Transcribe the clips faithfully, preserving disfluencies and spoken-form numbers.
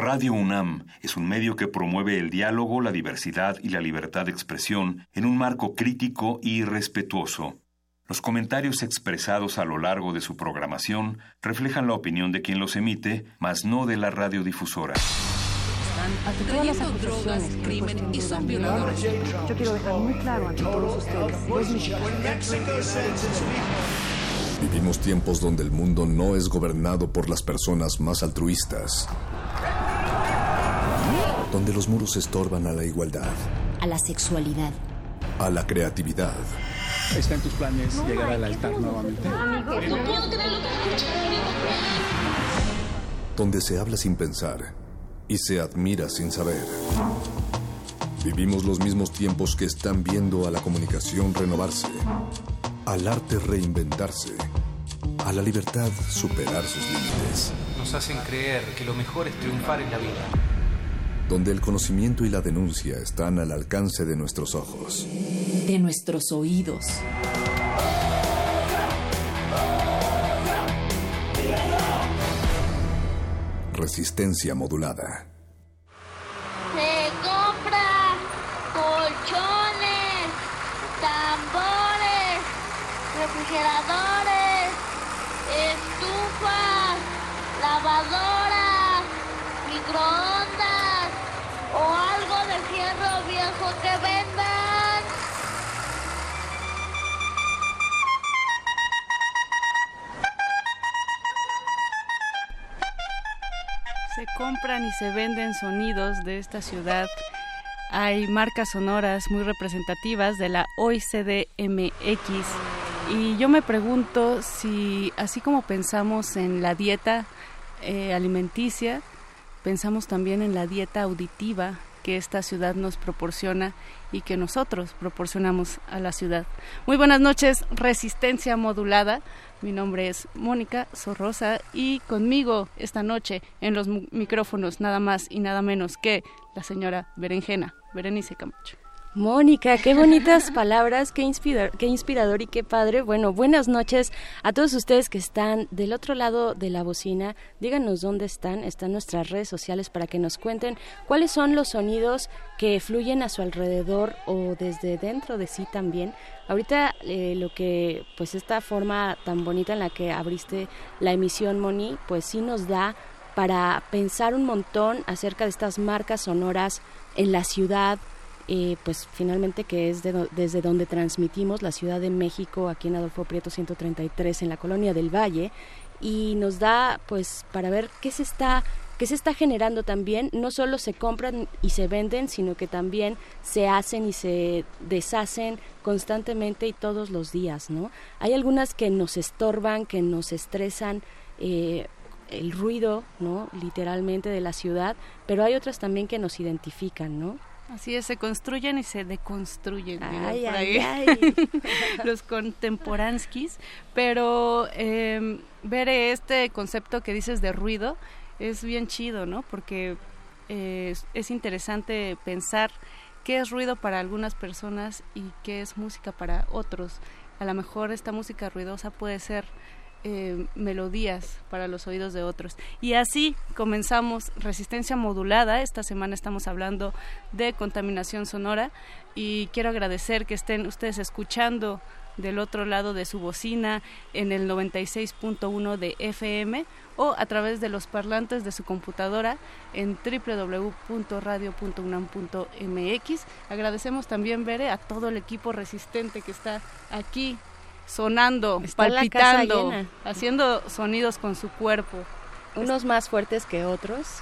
Radio UNAM es un medio que promueve el diálogo, la diversidad y la libertad de expresión en un marco crítico y respetuoso. Los comentarios expresados a lo largo de su programación reflejan la opinión de quien los emite, mas no de la radiodifusora. Ante todas las acusaciones, crimen y son violadores. Yo quiero dejar muy claro ante todos ustedes, los mexicanos. Vivimos tiempos donde el mundo no es gobernado por las personas más altruistas, donde los muros estorban a la igualdad, a la sexualidad, a la creatividad. ¿Está en tus planes no, llegar al altar nuevamente? Donde se habla sin pensar y se admira sin saber. Vivimos los mismos tiempos que están viendo a la comunicación renovarse, al arte reinventarse, a la libertad superar sus límites. Nos hacen creer que lo mejor es triunfar en la vida. Donde el conocimiento y la denuncia están al alcance de nuestros ojos, de nuestros oídos. Resistencia modulada. Se compra colchones, tambores, refrigeradores, estufas, lavadoras, microondas o algo de fierro viejo que vendan. Se compran y se venden sonidos de esta ciudad. Hay marcas sonoras muy representativas de la O I C D M X. Y yo me pregunto si, así como pensamos en la dieta eh, alimenticia, pensamos también en la dieta auditiva que esta ciudad nos proporciona y que nosotros proporcionamos a la ciudad. Muy buenas noches, Resistencia Modulada. Mi nombre es Mónica Sorrosa y conmigo esta noche en los micrófonos nada más y nada menos que la señora Berenjena, Berenice Camacho. Mónica, qué bonitas palabras, qué inspirador, qué inspirador y qué padre. Bueno, buenas noches a todos ustedes que están del otro lado de la bocina. Díganos dónde están, están nuestras redes sociales para que nos cuenten cuáles son los sonidos que fluyen a su alrededor o desde dentro de sí también. Ahorita eh, lo que, pues esta forma tan bonita en la que abriste la emisión, Moni, pues sí nos da para pensar un montón acerca de estas marcas sonoras en la ciudad. Eh, pues finalmente que es de do- desde donde transmitimos, la Ciudad de México, aquí en Adolfo Prieto ciento treinta y tres, en la Colonia del Valle, y nos da pues para ver qué se está qué se está generando también. No solo se compran y se venden, sino que también se hacen y se deshacen constantemente y todos los días, ¿no? Hay algunas que nos estorban, que nos estresan, eh, el ruido, ¿no?, literalmente de la ciudad, pero hay otras también que nos identifican, ¿no? Así es, se construyen y se deconstruyen. Ay, por ay, ahí. ay. Los contemporanskis. Pero eh, ver este concepto que dices de ruido es bien chido, ¿no? Porque eh, es, es interesante pensar qué es ruido para algunas personas y qué es música para otros. A lo mejor esta música ruidosa puede ser Eh, melodías para los oídos de otros. Y así comenzamos Resistencia Modulada. Esta semana estamos hablando de contaminación sonora y quiero agradecer que estén ustedes escuchando del otro lado de su bocina en el noventa y seis punto uno de F M o a través de los parlantes de su computadora en doble u doble u doble u punto radio punto unam punto m x. Agradecemos también, Bere, a todo el equipo resistente que está aquí sonando, está palpitando, haciendo sonidos con su cuerpo. Unos más fuertes que otros,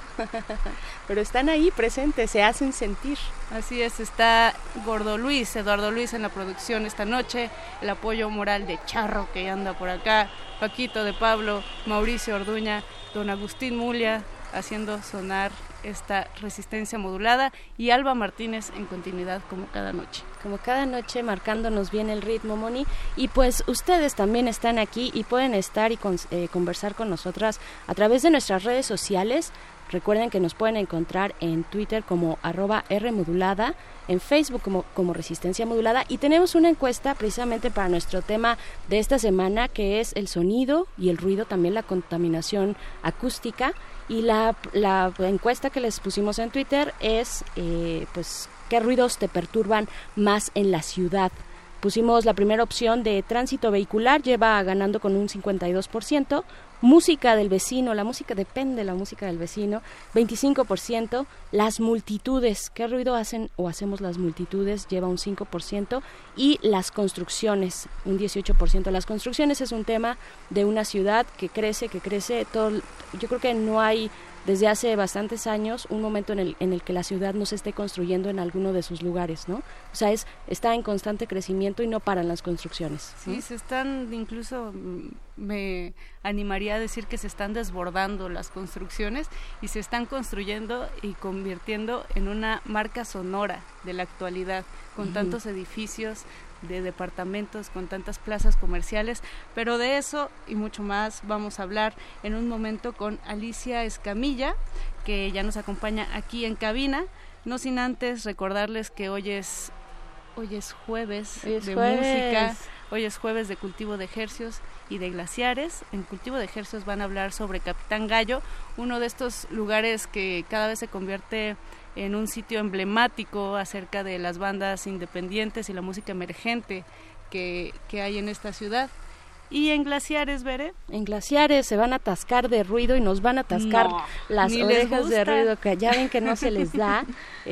pero están ahí presentes, se hacen sentir. Así es, está Gordo Luis, Eduardo Luis en la producción esta noche, el apoyo moral de Charro que anda por acá, Paquito de Pablo, Mauricio Orduña, don Agustín Mulia, haciendo sonar esta Resistencia Modulada, y Alba Martínez en continuidad como cada noche. Como cada noche marcándonos bien el ritmo, Moni, y pues ustedes también están aquí y pueden estar y con, eh, conversar con nosotras a través de nuestras redes sociales. Recuerden que nos pueden encontrar en Twitter como arroba Rmodulada, en Facebook como, como Resistencia Modulada, y tenemos una encuesta precisamente para nuestro tema de esta semana, que es el sonido y el ruido, también la contaminación acústica, Y la, la encuesta que les pusimos en Twitter es, eh, pues, ¿qué ruidos te perturban más en la ciudad? Pusimos la primera opción de tránsito vehicular, lleva ganando con un cincuenta y dos por ciento. Música del vecino, la música depende de la música del vecino, veinticinco por ciento. Las multitudes, ¿qué ruido hacen o hacemos las multitudes? Lleva un cinco por ciento. Y las construcciones, un dieciocho por ciento. Las construcciones es un tema de una ciudad que crece, que crece. Todo, yo creo que no hay desde hace bastantes años un momento en el, en el que la ciudad no se esté construyendo en alguno de sus lugares, ¿no? O sea, es, está en constante crecimiento y no paran las construcciones, ¿no? Sí, se están, incluso me animaría a decir que se están desbordando las construcciones y se están construyendo y convirtiendo en una marca sonora de la actualidad, con uh-huh. tantos edificios de departamentos, con tantas plazas comerciales, pero de eso y mucho más vamos a hablar en un momento con Alicia Escamilla, que ya nos acompaña aquí en cabina, no sin antes recordarles que hoy es hoy es jueves hoy es de jueves. música, hoy es jueves de cultivo de ejercicios y de glaciares. En cultivo de ejercicios van a hablar sobre Capitán Gallo, uno de estos lugares que cada vez se convierte en un sitio emblemático acerca de las bandas independientes y la música emergente que, que hay en esta ciudad. Y en glaciares, ¿veré? En glaciares se van a atascar de ruido y nos van a atascar no, las orejas de ruido, que ya ven que no se les da.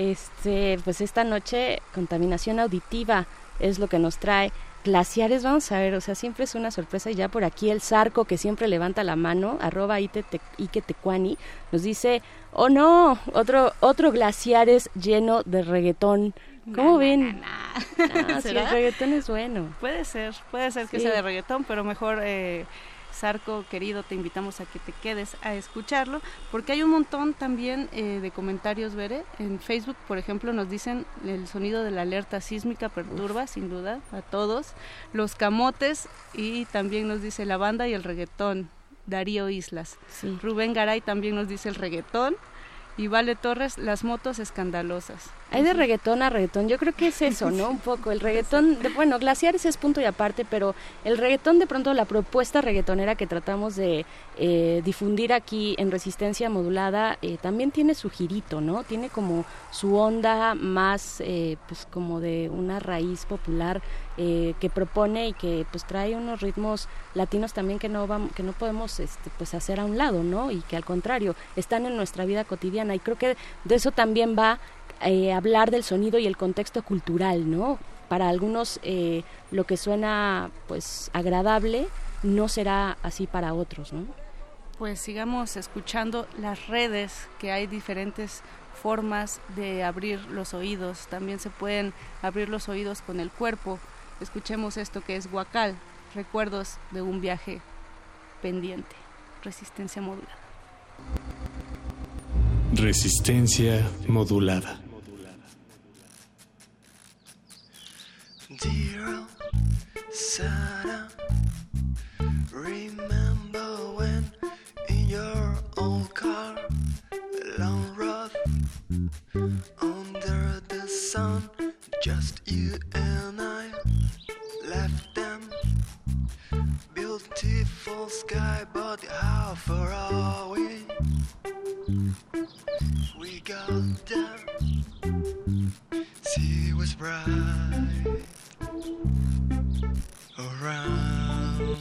este Pues esta noche contaminación auditiva es lo que nos trae. Glaciares, vamos a ver, o sea, siempre es una sorpresa. Y ya por aquí el Zarco, que siempre levanta la mano, arroba Iketecuani, nos dice, oh no, otro otro Glaciares lleno de reggaetón. ¿Cómo nah, ven? Nah, nah. Ah, sí, el reggaetón es bueno. Puede ser, puede ser que sí. sea de reggaetón, pero mejor... Eh, Zarco, querido, te invitamos a que te quedes a escucharlo, porque hay un montón también eh, de comentarios, Bere. En Facebook, por ejemplo, nos dicen el sonido de la alerta sísmica perturba, Uf. sin duda, a todos. Los camotes, y también nos dice la banda y el reggaetón, Darío Islas. Sí. Rubén Garay también nos dice el reggaetón. Y Vale Torres, las motos escandalosas. Hay de reggaetón a reggaetón, yo creo que es eso, ¿no? Un poco, el reggaetón, de, bueno, Glaciares es punto y aparte, pero el reggaetón, de pronto, la propuesta reggaetonera que tratamos de eh, difundir aquí en Resistencia Modulada, eh, también tiene su girito, ¿no? Tiene como su onda más, eh, pues, como de una raíz popular eh, que propone y que, pues, trae unos ritmos latinos también que no vamos, que no podemos, este, pues, hacer a un lado, ¿no? Y que, al contrario, están en nuestra vida cotidiana, y creo que de eso también va eh, hablar del sonido y el contexto cultural, ¿no? Para algunos eh, lo que suena pues agradable no será así para otros, ¿no? Pues sigamos escuchando las redes, que hay diferentes formas de abrir los oídos, también se pueden abrir los oídos con el cuerpo. Escuchemos esto que es Guacal, recuerdos de un viaje pendiente. Resistencia modulada. Resistencia modulada. Dear Sarah, remember when in your old car, long road under the sun, just you and I left them. Beautiful sky, but how far are we? We got there, sea was bright around.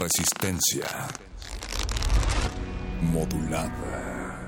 Resistencia modulada.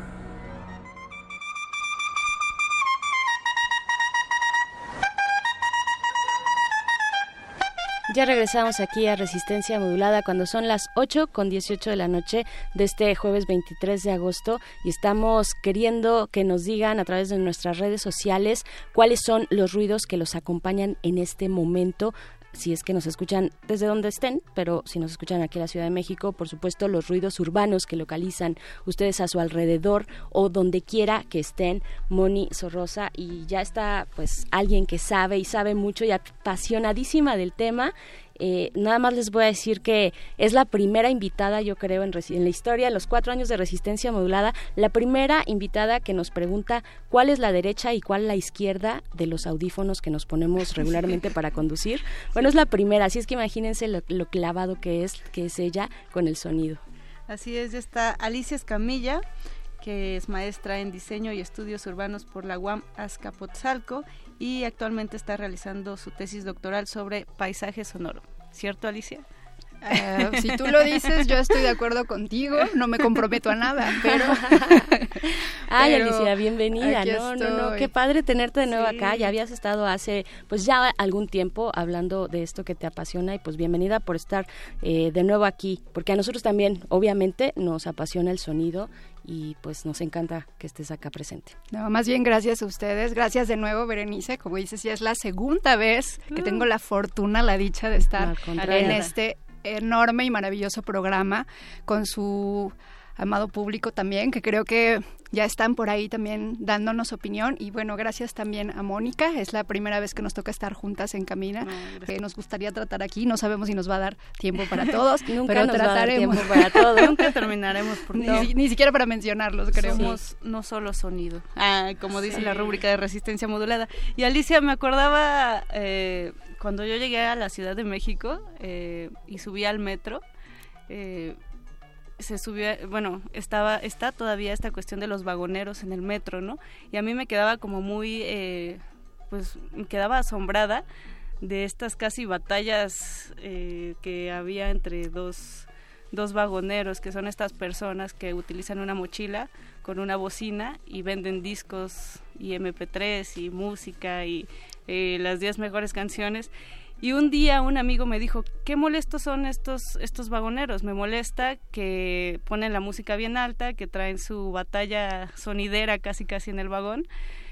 Ya regresamos aquí a Resistencia Modulada cuando son las ocho con dieciocho de la noche de este jueves veintitrés de agosto y estamos queriendo que nos digan a través de nuestras redes sociales cuáles son los ruidos que los acompañan en este momento. Si es que nos escuchan desde donde estén, pero si nos escuchan aquí en la Ciudad de México, por supuesto los ruidos urbanos que localizan ustedes a su alrededor o donde quiera que estén. Moni Sorrosa, y ya está pues alguien que sabe y sabe mucho y apasionadísima del tema. Eh, nada más les voy a decir que es la primera invitada, yo creo, en, en la historia, en los cuatro años de Resistencia Modulada, la primera invitada que nos pregunta cuál es la derecha y cuál la izquierda de los audífonos que nos ponemos regularmente para conducir. Bueno, es la primera, así es que imagínense lo, lo clavado que es, que es ella con el sonido. Así es, ya está Alicia Escamilla, que es maestra en diseño y estudios urbanos por la U A M Azcapotzalco y actualmente está realizando su tesis doctoral sobre paisaje sonoro. ¿Cierto, Alicia? Uh, si tú lo dices, yo estoy de acuerdo contigo, no me comprometo a nada, pero... Ay, pero Alicia, bienvenida. No, no, no, qué padre tenerte de nuevo sí. acá. Ya habías estado hace, pues ya algún tiempo hablando de esto que te apasiona y pues bienvenida por estar eh, de nuevo aquí, porque a nosotros también, obviamente, nos apasiona el sonido y pues nos encanta que estés acá presente. No, más bien gracias a ustedes, gracias de nuevo, Berenice, como dices, ya es la segunda vez que uh. tengo la fortuna, la dicha de estar en este enorme y maravilloso programa con su amado público también, que creo que ya están por ahí también dándonos opinión. Y bueno, gracias también a Mónica, es la primera vez que nos toca estar juntas en Camina, no, que nos gustaría tratar aquí, no sabemos si nos va a dar tiempo para todos, Nunca pero nos trataremos. Va a dar tiempo para todo. Nunca terminaremos, porque no. ni, ni siquiera para mencionarlos, creo. Somos sí. no solo sonido, ah, como dice sí. la rúbrica de Resistencia Modulada. Y Alicia, me acordaba eh, cuando yo llegué a la Ciudad de México eh, y subí al metro, eh, se subió, bueno, estaba está todavía esta cuestión de los vagoneros en el metro, ¿no? Y a mí me quedaba como muy, eh, pues, me quedaba asombrada de estas casi batallas eh, que había entre dos, dos vagoneros, que son estas personas que utilizan una mochila con una bocina y venden discos y eme pe tres y música y eh, las diez mejores canciones. Y un día un amigo me dijo, qué molestos son estos estos vagoneros, me molesta que ponen la música bien alta, que traen su batalla sonidera casi casi en el vagón.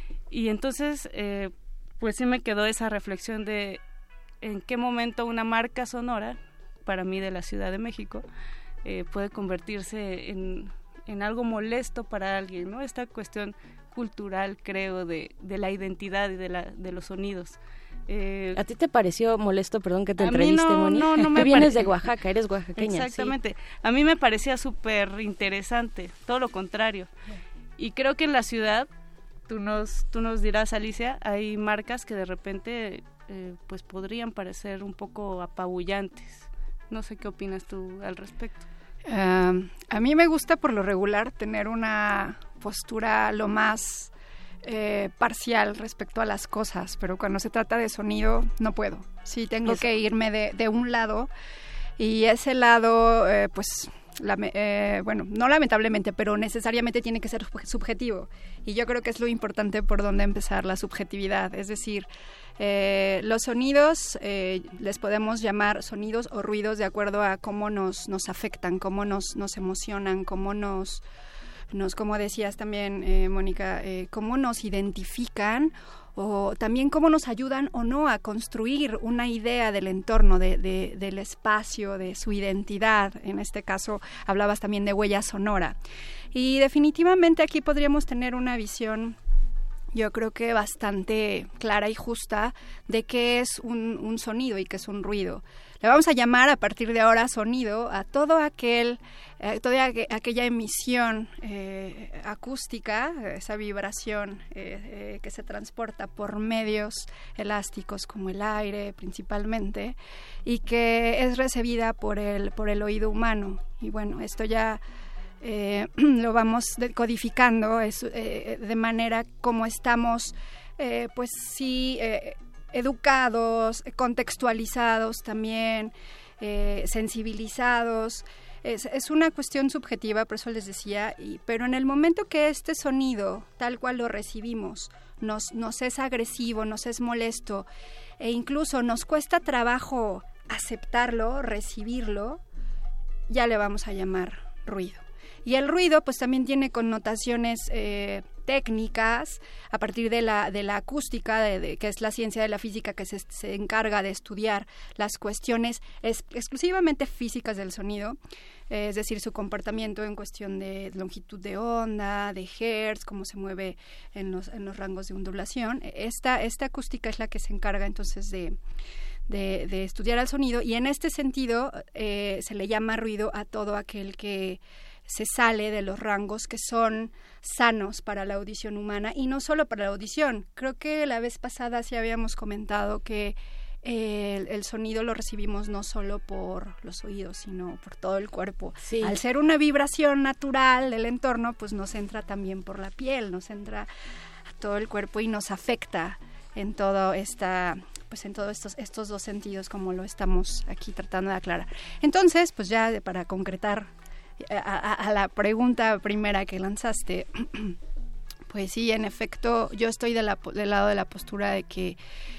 Y entonces, eh, pues sí me quedó esa reflexión de en qué momento una marca sonora, para mí de la Ciudad de México, eh, puede convertirse en, en algo molesto para alguien, ¿no? Esta cuestión cultural, creo, de, de la identidad y de, la, de los sonidos. Eh, ¿A ti te pareció molesto, perdón, que te entreviste, no, Moni? No, no me Tú vienes pare... de Oaxaca, eres oaxaqueña. Exactamente. Sí. A mí me parecía súper interesante, todo lo contrario. Y creo que en la ciudad, tú nos, tú nos dirás, Alicia, hay marcas que de repente eh, pues podrían parecer un poco apabullantes. No sé qué opinas tú al respecto. Uh, a mí me gusta por lo regular tener una postura lo más... Eh, parcial respecto a las cosas, pero cuando se trata de sonido no puedo. Sí, tengo Eso. que irme de, de un lado y ese lado, eh, pues, la, eh, bueno, no lamentablemente, pero necesariamente tiene que ser subjetivo. Y yo creo que es lo importante por donde empezar, la subjetividad. Es decir, eh, los sonidos eh, les podemos llamar sonidos o ruidos de acuerdo a cómo nos, nos afectan, cómo nos, nos emocionan, cómo nos... Nos, como decías también, eh, Mónica, eh, cómo nos identifican o también cómo nos ayudan o no a construir una idea del entorno, de, de, del espacio, de su identidad. En este caso, hablabas también de huella sonora. Y definitivamente aquí podríamos tener una visión, yo creo que bastante clara y justa, de qué es un, un sonido y qué es un ruido. Le vamos a llamar a partir de ahora sonido a todo aquel, eh, toda aqu- aquella emisión eh, acústica, esa vibración eh, eh, que se transporta por medios elásticos como el aire principalmente y que es recibida por el, por el oído humano. Y bueno, esto ya eh, lo vamos codificando es, eh, de manera como estamos, eh, pues sí... Eh, educados, contextualizados también, eh, sensibilizados. Es, es una cuestión subjetiva, por eso les decía, y, pero en el momento que este sonido, tal cual lo recibimos, nos, nos es agresivo, nos es molesto, e incluso nos cuesta trabajo aceptarlo, recibirlo, ya le vamos a llamar ruido. Y el ruido pues también tiene connotaciones eh, técnicas a partir de la, de la acústica, de, de, que es la ciencia de la física que se, se encarga de estudiar las cuestiones es, exclusivamente físicas del sonido, eh, es decir, su comportamiento en cuestión de longitud de onda, de hertz, cómo se mueve en los, en los rangos de ondulación. Esta, esta acústica es la que se encarga entonces de... De, de estudiar al sonido, y en este sentido eh, se le llama ruido a todo aquel que se sale de los rangos que son sanos para la audición humana, y no solo para la audición. Creo que la vez pasada sí habíamos comentado que eh, el, el sonido lo recibimos no solo por los oídos, sino por todo el cuerpo. Sí. Al ser una vibración natural del entorno, pues nos entra también por la piel, nos entra a todo el cuerpo y nos afecta en todo esta... pues en todos estos, estos dos sentidos, como lo estamos aquí tratando de aclarar. Entonces, pues ya para concretar a, a, a la pregunta primera que lanzaste, pues sí, en efecto, yo estoy de la, del lado de la postura de que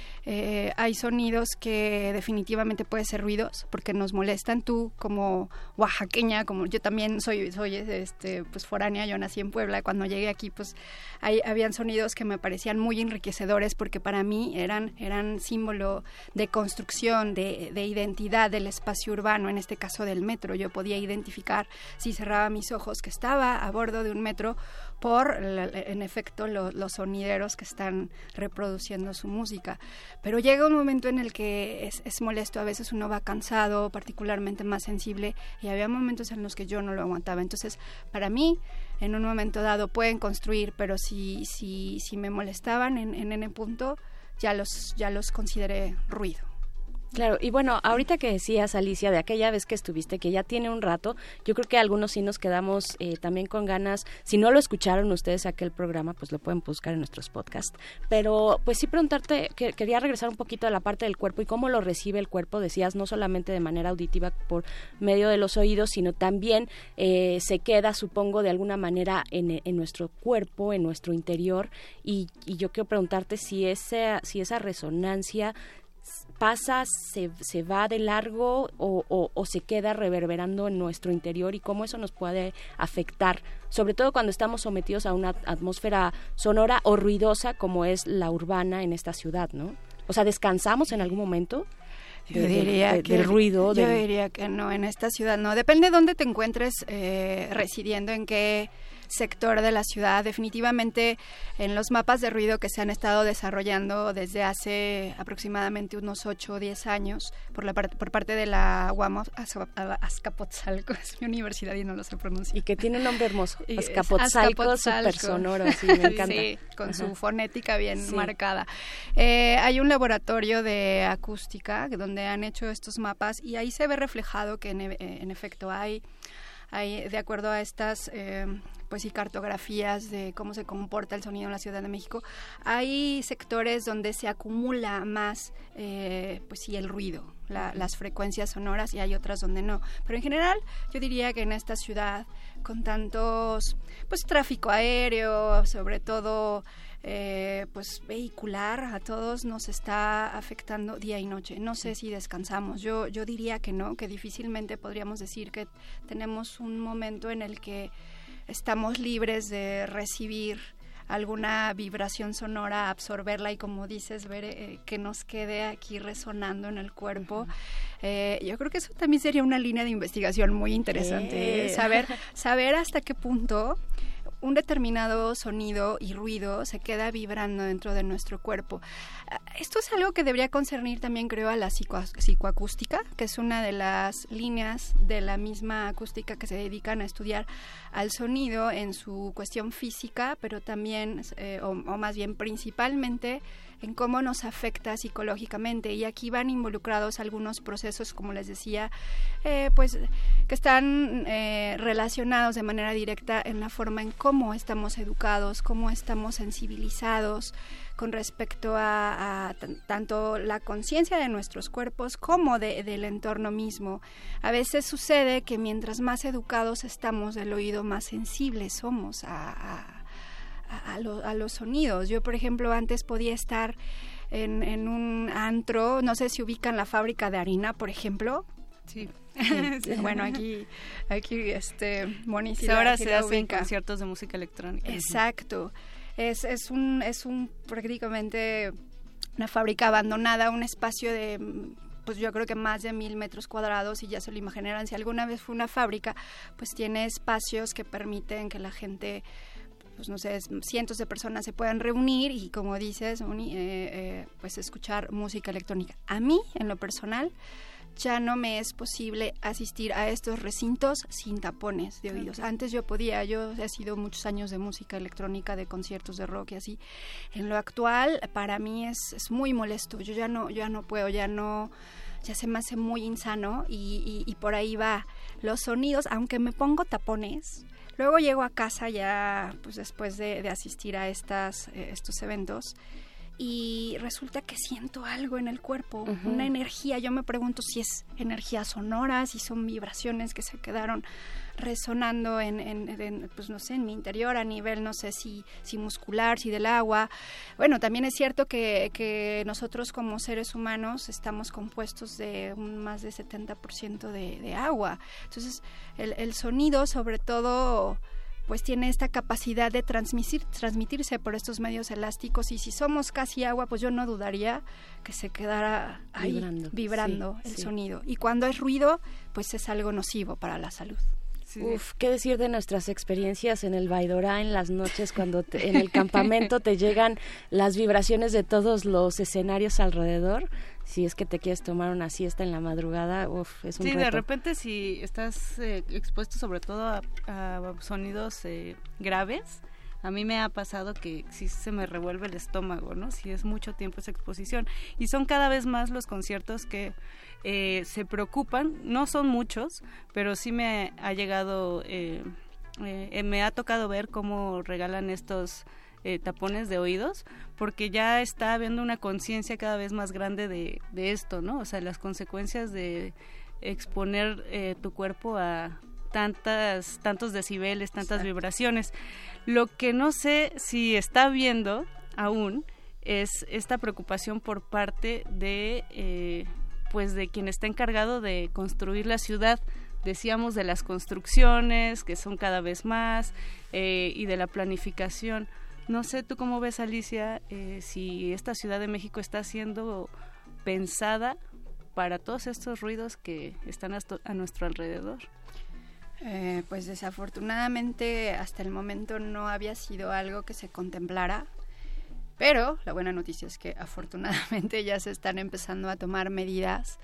Eh, hay sonidos que definitivamente pueden ser ruidos porque nos molestan. Tú como oaxaqueña, como yo también soy soy este pues foránea, yo nací en Puebla. Cuando llegué aquí pues hay, habían sonidos que me parecían muy enriquecedores porque para mí eran eran símbolo de construcción, de, de identidad del espacio urbano, en este caso del metro. Yo podía identificar, si cerraba mis ojos, que estaba a bordo de un metro por, en efecto, lo, los sonideros que están reproduciendo su música. Pero llega un momento en el que es, es molesto, a veces uno va cansado, particularmente más sensible, y había momentos en los que yo no lo aguantaba. Entonces, para mí, en un momento dado pueden construir, pero si, si, si me molestaban en, en ese punto, ya los, ya los consideré ruido. Claro, y bueno, ahorita que decías, Alicia, de aquella vez que estuviste, que ya tiene un rato, yo creo que algunos sí nos quedamos eh, también con ganas. Si no lo escucharon ustedes aquel programa, pues lo pueden buscar en nuestros podcasts. Pero pues sí preguntarte, que, quería regresar un poquito a la parte del cuerpo y cómo lo recibe el cuerpo. Decías, no solamente de manera auditiva por medio de los oídos, sino también eh, se queda, supongo, de alguna manera en, en nuestro cuerpo, en nuestro interior. Y, y yo quiero preguntarte si esa, si esa resonancia pasa, se, se va de largo o, o, o se queda reverberando en nuestro interior, y cómo eso nos puede afectar, sobre todo cuando estamos sometidos a una atmósfera sonora o ruidosa como es la urbana en esta ciudad, ¿no? O sea, ¿descansamos en algún momento de, yo diría de, de, que, del ruido? Yo del... diría que no, en esta ciudad no. Depende de dónde te encuentres eh, residiendo, en qué sector de la ciudad. Definitivamente en los mapas de ruido que se han estado desarrollando desde hace aproximadamente unos ocho o diez años por la parte, por parte de la U A M Azcapotzalco, es mi universidad y no lo sé pronunciar. Y que tiene un nombre hermoso, Azcapotzalco, súper sonoro, sí, me encanta. Sí, con Ajá. su fonética bien sí. marcada. Eh, hay un laboratorio de acústica donde han hecho estos mapas y ahí se ve reflejado que en, en efecto hay, hay, de acuerdo a estas eh, pues y cartografías de cómo se comporta el sonido en la Ciudad de México, hay sectores donde se acumula más eh, pues sí el ruido, la, las frecuencias sonoras, y hay otras donde no. Pero en general yo diría que en esta ciudad con tantos pues tráfico aéreo, sobre todo eh, pues vehicular, a todos nos está afectando día y noche. No sé si descansamos. Yo yo diría que no, que difícilmente podríamos decir que tenemos un momento en el que estamos libres de recibir alguna vibración sonora, absorberla y, como dices, ver eh, que nos quede aquí resonando en el cuerpo. Eh, yo creo que eso también sería una línea de investigación muy interesante, eh. saber saber hasta qué punto un determinado sonido y ruido se queda vibrando dentro de nuestro cuerpo. Esto es algo que debería concernir también, creo, a la psico- psicoacústica, que es una de las líneas de la misma acústica que se dedican a estudiar al sonido en su cuestión física, pero también, eh, o, o más bien principalmente, en cómo nos afecta psicológicamente, y aquí van involucrados algunos procesos, como les decía, eh, pues que están eh, relacionados de manera directa en la forma en cómo estamos educados, cómo estamos sensibilizados con respecto a, a t- tanto la conciencia de nuestros cuerpos como de, del entorno mismo. A veces sucede que mientras más educados estamos del oído, más sensibles somos a, a A, lo, a los sonidos. Yo, por ejemplo, antes podía estar en, en un antro, no sé si ubican la fábrica de harina, por ejemplo. Sí. Bueno, aquí, aquí, este, Moni, sí, ahora se hacen conciertos de música electrónica. Exacto. Es, es un, es un prácticamente una fábrica abandonada, un espacio de, pues yo creo que más de mil metros cuadrados, y ya se lo imaginarán, si alguna vez fue una fábrica, pues tiene espacios que permiten que la gente, pues no sé, cientos de personas se puedan reunir y, como dices, Moni, eh, eh, pues escuchar música electrónica. A mí, en lo personal, ya no me es posible asistir a estos recintos sin tapones de oídos. Antes yo podía, yo he sido muchos años de música electrónica, de conciertos de rock y así. En lo actual, para mí es, es muy molesto. Yo ya no, ya no puedo, ya no, ya se me hace muy insano, y, y, y por ahí va. Los sonidos, aunque me pongo tapones, luego llego a casa ya, pues después de, de asistir a estas, eh, estos eventos, y resulta que siento algo en el cuerpo, uh-huh. una energía. Yo me pregunto si es energía sonora, si son vibraciones que se quedaron resonando en, en, en pues no sé, en mi interior, a nivel, no sé si, si muscular, si del agua. Bueno, también es cierto que, que nosotros como seres humanos estamos compuestos de un más de setenta por ciento de, de agua. Entonces, el, el sonido, sobre todo, pues tiene esta capacidad de transmitir, transmitirse por estos medios elásticos, y si somos casi agua, pues yo no dudaría que se quedara ahí vibrando, vibrando sí, el sí. sonido. Y cuando es ruido, pues es algo nocivo para la salud. Sí. Uf, qué decir de nuestras experiencias en el Baidorá en las noches, cuando te, en el campamento te llegan las vibraciones de todos los escenarios alrededor. Si es que te quieres tomar una siesta en la madrugada, uf, es un sí, reto. De repente si estás eh, expuesto sobre todo a, a sonidos eh, graves, a mí me ha pasado que sí se me revuelve el estómago, ¿no? Si es mucho tiempo esa exposición. Y son cada vez más los conciertos que eh, se preocupan, no son muchos, pero sí me ha llegado, eh, eh, me ha tocado ver cómo regalan estos Eh, tapones de oídos, porque ya está habiendo una conciencia cada vez más grande de, de esto, ¿no? O sea, las consecuencias de exponer eh, tu cuerpo a tantas, tantos decibeles, tantas Exacto. vibraciones. Lo que no sé si está viendo aún es esta preocupación por parte de, eh, pues de quien está encargado de construir la ciudad. Decíamos de las construcciones, que son cada vez más, eh, y de la planificación. No sé, ¿tú cómo ves, Alicia, eh, si esta Ciudad de México está siendo pensada para todos estos ruidos que están a, a nuestro alrededor? Eh, pues desafortunadamente hasta el momento no había sido algo que se contemplara, pero la buena noticia es que afortunadamente ya se están empezando a tomar medidas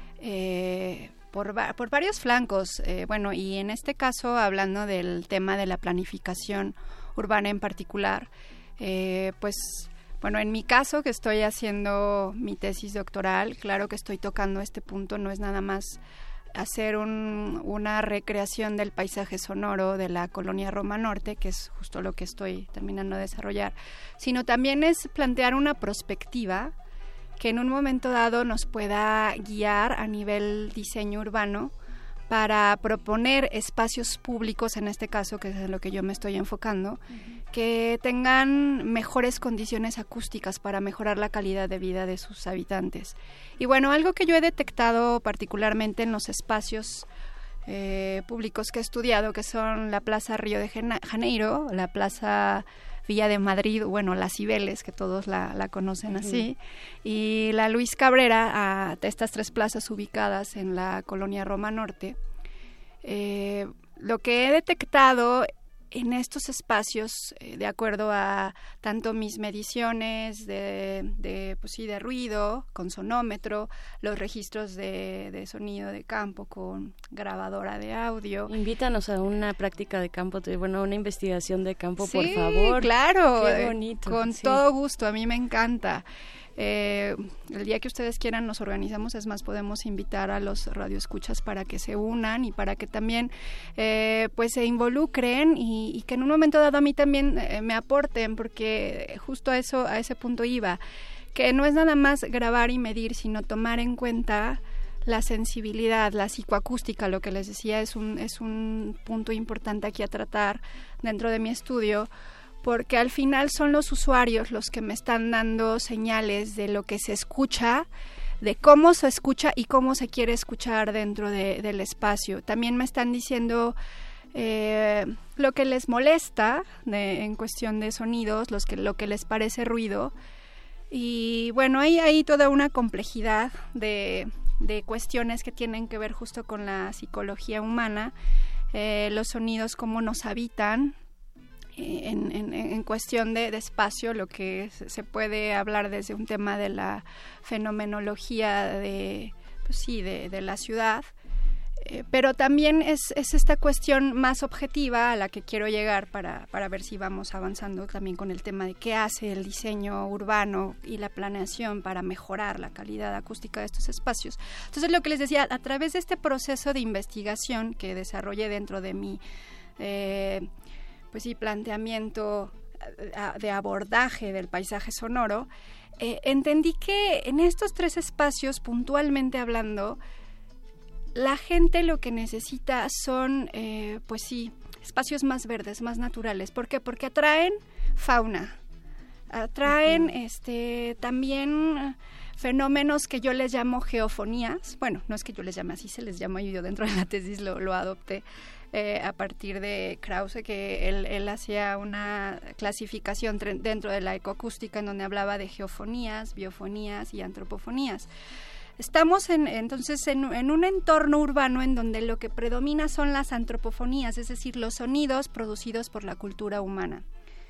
eh, por, por varios flancos. Eh, bueno, y en este caso, hablando del tema de la planificación urbana en particular, eh, pues bueno, en mi caso, que estoy haciendo mi tesis doctoral, claro que estoy tocando este punto. No es nada más hacer un, una recreación del paisaje sonoro de la colonia Roma Norte, que es justo lo que estoy terminando de desarrollar, sino también es plantear una perspectiva que en un momento dado nos pueda guiar a nivel diseño urbano para proponer espacios públicos, en este caso, que es en lo que yo me estoy enfocando, uh-huh. que tengan mejores condiciones acústicas para mejorar la calidad de vida de sus habitantes. Y bueno, algo que yo he detectado particularmente en los espacios eh, públicos que he estudiado, que son la Plaza Río de Janeiro, la Plaza Villa de Madrid, bueno, la Cibeles, que todos la, la conocen así, uh-huh. y la Luis Cabrera, a estas tres plazas ubicadas en la colonia Roma Norte. Eh, lo que he detectado en estos espacios, eh, de acuerdo a tanto mis mediciones de, de, pues sí, de ruido con sonómetro, los registros de, de sonido de campo con grabadora de audio. Invítanos a una práctica de campo, bueno, a una investigación de campo, Sí, por favor. Claro, Qué bonito. Con sí. todo gusto, a mí me encanta. Eh, el día que ustedes quieran nos organizamos, es más, podemos invitar a los radioescuchas para que se unan y para que también eh, pues se involucren y, y que en un momento dado a mí también eh, me aporten, porque justo a eso, a ese punto iba, que no es nada más grabar y medir, sino tomar en cuenta la sensibilidad, la psicoacústica. Lo que les decía es un, es un punto importante aquí a tratar dentro de mi estudio, porque al final son los usuarios los que me están dando señales de lo que se escucha, de cómo se escucha y cómo se quiere escuchar dentro de, del espacio. También me están diciendo eh, lo que les molesta de, en cuestión de sonidos, los que, lo que les parece ruido. Y bueno, hay, hay toda una complejidad de, de cuestiones que tienen que ver justo con la psicología humana, eh, los sonidos, cómo nos habitan. En, en, en cuestión de, de espacio, lo que se puede hablar desde un tema de la fenomenología de, pues sí, de, de la ciudad, eh, pero también es, es esta cuestión más objetiva a la que quiero llegar para, para ver si vamos avanzando también con el tema de qué hace el diseño urbano y la planeación para mejorar la calidad acústica de estos espacios. Entonces, lo que les decía, a través de este proceso de investigación que desarrollé dentro de mi eh, pues sí, planteamiento de abordaje del paisaje sonoro, eh, entendí que en estos tres espacios, puntualmente hablando, la gente lo que necesita son, eh, pues sí, espacios más verdes, más naturales. ¿Por qué? Porque atraen fauna, atraen uh-huh. este también fenómenos que yo les llamo geofonías. Bueno, no es que yo les llame así, se les llama, yo dentro de la tesis lo, lo adopté. Eh, a partir de Krause, que él, él hacía una clasificación tre- dentro de la ecoacústica en donde hablaba de geofonías, biofonías y antropofonías. Estamos en, entonces en, en un entorno urbano en donde lo que predomina son las antropofonías, es decir, los sonidos producidos por la cultura humana.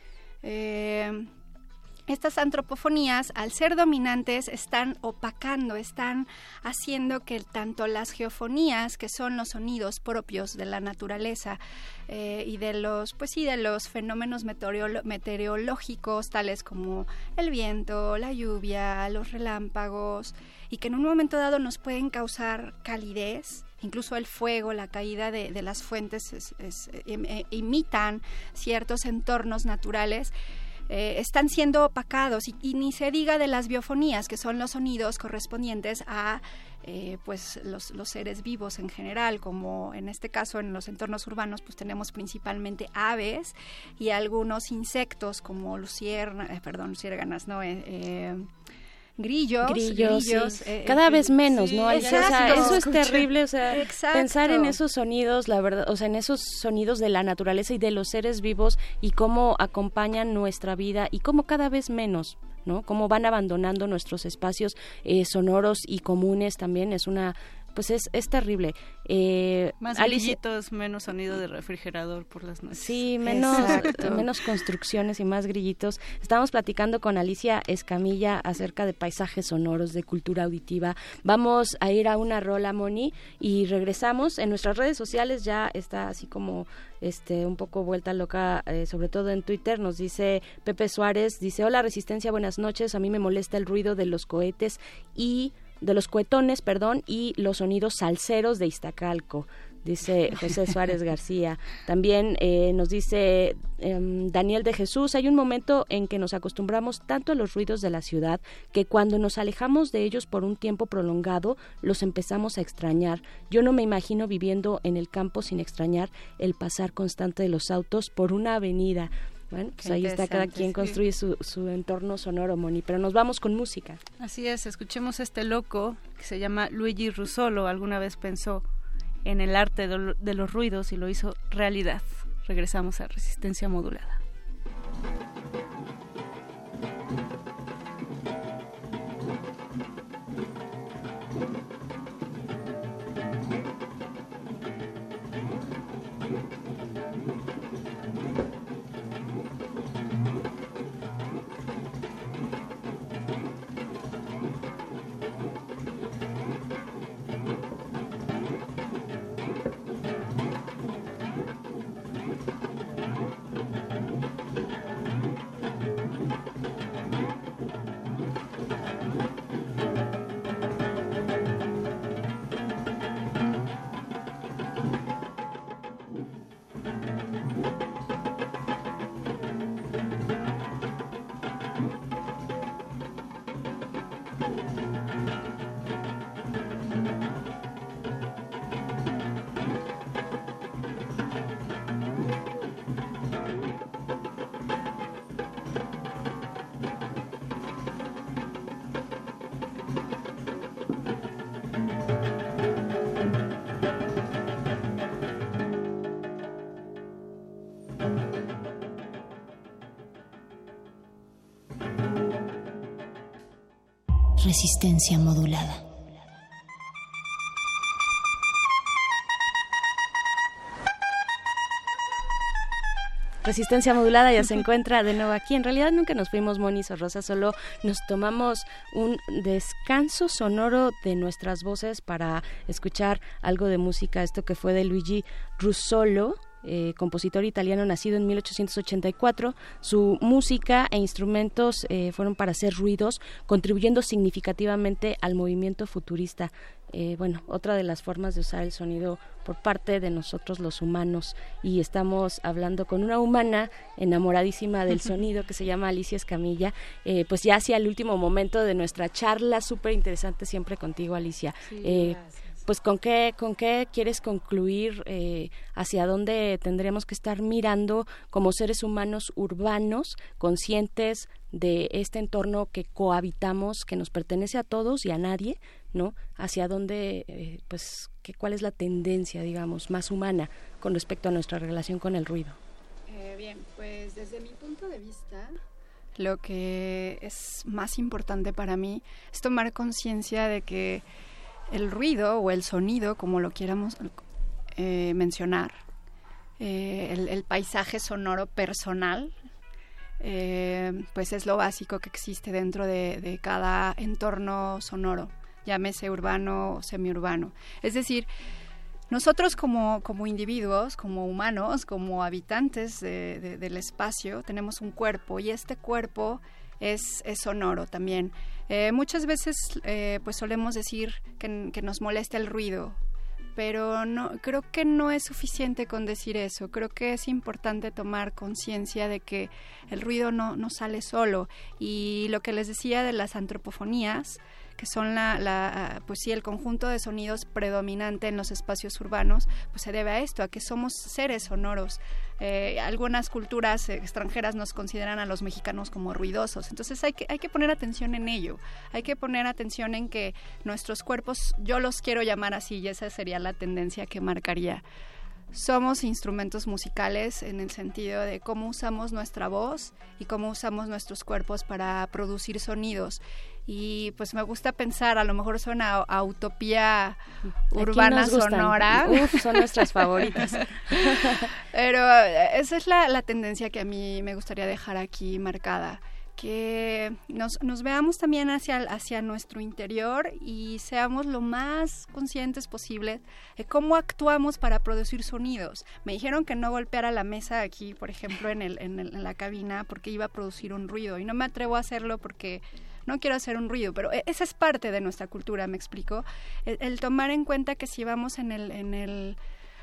Eh, Estas antropofonías, al ser dominantes, están opacando, están haciendo que tanto las geofonías, que son los sonidos propios de la naturaleza eh, y de los, pues sí, de los fenómenos meteorolo- meteorológicos, tales como el viento, la lluvia, los relámpagos, y que en un momento dado nos pueden causar calidez. Incluso el fuego, la caída de, de las fuentes es, es, eh, imitan ciertos entornos naturales. Eh, están siendo opacados y, y ni se diga de las biofonías, que son los sonidos correspondientes a eh, pues los, los seres vivos en general, como en este caso en los entornos urbanos pues tenemos principalmente aves y algunos insectos como lucierna, eh, perdón, luciérganas, no, eh, eh, Grillos, grillos, grillos sí. eh, cada eh, vez menos, sí, ¿no? O sea, eso es terrible, o sea, exacto. Pensar en esos sonidos, la verdad, o sea, en esos sonidos de la naturaleza y de los seres vivos y cómo acompañan nuestra vida y cómo cada vez menos, ¿no? Cómo van abandonando nuestros espacios eh, sonoros y comunes también es una pues es, es terrible. Eh, Más Alicia, grillitos, menos sonido de refrigerador por las noches. Sí, menos, menos construcciones y más grillitos. Estábamos platicando con Alicia Escamilla acerca de paisajes sonoros, de cultura auditiva. Vamos a ir a una rola, Moni, y regresamos. En nuestras redes sociales ya está así como este un poco vuelta loca, eh, sobre todo en Twitter. Nos dice Pepe Suárez, dice: hola Resistencia, buenas noches. A mí me molesta el ruido de los cohetes y de los cohetones, perdón, y los sonidos salseros de Iztacalco, dice José Suárez García. También eh, nos dice eh, Daniel de Jesús: hay un momento en que nos acostumbramos tanto a los ruidos de la ciudad que cuando nos alejamos de ellos por un tiempo prolongado los empezamos a extrañar. Yo no me imagino viviendo en el campo sin extrañar el pasar constante de los autos por una avenida. Bueno, pues ahí está, cada quien sí. construye su, su entorno sonoro, Moni, pero nos vamos con música. Así es, escuchemos a este loco que se llama Luigi Russolo. Alguna vez pensó en el arte de, de los ruidos y lo hizo realidad. Regresamos a Resistencia Modulada. Resistencia modulada. Resistencia modulada ya se encuentra de nuevo aquí. En realidad nunca nos fuimos, Moni Sorrosa, solo nos tomamos un descanso sonoro de nuestras voces para escuchar algo de música. Esto que fue de Luigi Russolo, Eh, compositor italiano nacido en mil ochocientos ochenta y cuatro. Su música e instrumentos eh, fueron para hacer ruidos, contribuyendo significativamente al movimiento futurista. Eh, bueno, otra de las formas de usar el sonido por parte de nosotros los humanos, y estamos hablando con una humana enamoradísima del sonido que se llama Alicia Escamilla, eh, pues ya hacia el último momento de nuestra charla, súper interesante siempre contigo, Alicia. Sí, eh, Pues con qué con qué quieres concluir, eh, hacia dónde tendremos que estar mirando como seres humanos urbanos, conscientes de este entorno que cohabitamos, que nos pertenece a todos y a nadie, ¿no? Hacia dónde, eh, pues, qué, cuál es la tendencia, digamos, más humana con respecto a nuestra relación con el ruido. Eh, bien, pues desde mi punto de vista, lo que es más importante para mí es tomar conciencia de que el ruido o el sonido, como lo quieramos eh, mencionar, eh, el, el paisaje sonoro personal, eh, pues es lo básico que existe dentro de, de cada entorno sonoro, llámese urbano o semiurbano. Es decir, nosotros como, como individuos, como humanos, como habitantes de, de, del espacio, tenemos un cuerpo, y este cuerpo es, es sonoro también. Eh, muchas veces eh, pues solemos decir que, que nos molesta el ruido, pero no, creo que no es suficiente con decir eso. Creo que es importante tomar conciencia de que el ruido no, no sale solo, y lo que les decía de las antropofonías, que son la, la, pues sí, el conjunto de sonidos predominante en los espacios urbanos, pues se debe a esto, a que somos seres sonoros. Eh, algunas culturas extranjeras nos consideran a los mexicanos como ruidosos, entonces hay que, hay que poner atención en ello, hay que poner atención en que nuestros cuerpos, yo los quiero llamar así, y esa sería la tendencia que marcaría. Somos instrumentos musicales en el sentido de cómo usamos nuestra voz y cómo usamos nuestros cuerpos para producir sonidos. Y pues me gusta pensar, a lo mejor suena a, a utopía urbana sonora. Uf, son nuestras favoritas. Pero esa es la, la tendencia que a mí me gustaría dejar aquí marcada. Que nos, nos veamos también hacia, hacia nuestro interior y seamos lo más conscientes posible de cómo actuamos para producir sonidos. Me dijeron que no golpeara la mesa aquí, por ejemplo, en, el, en, el, en la cabina, porque iba a producir un ruido, y no me atrevo a hacerlo porque no quiero hacer un ruido, pero esa es parte de nuestra cultura, ¿me explico? El, el tomar en cuenta que si vamos en el, en el,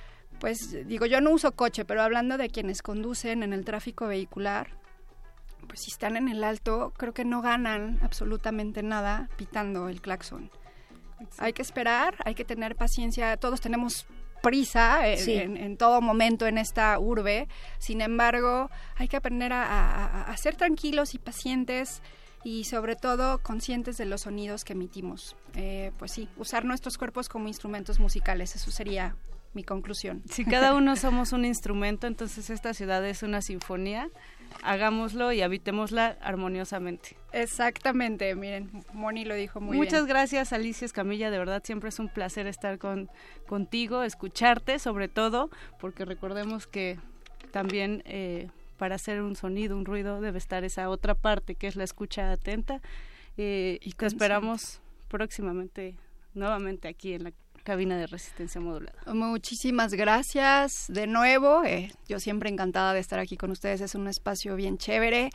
pues digo, yo no uso coche, pero hablando de quienes conducen en el tráfico vehicular, pues si están en el alto, creo que no ganan absolutamente nada pitando el claxon. Exacto. Hay que esperar, hay que tener paciencia, todos tenemos prisa en, sí. en, en todo momento en esta urbe, sin embargo, hay que aprender a, a, a ser tranquilos y pacientes, y sobre todo conscientes de los sonidos que emitimos. Eh, pues sí, usar nuestros cuerpos como instrumentos musicales, eso sería mi conclusión. Si cada uno somos un instrumento, entonces esta ciudad es una sinfonía. Hagámoslo y habitémosla armoniosamente. Exactamente, miren, Moni lo dijo muy Muchas bien. Muchas gracias, Alicia Escamilla, de verdad siempre es un placer estar con contigo, escucharte sobre todo, porque recordemos que también eh, para hacer un sonido, un ruido, debe estar esa otra parte que es la escucha atenta, eh, y te esperamos próximamente nuevamente aquí en la cabina de Resistencia Modulada. Muchísimas gracias de nuevo, eh, yo siempre encantada de estar aquí con ustedes, es un espacio bien chévere,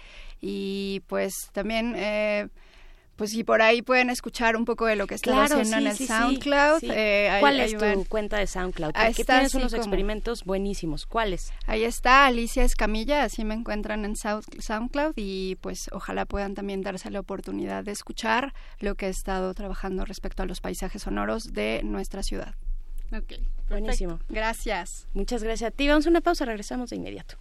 y pues también eh, pues si por ahí pueden escuchar un poco de lo que estás claro, haciendo sí, en el sí, SoundCloud. Sí, sí. Eh, ahí, ¿Cuál ahí es van. tu cuenta de SoundCloud? Ahí Porque está, tienes sí, unos como... experimentos buenísimos. ¿Cuáles? Ahí está Alicia Escamilla, así me encuentran en SoundCloud, y pues ojalá puedan también darse la oportunidad de escuchar lo que he estado trabajando respecto a los paisajes sonoros de nuestra ciudad. Ok, buenísimo. Gracias. Muchas gracias a ti. Vamos a una pausa, regresamos de inmediato.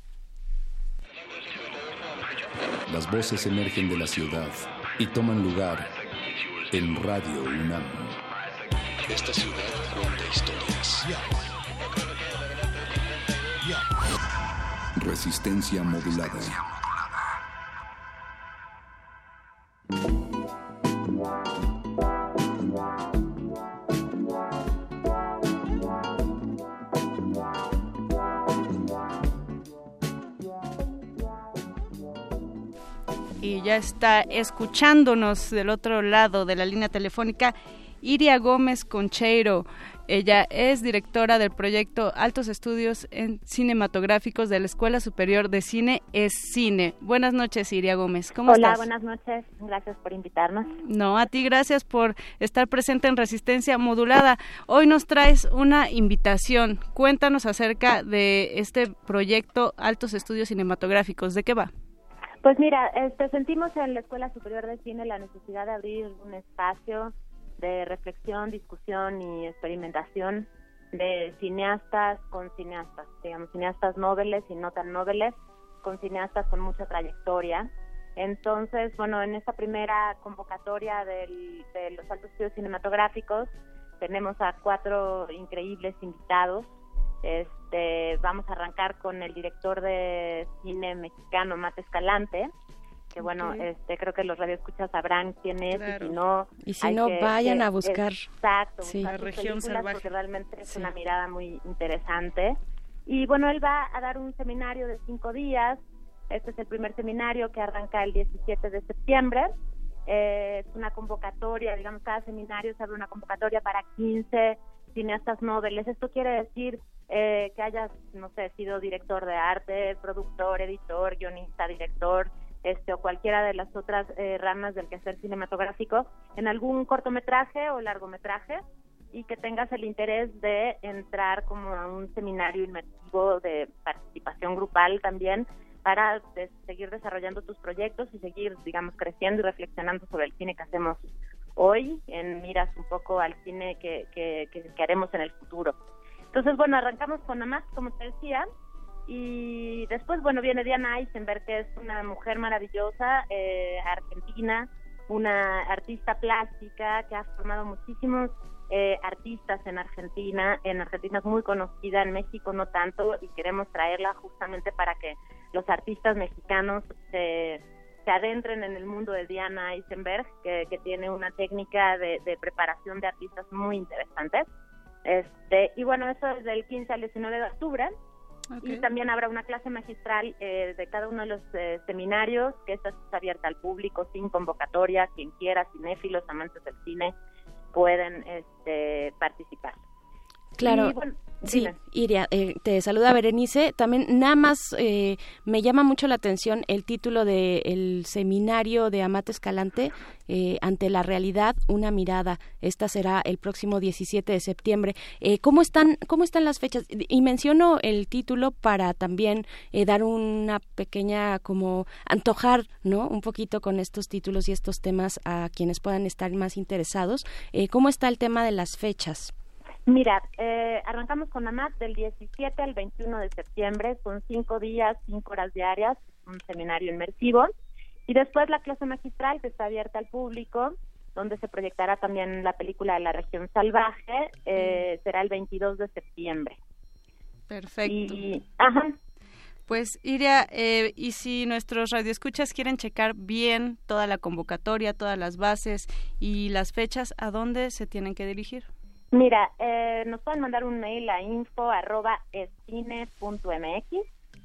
Las voces emergen de la ciudad y toman lugar en Radio UNAM. Esta ciudad cuenta historias. Resistencia modulada. y ya está escuchándonos del otro lado de la línea telefónica Iria Gómez Concheiro. Ella es directora del proyecto Altos Estudios en Cinematográficos de la Escuela Superior de Cine ESCINE. Buenas noches, Iria Gómez. ¿Cómo Hola, estás? Hola, buenas noches. Gracias por invitarnos. No, a ti gracias por estar presente en Resistencia Modulada. Hoy nos traes una invitación. Cuéntanos acerca de este proyecto Altos Estudios Cinematográficos. ¿De qué va? Pues mira, este, sentimos en la Escuela Superior de Cine la necesidad de abrir un espacio de reflexión, discusión y experimentación de cineastas con cineastas, digamos, cineastas noveles y no tan noveles, con cineastas con mucha trayectoria. Entonces, bueno, en esta primera convocatoria del, de los Altos Estudios Cinematográficos tenemos a cuatro increíbles invitados. Este, vamos a arrancar con el director de cine mexicano, Matt Escalante, que bueno, okay. este creo que los radioescuchas sabrán quién es, claro. y si no... Y si no, que, vayan que, a buscar. Exacto, sí. buscar la región salvaje. Porque realmente es sí. una mirada muy interesante. Y bueno, él va a dar un seminario de cinco días. Este es el primer seminario que arranca el diecisiete de septiembre. Eh, es una convocatoria, digamos, cada seminario se abre una convocatoria para quince cineastas noveles. Esto quiere decir eh, que hayas, no sé, sido director de arte, productor, editor, guionista, director, este o cualquiera de las otras eh, ramas del quehacer cinematográfico en algún cortometraje o largometraje, y que tengas el interés de entrar como a un seminario inmersivo de participación grupal también para de, seguir desarrollando tus proyectos y seguir, digamos, creciendo y reflexionando sobre el cine que hacemos hoy, en miras un poco al cine que, que, que, que haremos en el futuro. Entonces, bueno, arrancamos con Amat, como te decía, y después, bueno, viene Diana Eisenberg, que es una mujer maravillosa, eh, argentina, una artista plástica que ha formado muchísimos eh, artistas en Argentina. En Argentina es muy conocida, en México no tanto, y queremos traerla justamente para que los artistas mexicanos se, se adentren en el mundo de Diana Eisenberg, que, que tiene una técnica de, de preparación de artistas muy interesante. Este, y bueno, eso es del quince al diecinueve de octubre. Okay. Y también habrá una clase magistral eh, de cada uno de los eh, seminarios, que esta está abierta al público, sin convocatoria. Quien quiera, cinéfilos, amantes del cine, pueden este, participar. Claro, y, bueno, sí, Iria, eh, te saluda Berenice. También nada más eh, me llama mucho la atención el título del seminario de Amat Escalante, eh, Ante la realidad, una mirada. Esta será el próximo diecisiete de septiembre. Eh, ¿cómo están cómo están las fechas? Y menciono el título para también eh, dar una pequeña, como antojar, ¿no? Un poquito con estos títulos y estos temas a quienes puedan estar más interesados. Eh, ¿Cómo está el tema de las fechas? Mira, eh, arrancamos con Amat del diecisiete al veintiuno de septiembre, son cinco días, cinco horas diarias, un seminario inmersivo, y después la clase magistral, que está abierta al público, donde se proyectará también la película de la región salvaje, eh, será el veintidós de septiembre. Perfecto. Y, ajá. Pues Iria, eh, y si nuestros radioescuchas quieren checar bien toda la convocatoria, todas las bases y las fechas, ¿a dónde se tienen que dirigir? Mira, eh, nos pueden mandar un mail a info arroba escine punto m x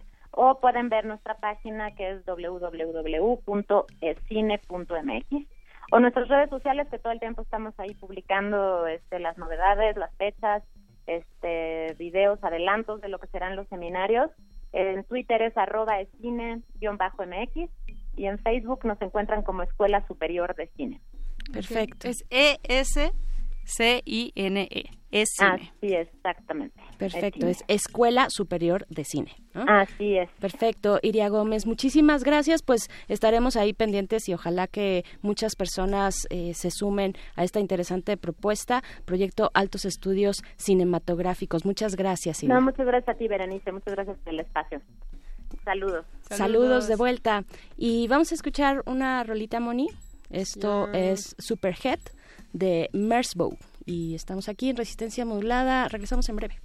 o pueden ver nuestra página, que es doble u doble u doble u punto escine punto m x, o nuestras redes sociales, que todo el tiempo estamos ahí publicando este, las novedades, las fechas, este, videos, adelantos de lo que serán los seminarios. En Twitter es arroba escine-mx y en Facebook nos encuentran como Escuela Superior de Cine. Perfecto. Es E S C I N E, es cine. Así es, exactamente. Perfecto, es, es Escuela Superior de Cine, ¿no? Así es. Perfecto, Iria Gómez, muchísimas gracias, pues estaremos ahí pendientes y ojalá que muchas personas eh, se sumen a esta interesante propuesta, Proyecto Altos Estudios Cinematográficos. Muchas gracias, Iria. No, muchas gracias a ti, Berenice, muchas gracias por el espacio. Saludos. Saludos. Saludos de vuelta. Y vamos a escuchar una rolita, Moni. Esto yeah. es Superhead de Merzbow y estamos aquí en Resistencia Modulada. Regresamos en breve.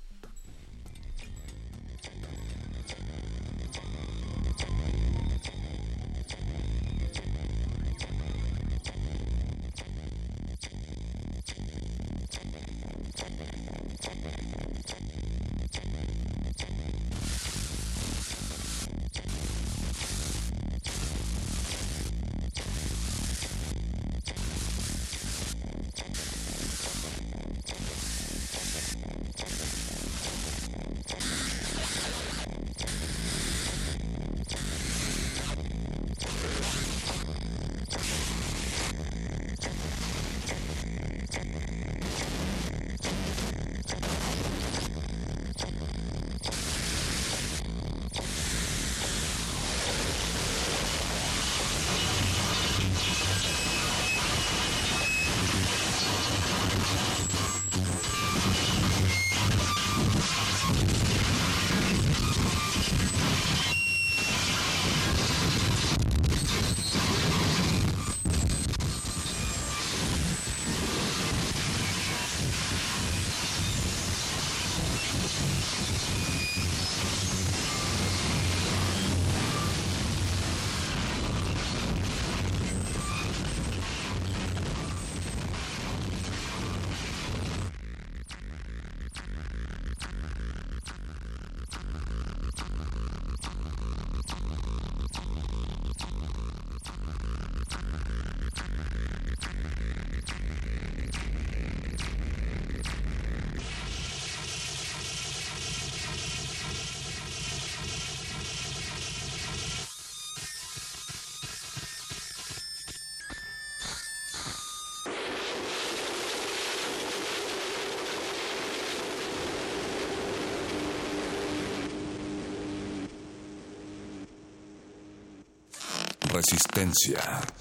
Resistencia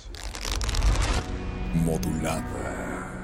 modulada.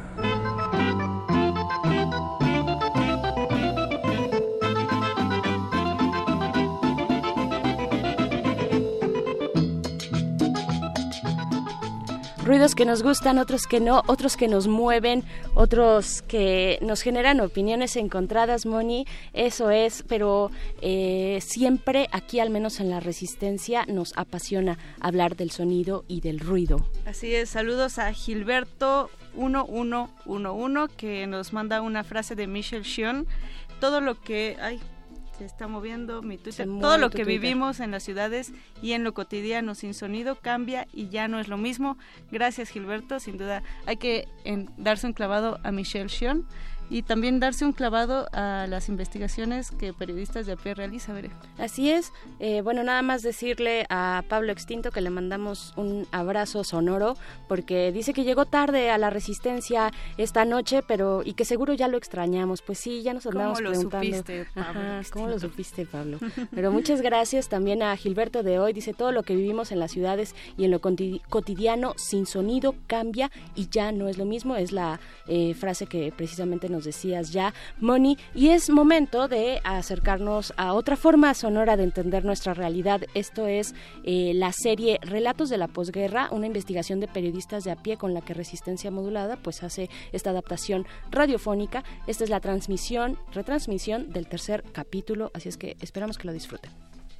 Ruidos que nos gustan, otros que no, otros que nos mueven, otros que nos generan opiniones encontradas, Moni, eso es, pero eh, siempre aquí, al menos en La Resistencia, nos apasiona hablar del sonido y del ruido. Así es, saludos a Gilberto uno uno uno uno que nos manda una frase de Michel Chion, todo lo que... Ay, se está moviendo mi Twitter. Todo lo que Twitter. Vivimos en las ciudades y en lo cotidiano sin sonido cambia y ya no es lo mismo. Gracias, Gilberto. Sin duda hay que en, darse un clavado a Michel Chion y también darse un clavado a las investigaciones que periodistas de a pie realizan. Veré. Así es. Eh, bueno, nada más decirle a Pablo Extinto que le mandamos un abrazo sonoro porque dice que llegó tarde a La Resistencia esta noche, pero y que seguro ya lo extrañamos. Pues sí, ya nos andamos preguntando. ¿Cómo lo supiste, Pablo? Ajá, ¿cómo lo supiste, Pablo? Pero muchas gracias también a Gilberto de hoy. Dice, todo lo que vivimos en las ciudades y en lo cotidiano sin sonido cambia y ya no es lo mismo. Es la eh, frase que precisamente nos decías ya, Moni, y es momento de acercarnos a otra forma sonora de entender nuestra realidad. Esto es eh, la serie Relatos de la Posguerra, una investigación de periodistas de a pie con la que Resistencia Modulada pues hace esta adaptación radiofónica. Esta es la transmisión, retransmisión del tercer capítulo, así es que esperamos que lo disfruten.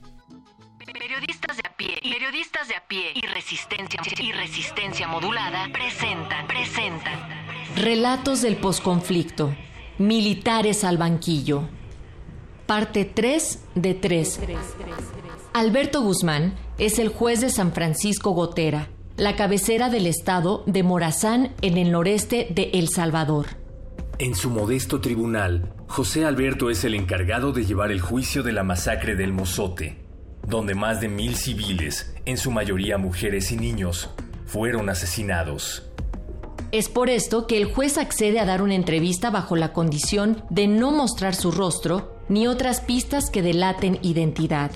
Periodistas de a pie, periodistas de a pie y resistencia y resistencia modulada presentan, presentan Relatos del posconflicto. Militares al banquillo. Parte tres de tres. Alberto Guzmán es el juez de San Francisco Gotera, la cabecera del estado de Morazán en el noreste de El Salvador. En su modesto tribunal, José Alberto es el encargado de llevar el juicio de la masacre del Mozote, donde más de mil civiles, en su mayoría mujeres y niños, fueron asesinados. Es por esto que el juez accede a dar una entrevista bajo la condición de no mostrar su rostro ni otras pistas que delaten identidad.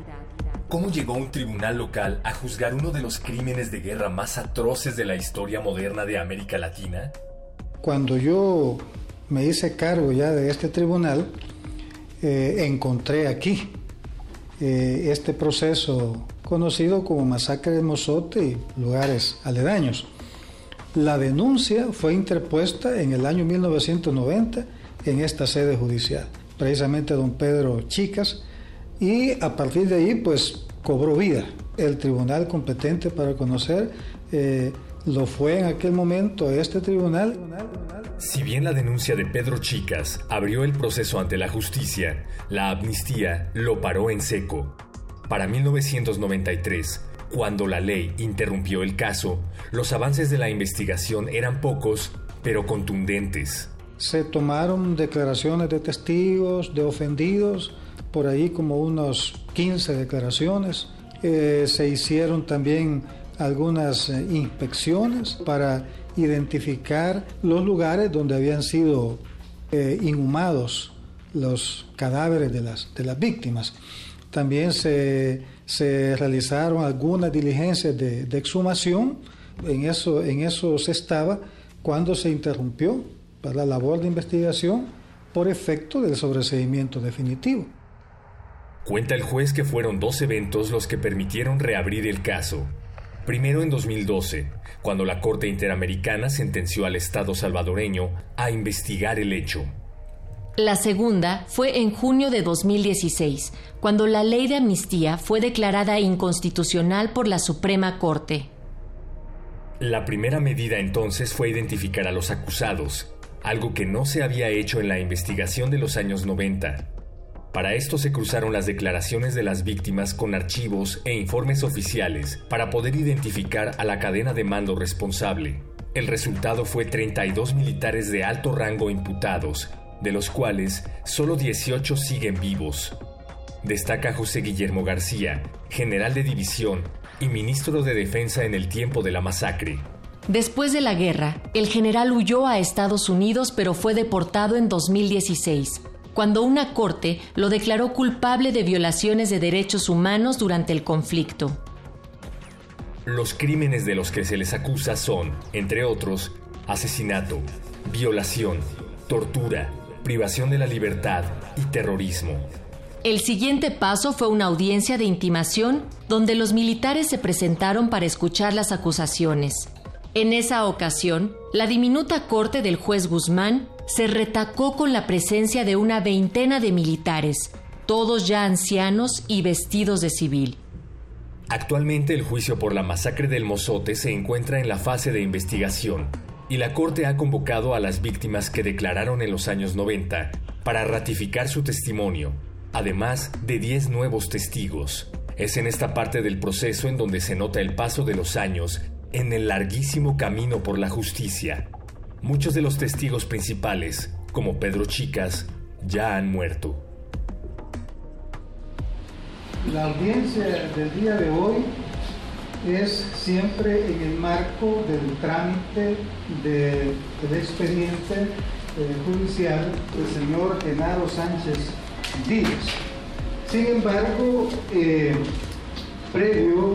¿Cómo llegó un tribunal local a juzgar uno de los crímenes de guerra más atroces de la historia moderna de América Latina? Cuando yo me hice cargo ya de este tribunal, eh, encontré aquí eh, este proceso conocido como Masacre del Mozote y lugares aledaños. La denuncia fue interpuesta en el año mil novecientos noventa en esta sede judicial, precisamente don Pedro Chicas, y a partir de ahí pues cobró vida. El tribunal competente para conocer eh, lo fue en aquel momento este tribunal. Si bien la denuncia de Pedro Chicas abrió el proceso ante la justicia, la amnistía lo paró en seco. Para mil novecientos noventa y tres, cuando la ley interrumpió el caso, los avances de la investigación eran pocos, pero contundentes. Se tomaron declaraciones de testigos, de ofendidos, por ahí como unos quince declaraciones. Eh, se hicieron también algunas eh, inspecciones para identificar los lugares donde habían sido eh, inhumados los cadáveres de las, de las víctimas. También se, se realizaron algunas diligencias de, de exhumación. En eso, en eso se estaba cuando se interrumpió para la labor de investigación por efecto del sobreseimiento definitivo. Cuenta el juez que fueron dos eventos los que permitieron reabrir el caso. Primero en dos mil doce, cuando la Corte Interamericana sentenció al Estado salvadoreño a investigar el hecho. La segunda fue en junio de dos mil dieciséis, cuando la ley de amnistía fue declarada inconstitucional por la Suprema Corte. La primera medida entonces fue identificar a los acusados, algo que no se había hecho en la investigación de los años noventa. Para esto se cruzaron las declaraciones de las víctimas con archivos e informes oficiales para poder identificar a la cadena de mando responsable. El resultado fue treinta y dos militares de alto rango imputados, de los cuales solo dieciocho siguen vivos. Destaca José Guillermo García, general de división y ministro de Defensa en el tiempo de la masacre. Después de la guerra, el general huyó a Estados Unidos, pero fue deportado en dos mil dieciséis, cuando una corte lo declaró culpable de violaciones de derechos humanos durante el conflicto. Los crímenes de los que se les acusa son, entre otros, asesinato, violación, tortura, privación de la libertad y terrorismo. El siguiente paso fue una audiencia de intimación donde los militares se presentaron para escuchar las acusaciones. En esa ocasión, la diminuta corte del juez Guzmán se retacó con la presencia de una veintena de militares, todos ya ancianos y vestidos de civil. Actualmente el juicio por la masacre del Mozote se encuentra en la fase de investigación y la Corte ha convocado a las víctimas que declararon en los años noventa para ratificar su testimonio, además de diez nuevos testigos. Es en esta parte del proceso en donde se nota el paso de los años en el larguísimo camino por la justicia. Muchos de los testigos principales, como Pedro Chicas, ya han muerto. La audiencia del día de hoy es siempre en el marco del trámite de, del expediente eh, judicial del señor Genaro Sánchez Díaz. Sin embargo, eh, previo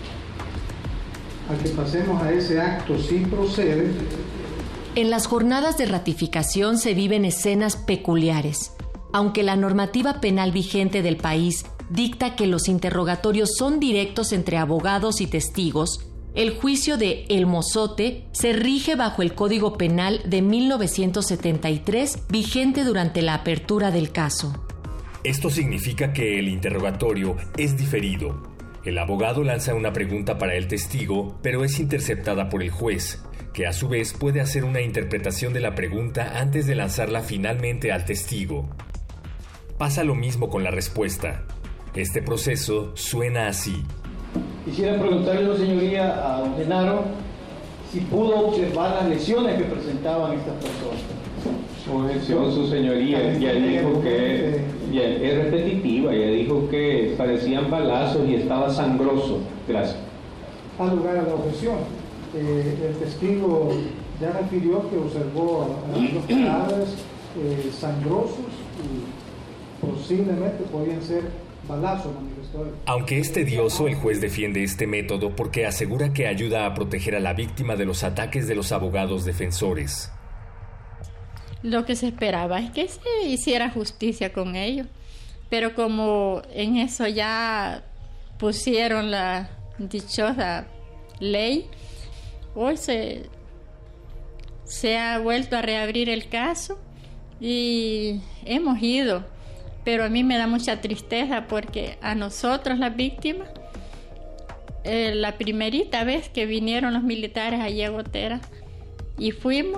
a que pasemos a ese acto, sí procede. En las jornadas de ratificación se viven escenas peculiares. Aunque la normativa penal vigente del país dicta que los interrogatorios son directos entre abogados y testigos, el juicio de El Mozote se rige bajo el Código Penal de mil novecientos setenta y tres, vigente durante la apertura del caso. Esto significa que el interrogatorio es diferido. El abogado lanza una pregunta para el testigo, pero es interceptada por el juez, que a su vez puede hacer una interpretación de la pregunta antes de lanzarla finalmente al testigo. Pasa lo mismo con la respuesta. Este proceso suena así. Quisiera preguntarle, don señoría, a don Genaro si pudo observar las lesiones que presentaban estas personas. Objeción, su señoría, ya dijo que ya es repetitiva, ya dijo que parecían balazos y estaba sangroso. Gracias. Da lugar a la objeción. Eh, el testigo ya refirió que observó algunos cadáveres eh, sangrosos y posiblemente podían ser balazos, manifestó él. Aunque es tedioso, el juez defiende este método porque asegura que ayuda a proteger a la víctima de los ataques de los abogados defensores. Lo que se esperaba es que se hiciera justicia con ellos, pero como en eso ya pusieron la dichosa ley, hoy se, se ha vuelto a reabrir el caso y hemos ido, pero a mí me da mucha tristeza porque a nosotros las víctimas, eh, la primerita vez que vinieron los militares allí a Gotera y fuimos,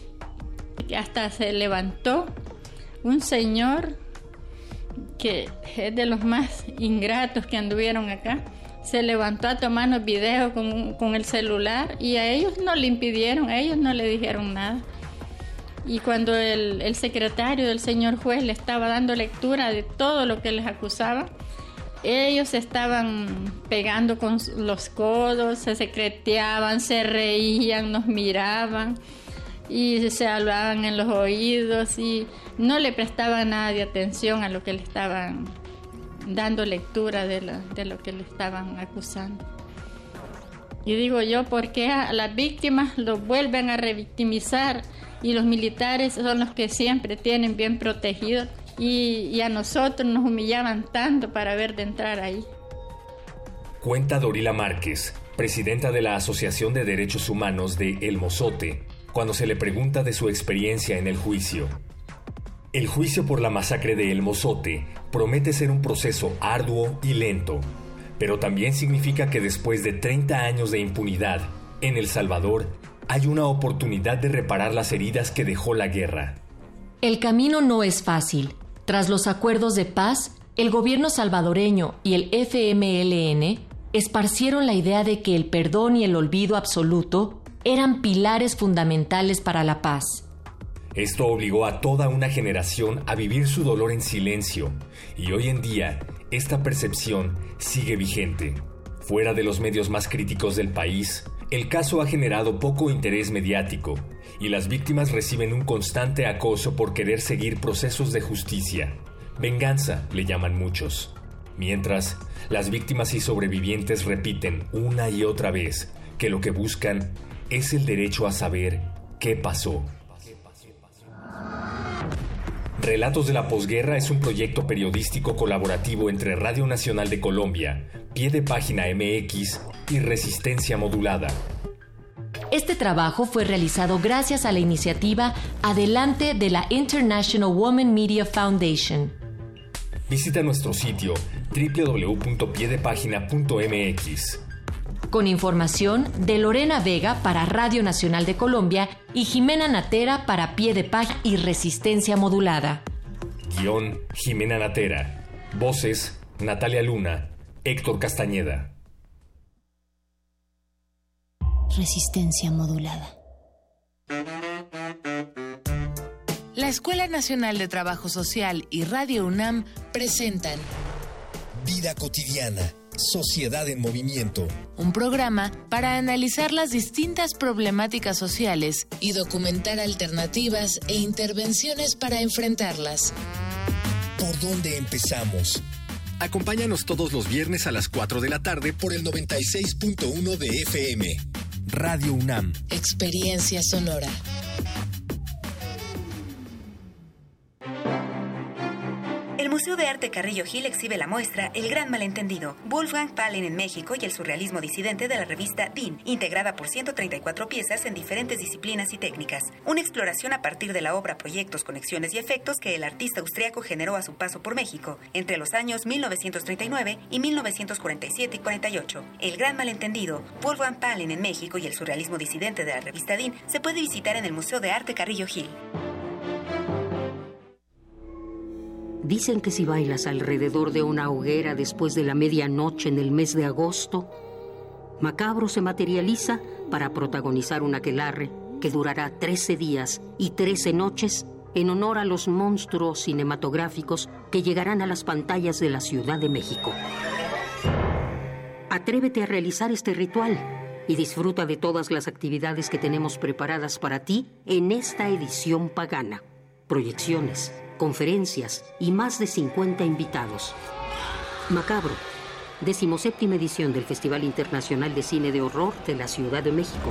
hasta se levantó un señor que es de los más ingratos que anduvieron acá, se levantó a tomarnos videos con, con el celular y a ellos no le impidieron, a ellos no le dijeron nada. Y cuando el, el secretario del señor juez le estaba dando lectura de todo lo que les acusaba, ellos estaban pegando con los codos, se secreteaban, se reían, nos miraban y se hablaban en los oídos y no le prestaban nada de atención a lo que le estaban dando lectura de, la, de lo que le estaban acusando. Y digo yo, ¿por qué a las víctimas los vuelven a revictimizar y los militares son los que siempre tienen bien protegidos y, y a nosotros nos humillaban tanto para ver de entrar ahí? Cuenta Dorila Márquez, presidenta de la Asociación de Derechos Humanos de El Mozote, cuando se le pregunta de su experiencia en el juicio. El juicio por la masacre de El Mozote promete ser un proceso arduo y lento, pero también significa que después de treinta años de impunidad, en El Salvador hay una oportunidad de reparar las heridas que dejó la guerra. El camino no es fácil. Tras los acuerdos de paz, el gobierno salvadoreño y el F M L N esparcieron la idea de que el perdón y el olvido absoluto eran pilares fundamentales para la paz. Esto obligó a toda una generación a vivir su dolor en silencio, y hoy en día esta percepción sigue vigente. Fuera de los medios más críticos del país, el caso ha generado poco interés mediático, y las víctimas reciben un constante acoso por querer seguir procesos de justicia. Venganza, le llaman muchos. Mientras, las víctimas y sobrevivientes repiten una y otra vez que lo que buscan es el derecho a saber qué pasó. Relatos de la Posguerra es un proyecto periodístico colaborativo entre Radio Nacional de Colombia, Pie de Página M X y Resistencia Modulada. Este trabajo fue realizado gracias a la iniciativa Adelante de la International Women Media Foundation. Visita nuestro sitio doble u doble u doble u punto pie de página punto m x. Con información de Lorena Vega para Radio Nacional de Colombia y Jimena Natera para Pie de Página y Resistencia Modulada. Guión Jimena Natera. Voces Natalia Luna, Héctor Castañeda. Resistencia modulada. La Escuela Nacional de Trabajo Social y Radio UNAM presentan Vida cotidiana, sociedad en movimiento. Un programa para analizar las distintas problemáticas sociales y documentar alternativas e intervenciones para enfrentarlas. ¿Por dónde empezamos? Acompáñanos todos los viernes a las cuatro de la tarde por el noventa y seis punto uno de F M. Radio UNAM. Experiencia sonora. El Museo de Arte Carrillo Gil exhibe la muestra El Gran Malentendido, Wolfgang Palen en México y el surrealismo disidente de la revista D I N, integrada por ciento treinta y cuatro piezas en diferentes disciplinas y técnicas. Una exploración a partir de la obra, proyectos, conexiones y efectos que el artista austriaco generó a su paso por México entre los años mil novecientos treinta y nueve y mil novecientos cuarenta y siete y cuarenta y ocho. El Gran Malentendido, Wolfgang Palen en México y el surrealismo disidente de la revista D I N se puede visitar en el Museo de Arte Carrillo Gil. Dicen que si bailas alrededor de una hoguera después de la medianoche en el mes de agosto, Macabro se materializa para protagonizar un aquelarre que durará trece días y trece noches en honor a los monstruos cinematográficos que llegarán a las pantallas de la Ciudad de México. Atrévete a realizar este ritual y disfruta de todas las actividades que tenemos preparadas para ti en esta edición pagana. Proyecciones, conferencias y más de cincuenta invitados. Macabro, decimoséptima edición del Festival Internacional de Cine de Horror de la Ciudad de México.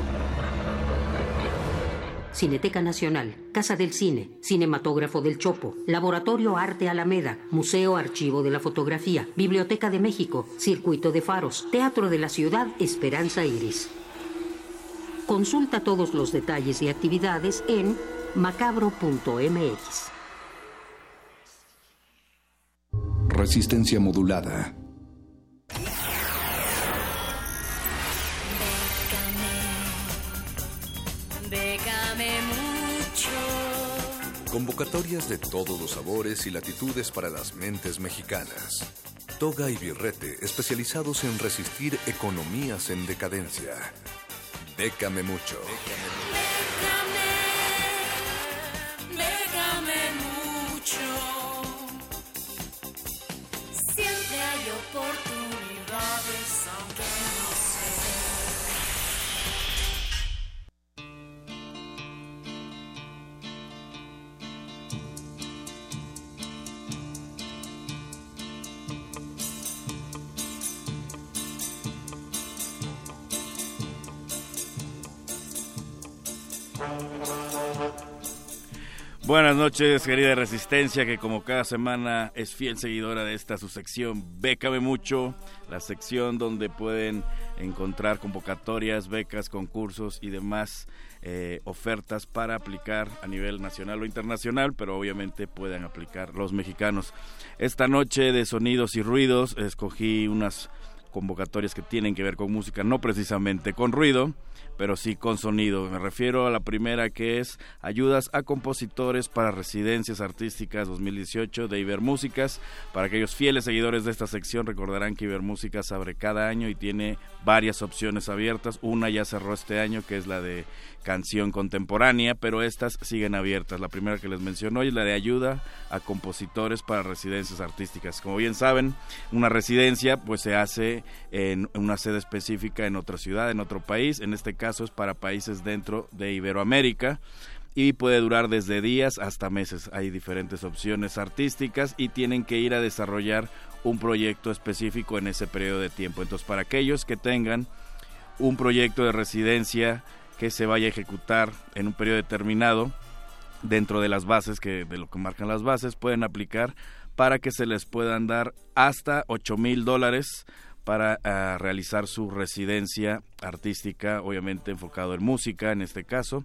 Cineteca Nacional, Casa del Cine, Cinematógrafo del Chopo, Laboratorio Arte Alameda, Museo Archivo de la Fotografía, Biblioteca de México, Circuito de Faros, Teatro de la Ciudad Esperanza Iris. Consulta todos los detalles y actividades en macabro punto m x. Resistencia modulada. Bécame mucho. Convocatorias de todos los sabores y latitudes para las mentes mexicanas. Toga y Birrete, especializados en resistir economías en decadencia. Bécame mucho. Bécame, bécame mucho. Siempre hay oportunidades, aunque no sé. Buenas noches, querida Resistencia, que como cada semana es fiel seguidora de esta su sección Bécame Mucho, la sección donde pueden encontrar convocatorias, becas, concursos y demás eh, ofertas para aplicar a nivel nacional o internacional, pero obviamente pueden aplicar los mexicanos. Esta noche de sonidos y ruidos escogí unas convocatorias que tienen que ver con música, no precisamente con ruido, pero sí con sonido. Me refiero a la primera, que es Ayudas a Compositores para Residencias Artísticas dos mil dieciocho de Ibermúsicas. Para aquellos fieles seguidores de esta sección, recordarán que Ibermúsicas abre cada año y tiene varias opciones abiertas. Una ya cerró este año, que es la de canción contemporánea, pero estas siguen abiertas. La primera que les menciono hoy es la de Ayuda a Compositores para Residencias Artísticas. Como bien saben, una residencia pues se hace en una sede específica en otra ciudad, en otro país. En este caso es para países dentro de Iberoamérica y puede durar desde días hasta meses. Hay diferentes opciones artísticas y tienen que ir a desarrollar un proyecto específico en ese periodo de tiempo. Entonces, para aquellos que tengan un proyecto de residencia que se vaya a ejecutar en un periodo determinado, dentro de las bases, que de lo que marcan las bases, pueden aplicar para que se les puedan dar hasta ocho mil dólares para uh, realizar su residencia artística, obviamente enfocado en música en este caso.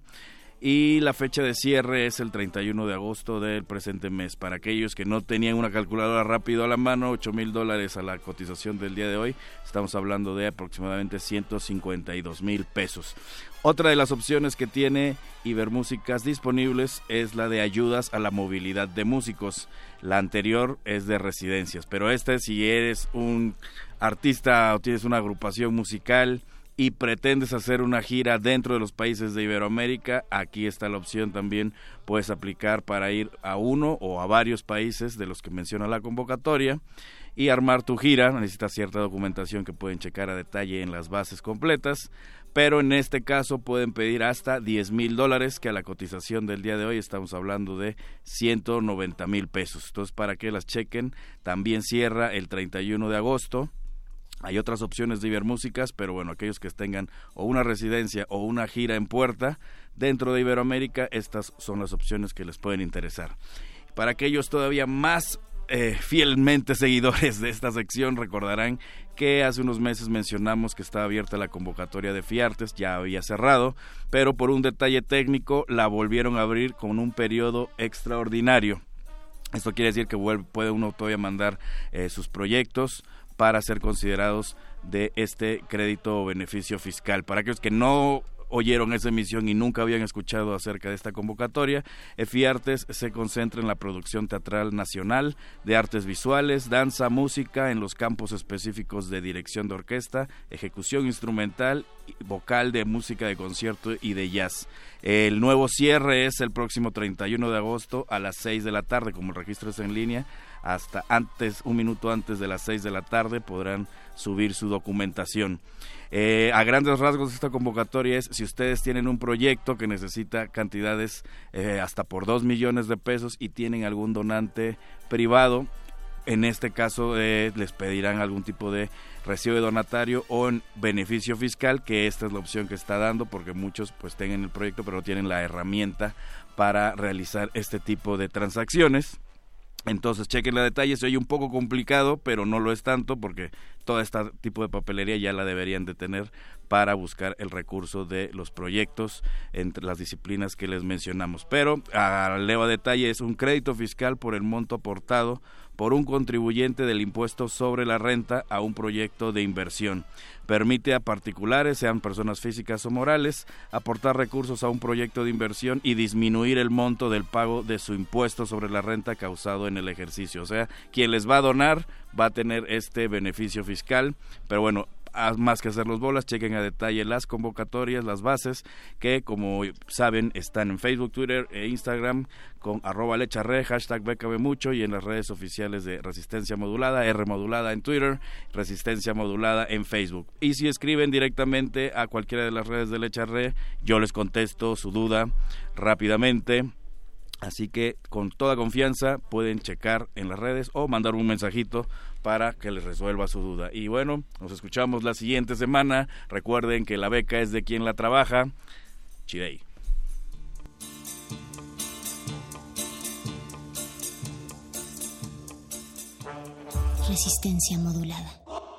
Y la fecha de cierre es el treinta y uno de agosto del presente mes. Para aquellos que no tenían una calculadora rápido a la mano, ocho mil dólares a la cotización del día de hoy, estamos hablando de aproximadamente ciento cincuenta y dos mil pesos. Otra de las opciones que tiene Ibermúsicas disponibles es la de ayudas a la movilidad de músicos. La anterior es de residencias, pero esta, si eres un artista o tienes una agrupación musical y pretendes hacer una gira dentro de los países de Iberoamérica, aquí está la opción también. Puedes aplicar para ir a uno o a varios países de los que menciona la convocatoria y armar tu gira. Necesitas cierta documentación que pueden checar a detalle en las bases completas, pero en este caso pueden pedir hasta diez mil dólares, que a la cotización del día de hoy estamos hablando de ciento noventa mil pesos. Entonces, para que las chequen, también cierra el treinta y uno de agosto. Hay otras opciones de Ibermúsicas, pero bueno, aquellos que tengan o una residencia o una gira en puerta dentro de Iberoamérica, estas son las opciones que les pueden interesar. Para aquellos todavía más eh, fielmente seguidores de esta sección, recordarán que hace unos meses mencionamos que estaba abierta la convocatoria de FIARTES, ya había cerrado, pero por un detalle técnico la volvieron a abrir con un periodo extraordinario. Esto quiere decir que vuelve, puede uno todavía mandar eh, sus proyectos para ser considerados de este crédito o beneficio fiscal. Para aquellos que no oyeron esa emisión y nunca habían escuchado acerca de esta convocatoria, FIARTES se concentra en la producción teatral nacional, de artes visuales, danza, música, en los campos específicos de dirección de orquesta, ejecución instrumental, vocal, de música de concierto y de jazz. El nuevo cierre es el próximo treinta y uno de agosto a las seis de la tarde, como el registro es en línea. Hasta antes, un minuto antes de las seis de la tarde podrán subir su documentación. Eh, a grandes rasgos esta convocatoria es, si ustedes tienen un proyecto que necesita cantidades eh, hasta por dos millones de pesos y tienen algún donante privado, en este caso eh, les pedirán algún tipo de recibo de donatario o en beneficio fiscal, que esta es la opción que está dando, porque muchos pues tengan el proyecto pero no tienen la herramienta para realizar este tipo de transacciones. Entonces chequen los detalles. Se oye un poco complicado, pero no lo es tanto, porque todo este tipo de papelería ya la deberían de tener para buscar el recurso de los proyectos entre las disciplinas que les mencionamos. Pero a leo a detalle, es un crédito fiscal por el monto aportado por un contribuyente del impuesto sobre la renta a un proyecto de inversión. Permite a particulares, sean personas físicas o morales, aportar recursos a un proyecto de inversión y disminuir el monto del pago de su impuesto sobre la renta causado en el ejercicio. O sea, quien les va a donar va a tener este beneficio fiscal, pero bueno, más que hacer los bolas, chequen a detalle las convocatorias, las bases, que como saben están en Facebook, Twitter e Instagram con arroba lecharre, hashtag bécame mucho, y en las redes oficiales de Resistencia Modulada, R Modulada en Twitter, Resistencia Modulada en Facebook. Y si escriben directamente a cualquiera de las redes de Lecharre, yo les contesto su duda rápidamente. Así que con toda confianza pueden checar en las redes o mandar un mensajito para que les resuelva su duda. Y bueno, nos escuchamos la siguiente semana. Recuerden que la beca es de quien la trabaja. Chidei. Resistencia modulada.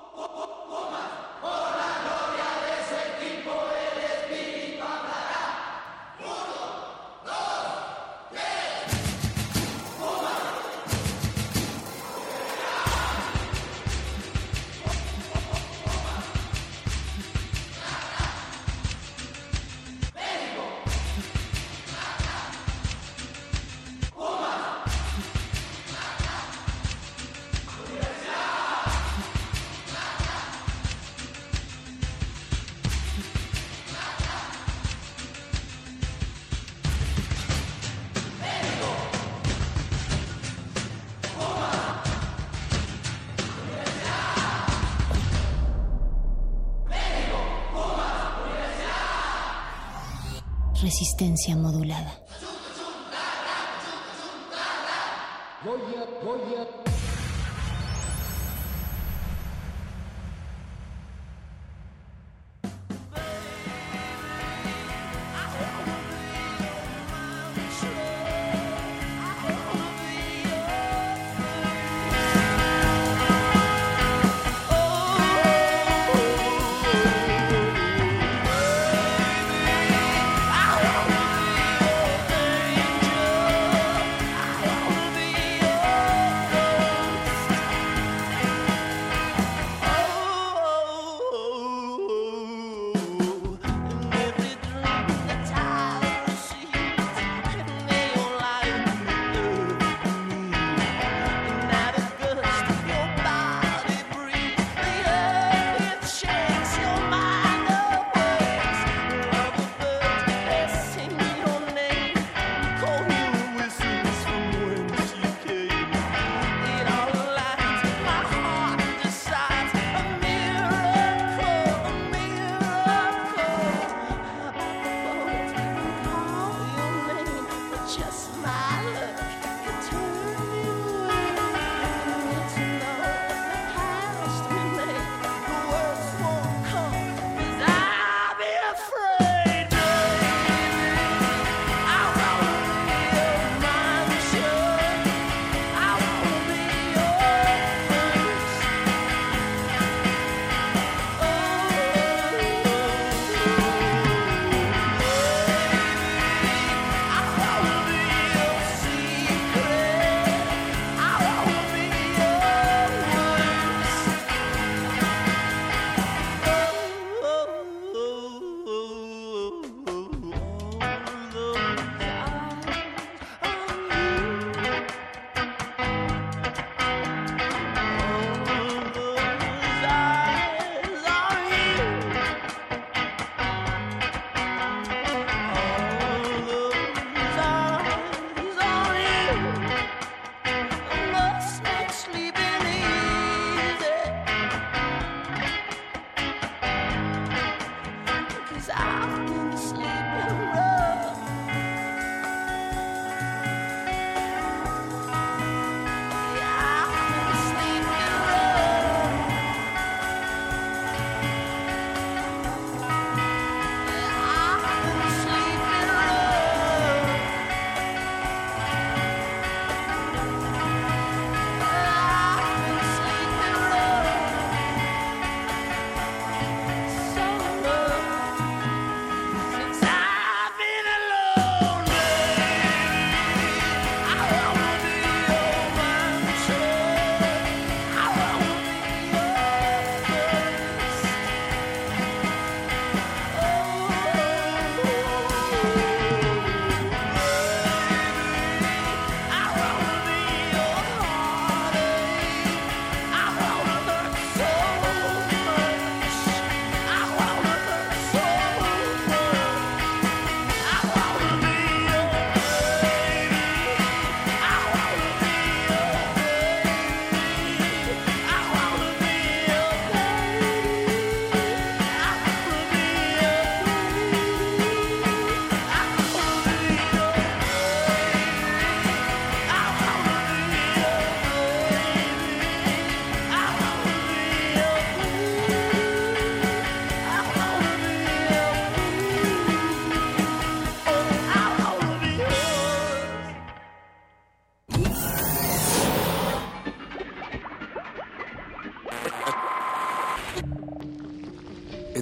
Resistencia modulada.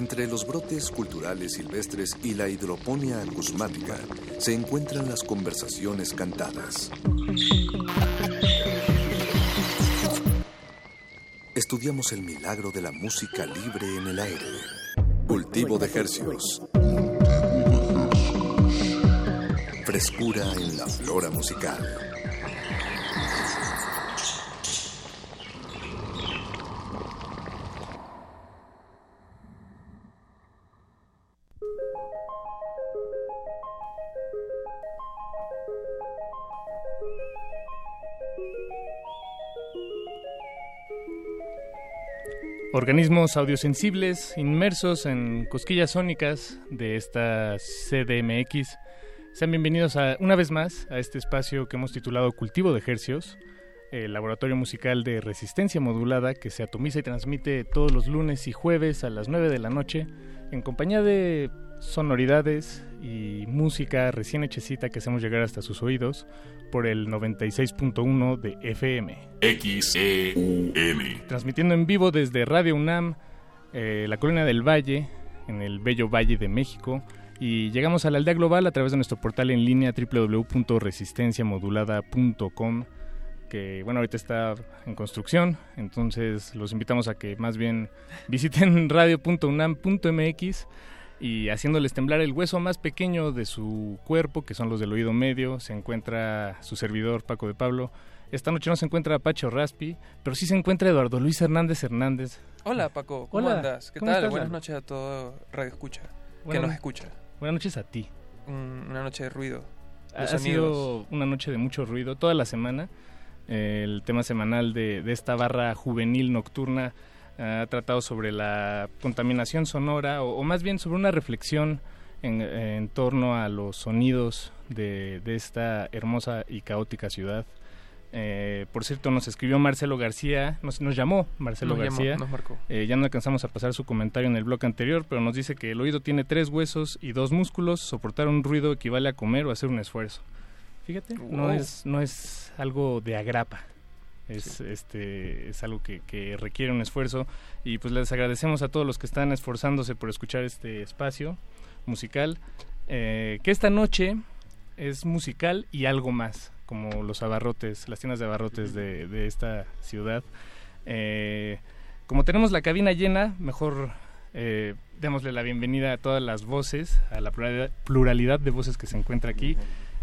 Entre los brotes culturales silvestres y la hidroponía acusmática se encuentran las conversaciones cantadas. Estudiamos el milagro de la música libre en el aire. Cultivo de hercios. Frescura en la flora musical. Organismos audiosensibles inmersos en cosquillas sónicas de esta C D M X. Sean bienvenidos a, una vez más a este espacio que hemos titulado Cultivo de Hercios, el laboratorio musical de resistencia modulada que se atomiza y transmite todos los lunes y jueves a las nueve de la noche en compañía de sonoridades y música recién hechecita que hacemos llegar hasta sus oídos por el noventa y seis punto uno de F M. X E U M. Transmitiendo en vivo desde Radio UNAM, eh, la Colonia del Valle, en el bello Valle de México, y llegamos a la aldea global a través de nuestro portal en línea doble u doble u doble u punto resistencia modulada punto com, que bueno, ahorita está en construcción, entonces los invitamos a que más bien visiten radio punto unam punto m x y haciéndoles temblar el hueso más pequeño de su cuerpo, que son los del oído medio, se encuentra su servidor Paco de Pablo. Esta noche no se encuentra Pacho Raspi, pero sí se encuentra Eduardo Luis Hernández Hernández. Hola Paco, ¿cómo Hola. andas? ¿Qué ¿Cómo tal? estás? Buenas noches a todo Radio Escucha, Bueno, que nos escucha. Buenas noches a ti. Un- una noche de ruido. Ha, de ha sonidos. sido una noche de mucho ruido toda la semana. Eh, el tema semanal de, de esta barra juvenil nocturna ha tratado sobre la contaminación sonora, o, o más bien sobre una reflexión en, en torno a los sonidos de, de esta hermosa y caótica ciudad. Eh, por cierto, nos escribió Marcelo García, nos, nos llamó Marcelo Nos llamó, García. nos marcó. Eh, ya no alcanzamos a pasar su comentario en el bloque anterior, pero nos dice que el oído tiene tres huesos y dos músculos. Soportar un ruido equivale a comer o hacer un esfuerzo. Fíjate, no Wow. es no es algo de agrapa. Es este es algo que, que requiere un esfuerzo, y pues les agradecemos a todos los que están esforzándose por escuchar este espacio musical, eh, que esta noche es musical y algo más, como los abarrotes, las tiendas de abarrotes de, de esta ciudad. Eh, como tenemos la cabina llena, mejor eh, démosle la bienvenida a todas las voces, a la pluralidad, pluralidad de voces que se encuentra aquí.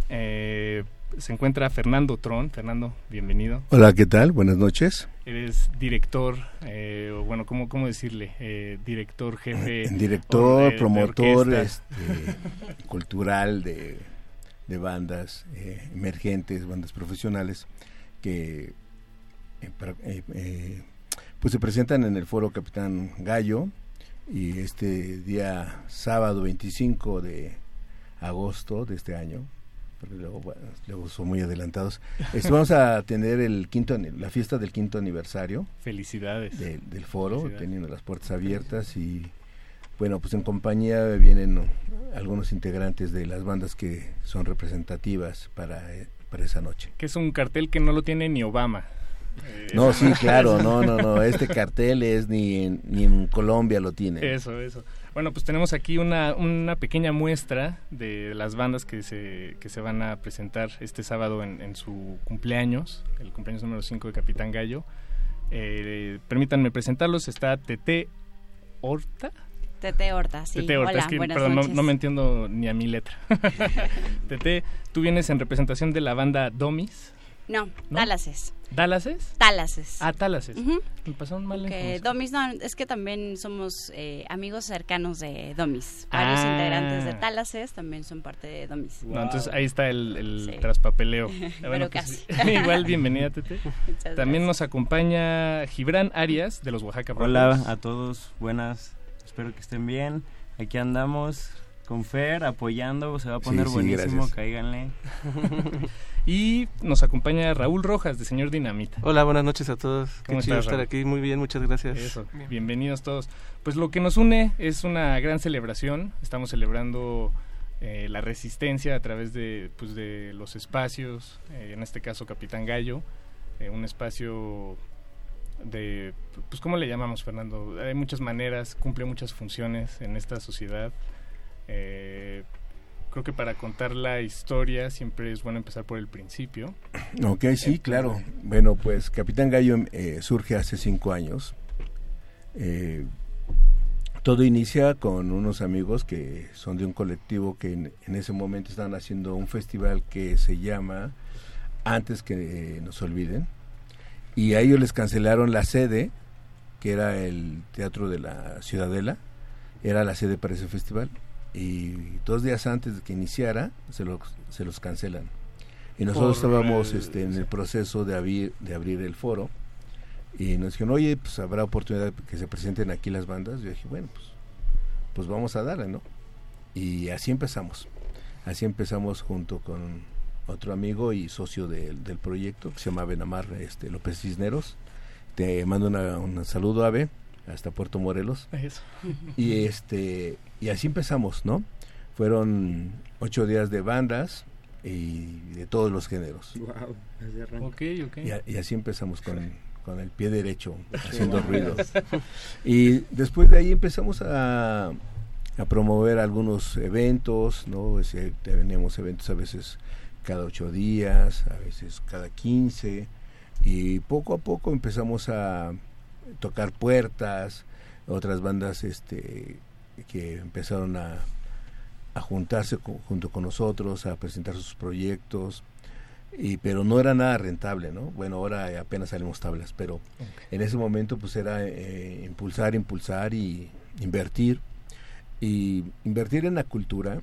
Eh, se encuentra Fernando Tron. Fernando, bienvenido. Hola, ¿qué tal? Buenas noches. Eres director, eh, o bueno, ¿cómo, cómo decirle? Eh, director, jefe. Director, o de- de promotor orquesta. este, cultural de, de bandas eh, emergentes, bandas profesionales que eh, para- eh, eh, pues se presentan en el Foro Capitán Gallo, y este día sábado veinticinco de agosto de este año, porque luego, bueno, luego son muy adelantados. Este, vamos a tener el quinto ani- la fiesta del quinto aniversario. Felicidades. de- del foro, Felicidades. teniendo las puertas abiertas, y bueno, pues en compañía vienen ¿no? algunos integrantes de las bandas que son representativas para, eh, para esa noche. Que es un cartel que no lo tiene ni Obama. Eh, No, sí, claro, no, no, no, este cartel es ni en, ni en Colombia lo tiene. Eso, eso. Bueno, pues tenemos aquí una, una pequeña muestra de las bandas que se, que se van a presentar este sábado en, en su cumpleaños, el cumpleaños número cinco de Capitán Gallo. Eh, permítanme presentarlos. Está Tete Horta. Tete Horta, sí. Tete Horta, Hola, es que, buenas perdón, no, noches. no me entiendo ni a mi letra. Tete, tú vienes en representación de la banda Domis. No, ¿No? Talases. ¿Dalases? Talases. Ah, Talases. Ujú. Me pasaron mal la Que información. Domis, no, es que también somos eh, amigos cercanos de Domis. Varios Ah. integrantes de Talases también son parte de Domis. No, entonces ahí está el, el Sí. traspapeleo. Pero Bueno, casi. Igual, bienvenida, Tete. Muchas También gracias. nos acompaña Gibran Arias, de los Oaxaca Hola Brothers. a todos, buenas, espero que estén bien. Aquí andamos con Fer apoyando, se va a poner Sí, sí, buenísimo, gracias. cáiganle. Y nos acompaña Raúl Rojas, de Señor Dinamita. Hola, buenas noches a todos. Qué ¿Cómo chido estás, estar Raúl? aquí. Muy bien, muchas gracias. Eso, bienvenidos todos. Pues lo que nos une es una gran celebración. Estamos celebrando eh, la resistencia a través de, pues, de los espacios, eh, en este caso Capitán Gallo, eh, un espacio de, pues, ¿cómo le llamamos, Fernando? Hay muchas maneras, cumple muchas funciones en esta sociedad. Eh, creo que para contar la historia siempre es bueno empezar por el principio. Ok, sí, eh, claro. Bueno, pues Capitán Gallo eh, surge hace cinco años. Eh, todo inicia con unos amigos que son de un colectivo que en, en ese momento estaban haciendo un festival que se llama Antes que eh, nos olviden, y a ellos les cancelaron la sede, que era el Teatro de la Ciudadela, era la sede para ese festival, y dos días antes de que iniciara se los, se los cancelan. Y nosotros Por estábamos el, este, en el proceso de abrir, de abrir el foro, y nos dijeron, oye, pues habrá oportunidad que se presenten aquí las bandas. Yo dije, bueno, pues, pues vamos a darle, ¿no? Y así empezamos, así empezamos junto con otro amigo y socio de, del proyecto, que se llama Benamar este, López Cisneros. Te mando una, un saludo, Ave, hasta Puerto Morelos. Eso. Y, este, y así empezamos, ¿no? Fueron ocho días de bandas y de todos los géneros. Wow, okay, okay. Y, y así empezamos con... con el pie derecho, haciendo ruido. Y después de ahí empezamos a, a promover algunos eventos, ¿no? Es, eh, teníamos eventos a veces cada ocho días, a veces cada quince, y poco a poco empezamos a tocar puertas, otras bandas este que empezaron a, a juntarse co- junto con nosotros, a presentar sus proyectos. Y pero no era nada rentable, ¿no? Bueno, ahora apenas salimos tablas, pero okay. En ese momento pues era eh, impulsar, impulsar y invertir. Y invertir en la cultura,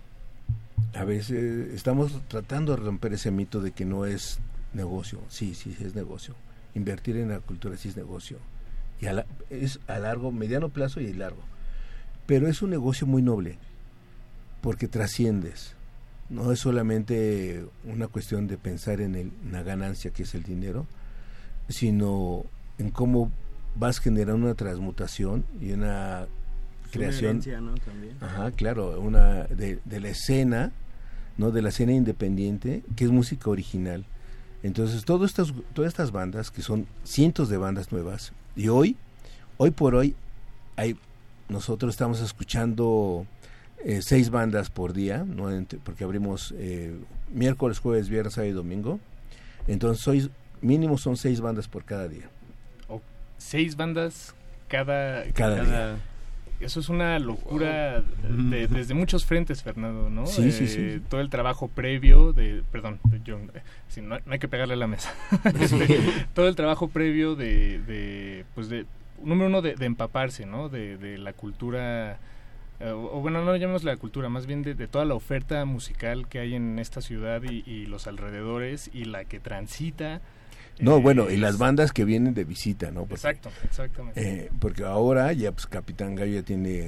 a veces estamos tratando de romper ese mito de que no es negocio. Sí, sí, es negocio. Invertir en la cultura sí es negocio. Y a la, es a largo, mediano plazo y largo. Pero es un negocio muy noble, porque trasciendes. No es solamente una cuestión de pensar en, el, en la ganancia, que es el dinero, sino en cómo vas generando una transmutación y una es creación, una herencia, ¿no? También. Ajá, claro, una de, de la escena, no, de la escena independiente, que es música original. Entonces, todas estas, todas estas bandas, que son cientos de bandas nuevas, y hoy, hoy por hoy, hay, nosotros estamos escuchando Eh, seis bandas por día, ¿no? Porque abrimos eh, miércoles, jueves, viernes, sábado y domingo. Entonces, soy, mínimo son seis bandas por cada día. Oh, seis bandas cada, cada, cada día. Eso es una locura wow. de, desde muchos frentes, Fernando, ¿no? Sí, eh, sí, sí. Todo el trabajo previo de, perdón, yo, sí, no, no hay que pegarle a la mesa. este, todo el trabajo previo de, de pues de, número uno, de, de empaparse, ¿no? De, de la cultura. Uh, o bueno, no llamemos la cultura, más bien de, de toda la oferta musical que hay en esta ciudad y, y los alrededores y la que transita. No, eh, bueno, y las bandas que vienen de visita, ¿no? Porque, exacto, exactamente. Eh, porque ahora ya pues Capitán Gallo ya tiene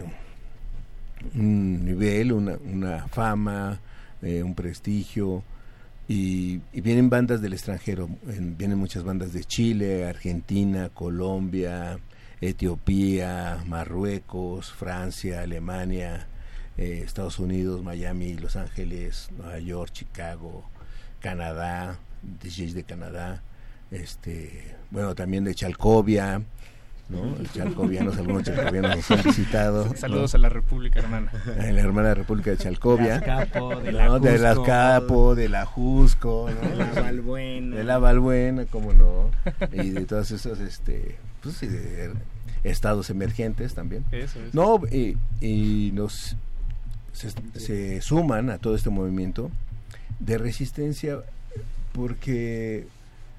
un nivel, una, una fama, eh, un prestigio, y, y vienen bandas del extranjero, en, vienen muchas bandas de Chile, Argentina, Colombia, Etiopía, Marruecos, Francia, Alemania, eh, Estados Unidos, Miami, Los Ángeles, Nueva York, Chicago, Canadá, D Js de Canadá, este, bueno, también de Chalcovia, ¿no? Los chalcovianos, algunos chalcovianos nos han visitado. Saludos ¿no? a la República Hermana. A la hermana República de Chalcovia. De Azcapo, de la ¿no? De la Azcapo, de la Jusco, ¿no? De la Balbuena. De la Balbuena, cómo no. Y de todas esas, este, pues sí, de estados emergentes también. Eso, eso. No, y, y nos se, se suman a todo este movimiento de resistencia porque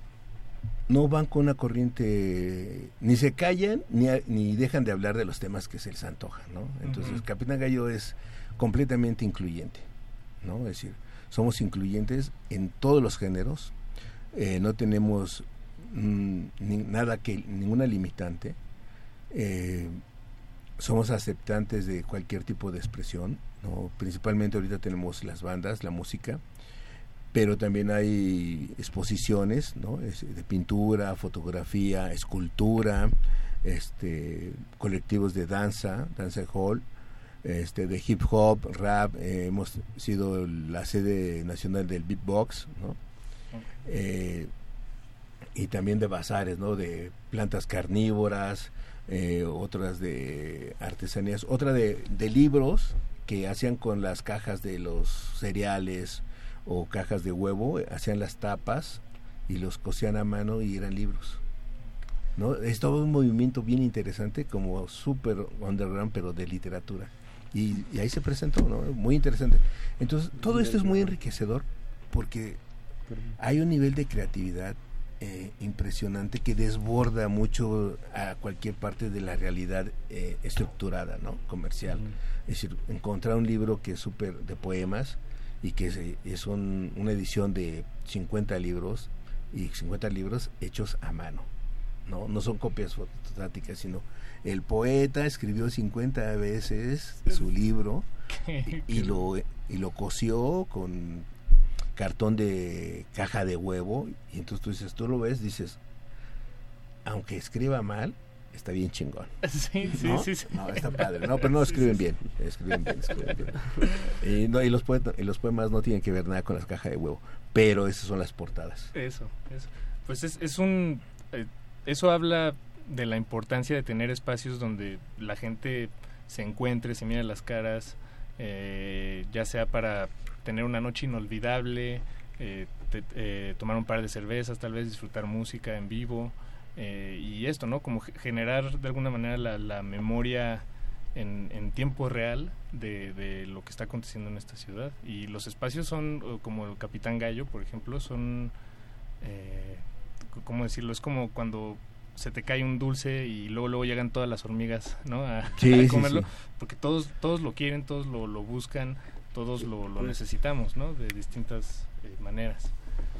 no van con una corriente, ni se callan ni, ni dejan de hablar de los temas que se les antoja, ¿no? Entonces, uh-huh. Capitán Gallo es completamente incluyente, ¿no? Es decir, somos incluyentes en todos los géneros, eh, no tenemos mmm, ni, nada que, ninguna limitante, eh, somos aceptantes de cualquier tipo de expresión, ¿no? Principalmente ahorita tenemos las bandas, la música, pero también hay exposiciones, ¿no? Es de pintura, fotografía, escultura, este, colectivos de danza, danza hall, este, de hip hop, rap, eh, hemos sido la sede nacional del beatbox, ¿no? Okay. Eh, y también de bazares, ¿no? De plantas carnívoras, eh, otras de artesanías, otra de, de libros que hacían con las cajas de los cereales o cajas de huevo, hacían las tapas y los cosían a mano y eran libros, ¿no? Es todo un movimiento bien interesante, como súper underground, pero de literatura. Y, y ahí se presentó, ¿no? Muy interesante. Entonces, todo esto es muy enriquecedor porque hay un nivel de creatividad eh, impresionante que desborda mucho a cualquier parte de la realidad eh, estructurada, ¿no? Comercial. Mm. Es decir, encontrar un libro que es súper de poemas y que es, es un, una edición de cincuenta libros y cincuenta libros hechos a mano, ¿no? No son copias fotostáticas, sino el poeta escribió cincuenta veces su libro y, y lo y lo cosió con cartón de caja de huevo, y entonces tú dices, tú lo ves, dices, aunque escriba mal, está bien chingón. Sí, sí, ¿no? sí, sí. No, está padre. No, pero no escriben sí, sí, sí. bien, escriben bien, escriben bien. Y, no, y, los poetas, y los poemas no tienen que ver nada con las cajas de huevo, pero esas son las portadas. Eso, eso. Pues es, es un... Eh, eso habla de la importancia de tener espacios donde la gente se encuentre, se mire las caras, eh, ya sea para tener una noche inolvidable, eh, te, eh, tomar un par de cervezas, tal vez disfrutar música en vivo, eh, y esto, ¿no? Como generar de alguna manera la, la memoria en, en tiempo real de, de lo que está aconteciendo en esta ciudad. Y los espacios son, como el Capitán Gallo, por ejemplo, son, eh, ¿cómo decirlo? Es como cuando se te cae un dulce y luego luego llegan todas las hormigas, ¿no? A, sí, a comerlo, sí, sí. Porque todos todos lo quieren, todos lo, lo buscan, todos lo, lo necesitamos, ¿no? De distintas eh, maneras.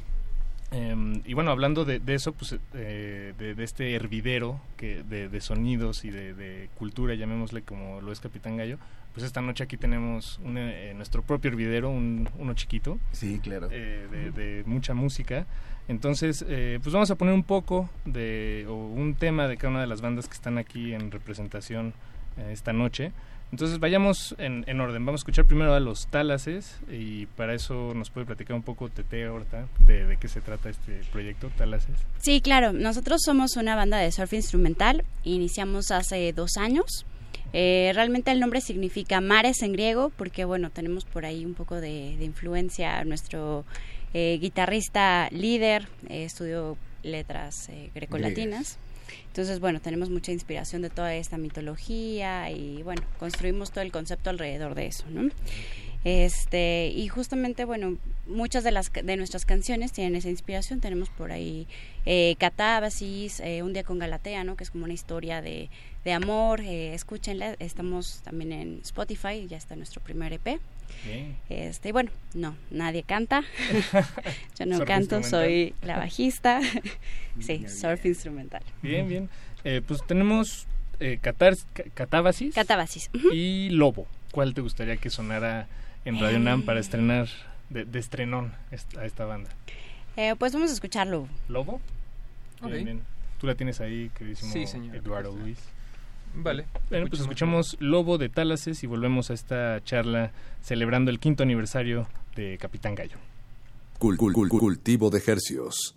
Eh, y bueno, hablando de, de eso, pues eh, de, de este hervidero que de, de sonidos y de, de cultura, llamémosle como lo es Capitán Gallo, pues esta noche aquí tenemos un, eh, nuestro propio hervidero, un, uno chiquito. Sí, claro. Eh, de, de mucha música. Entonces, eh, pues vamos a poner un poco de, o un tema de cada una de las bandas que están aquí en representación eh, esta noche. Entonces vayamos en, en orden. Vamos a escuchar primero a los Talaces, y para eso nos puede platicar un poco Tete Horta de, de qué se trata este proyecto, Talaces. Sí, claro. Nosotros somos una banda de surf instrumental. Iniciamos hace dos años. Eh, realmente el nombre significa mares en griego, porque bueno, tenemos por ahí un poco de, de influencia. Nuestro eh, guitarrista líder eh, estudió letras eh, grecolatinas. Entonces, bueno, tenemos mucha inspiración de toda esta mitología y, bueno, construimos todo el concepto alrededor de eso, ¿no? Este, y justamente, bueno, muchas de las de nuestras canciones tienen esa inspiración. Tenemos por ahí eh, Catábasis, eh, Un día con Galatea, ¿no? Que es como una historia de, de amor. Eh, escúchenla, estamos también en Spotify, ya está nuestro primer E P. Bien. Este, bueno, no, nadie canta. Yo no canto, soy la bajista. Sí, surf instrumental. Bien, bien. Eh, pues tenemos eh, catar, Catábasis, Catábasis. Uh-huh. Y Lobo. ¿Cuál te gustaría que sonara en Radio Nam para estrenar de, de estrenón a esta banda? Eh, pues vamos a escuchar Lobo. ¿Lobo? Bien, okay. Bien. Tú la tienes ahí, queridísimo sí, señor. Eduardo Luis. Vale. Bueno, pues escuchamos Lobo de Talaces y volvemos a esta charla celebrando el quinto aniversario de Capitán Gallo. Cul- cul- cul- cultivo de hercios.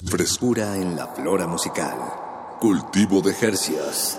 Frescura en la flora musical. Cultivo de Hercias.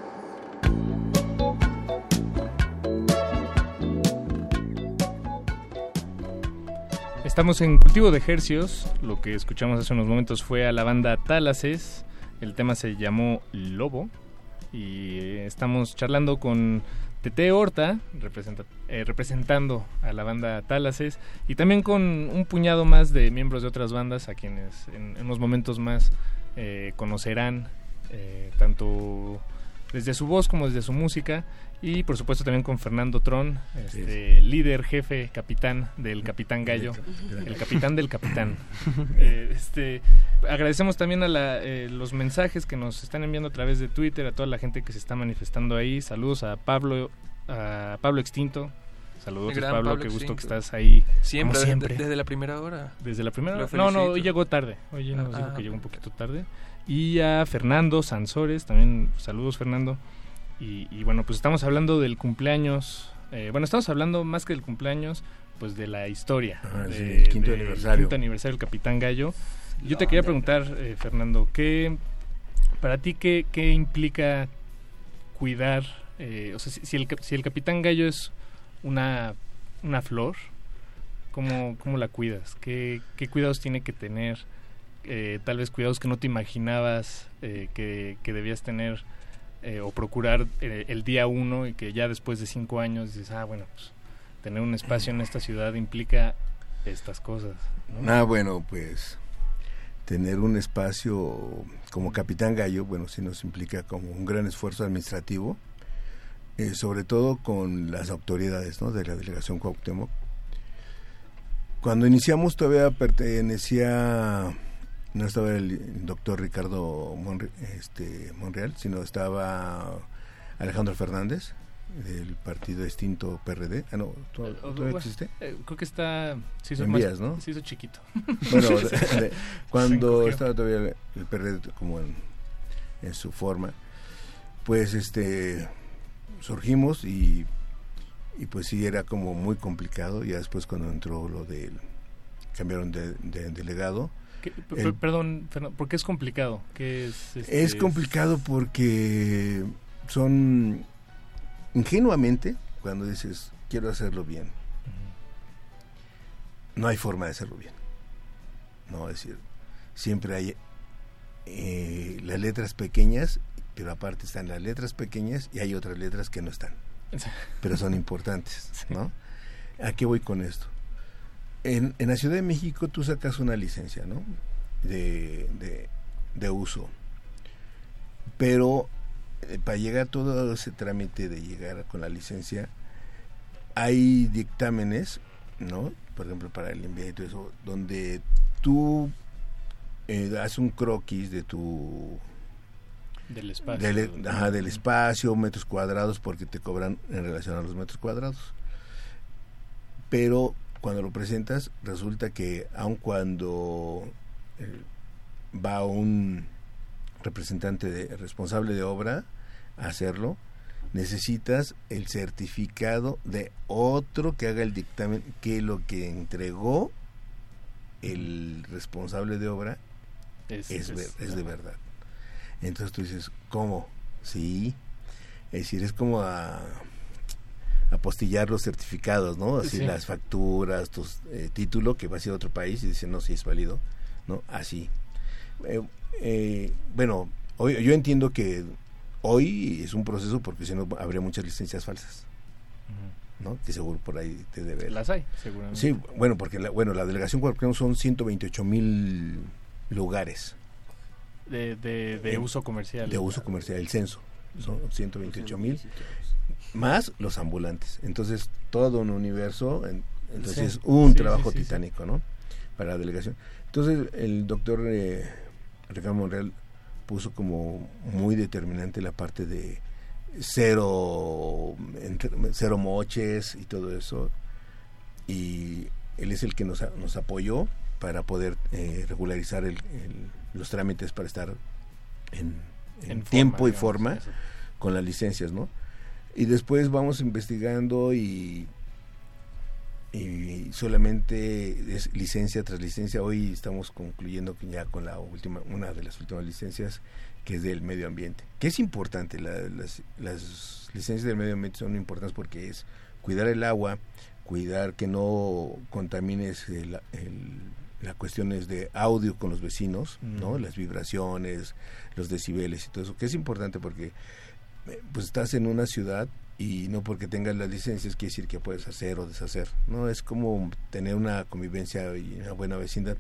Estamos en Cultivo de Hercios. Lo que escuchamos hace unos momentos fue a la banda Thalases. El tema se llamó Lobo. Y eh, estamos charlando con Tete Horta, representa, eh, representando a la banda Thalases, y también con un puñado más de miembros de otras bandas a quienes en, en unos momentos más eh, conocerán, eh, tanto desde su voz como desde su música, y por supuesto también con Fernando Tron, este, sí. líder, jefe, capitán del Capitán Gallo, el capitán del capitán. eh, este, agradecemos también a la, eh, los mensajes que nos están enviando a través de Twitter, a toda la gente que se está manifestando ahí. Saludos a Pablo, a Pablo Extinto. Saludos, Pablo, Pablo, qué gusto Extinto. Que estás ahí. Siempre, como siempre. Desde, desde la primera hora. Desde la primera hora. No, no, hoy llegó tarde. Hoy nos ah, dijo que llegó un poquito tarde. Y a Fernando Sansores, también saludos, Fernando. Y, y bueno, pues estamos hablando del cumpleaños, eh, bueno, estamos hablando más que del cumpleaños, pues de la historia. Ah, de, sí, el quinto de, aniversario. El quinto aniversario del Capitán Gallo. Yo te quería preguntar, eh, Fernando, ¿qué, para ti, qué, qué implica cuidar, eh, o sea, si, si, el, si el Capitán Gallo es una, una flor, ¿cómo, cómo la cuidas? ¿Qué, qué cuidados tiene que tener? Eh, tal vez cuidados que no te imaginabas eh, que, que debías tener eh, o procurar eh, el día uno, y que ya después de cinco años dices, ah, bueno, pues tener un espacio en esta ciudad implica estas cosas, ¿no? Ah, bueno, pues tener un espacio como Capitán Gallo, bueno, sí nos implica como un gran esfuerzo administrativo, eh, sobre todo con las autoridades, ¿no?, de la delegación Cuauhtémoc. Cuando iniciamos todavía pertenecía, no estaba el doctor Ricardo Monre, este, Monreal, sino estaba Alejandro Fernández, del partido extinto P R D. Ah, no, ¿todavía existe? Eh, creo que está, se hizo, en más, vías, ¿no? Se hizo chiquito. Bueno, de, de, cuando estaba todavía el P R D como en, en su forma, pues este surgimos y y pues sí era como muy complicado. Ya después cuando entró lo del, cambiaron de, de delegado. ¿Qué, el, perdón, Fernando, ¿por qué es complicado? ¿Qué es, este, es complicado porque son ingenuamente, cuando dices quiero hacerlo bien, uh-huh, no hay forma de hacerlo bien, no, es decir, siempre hay eh, las letras pequeñas, pero aparte están las letras pequeñas y hay otras letras que no están, pero son importantes, ¿no? ¿A qué voy con esto? En, en la Ciudad de México tú sacas una licencia, ¿no?, de, de, de uso, pero eh, para llegar todo ese trámite de llegar con la licencia hay dictámenes, ¿no?, por ejemplo para el envío y todo eso, donde tú eh, haces un croquis de tu del espacio del, ajá, del espacio, metros cuadrados, porque te cobran en relación a los metros cuadrados, pero cuando lo presentas resulta que aun cuando eh, va un representante de, responsable de obra a hacerlo, necesitas el certificado de otro que haga el dictamen que lo que entregó el responsable de obra es, es, es, es de verdad. Entonces tú dices, ¿cómo? Sí, es decir, es como a apostillar los certificados, ¿no? Así sí, las facturas, tus eh, título que va hacia otro país y dicen, no, si es válido, ¿no? Así. Eh, eh, bueno, hoy, yo entiendo que hoy es un proceso porque si no habría muchas licencias falsas, uh-huh, ¿no? Que seguro por ahí te debe. Las hay, seguramente. Sí, bueno, porque la, bueno, la delegación Cuauhtémoc son ciento veintiocho mil lugares. De, de, de eh, uso comercial. De uso comercial, el censo. Son ciento veintiocho mil. Más los ambulantes. Entonces, todo un universo, en, entonces sí, es un sí, trabajo sí, sí, titánico, sí, ¿no?, para la delegación. Entonces, el doctor eh, Ricardo Monreal puso como muy determinante la parte de cero, entre, cero moches y todo eso, y él es el que nos, nos apoyó para poder eh, regularizar el, el, los trámites para estar en, en, en tiempo forma, y digamos, forma eso, con las licencias, ¿no? Y después vamos investigando y y solamente es licencia tras licencia. Hoy estamos concluyendo ya con la última, una de las últimas licencias, que es del medio ambiente, que es importante. La, las, las licencias del medio ambiente son importantes porque es cuidar el agua, cuidar que no contamines el, el, las cuestiones de audio con los vecinos, mm. ¿no? Las vibraciones, los decibeles y todo eso, que es importante porque pues estás en una ciudad y no porque tengas las licencias quiere decir que puedes hacer o deshacer, no, es como tener una convivencia y una buena vecindad.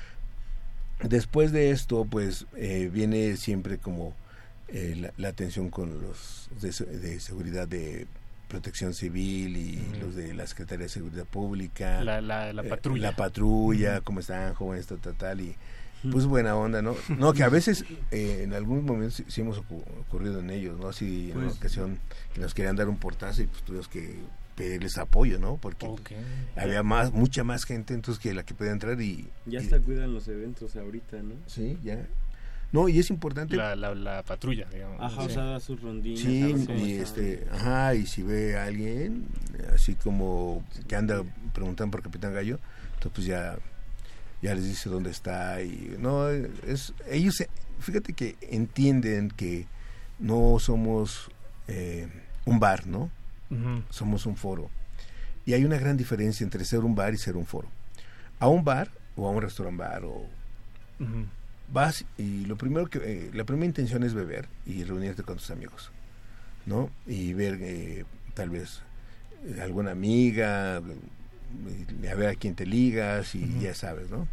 Después de esto, pues eh, viene siempre como eh, la, la atención con los de, de seguridad de Protección Civil y mm. los de la Secretaría de Seguridad Pública, la, la, la patrulla, eh, la patrulla, mm. cómo están jóvenes, tal, tal, tal, y pues buena onda, ¿no? No, que a veces eh, en algunos momentos sí, sí hemos ocurrido en ellos, ¿no? Así pues, en una ocasión que nos querían dar un portazo y pues tuvimos que pedirles apoyo, ¿no? Porque okay. había más, mucha más gente entonces que la que podía entrar y... Ya y, hasta cuidan los eventos ahorita, ¿no? Sí, ya. No, y es importante... La, la, la patrulla, digamos. Ajá, sí. O sea, da sus rondines. Sí, y este, ajá, y si ve a alguien, así como que anda preguntando por Capitán Gallo, entonces pues ya... ya les dice dónde está y no es ellos fíjate que entienden que no somos eh, un bar, ¿no? Uh-huh. Somos un foro y hay una gran diferencia entre ser un bar y ser un foro. A un bar o a un restaurant bar o uh-huh. vas y lo primero que eh, la primera intención es beber y reunirte con tus amigos, ¿no? Y ver eh, tal vez eh, alguna amiga, a ver a quién te ligas y uh-huh. ya sabes, ¿no?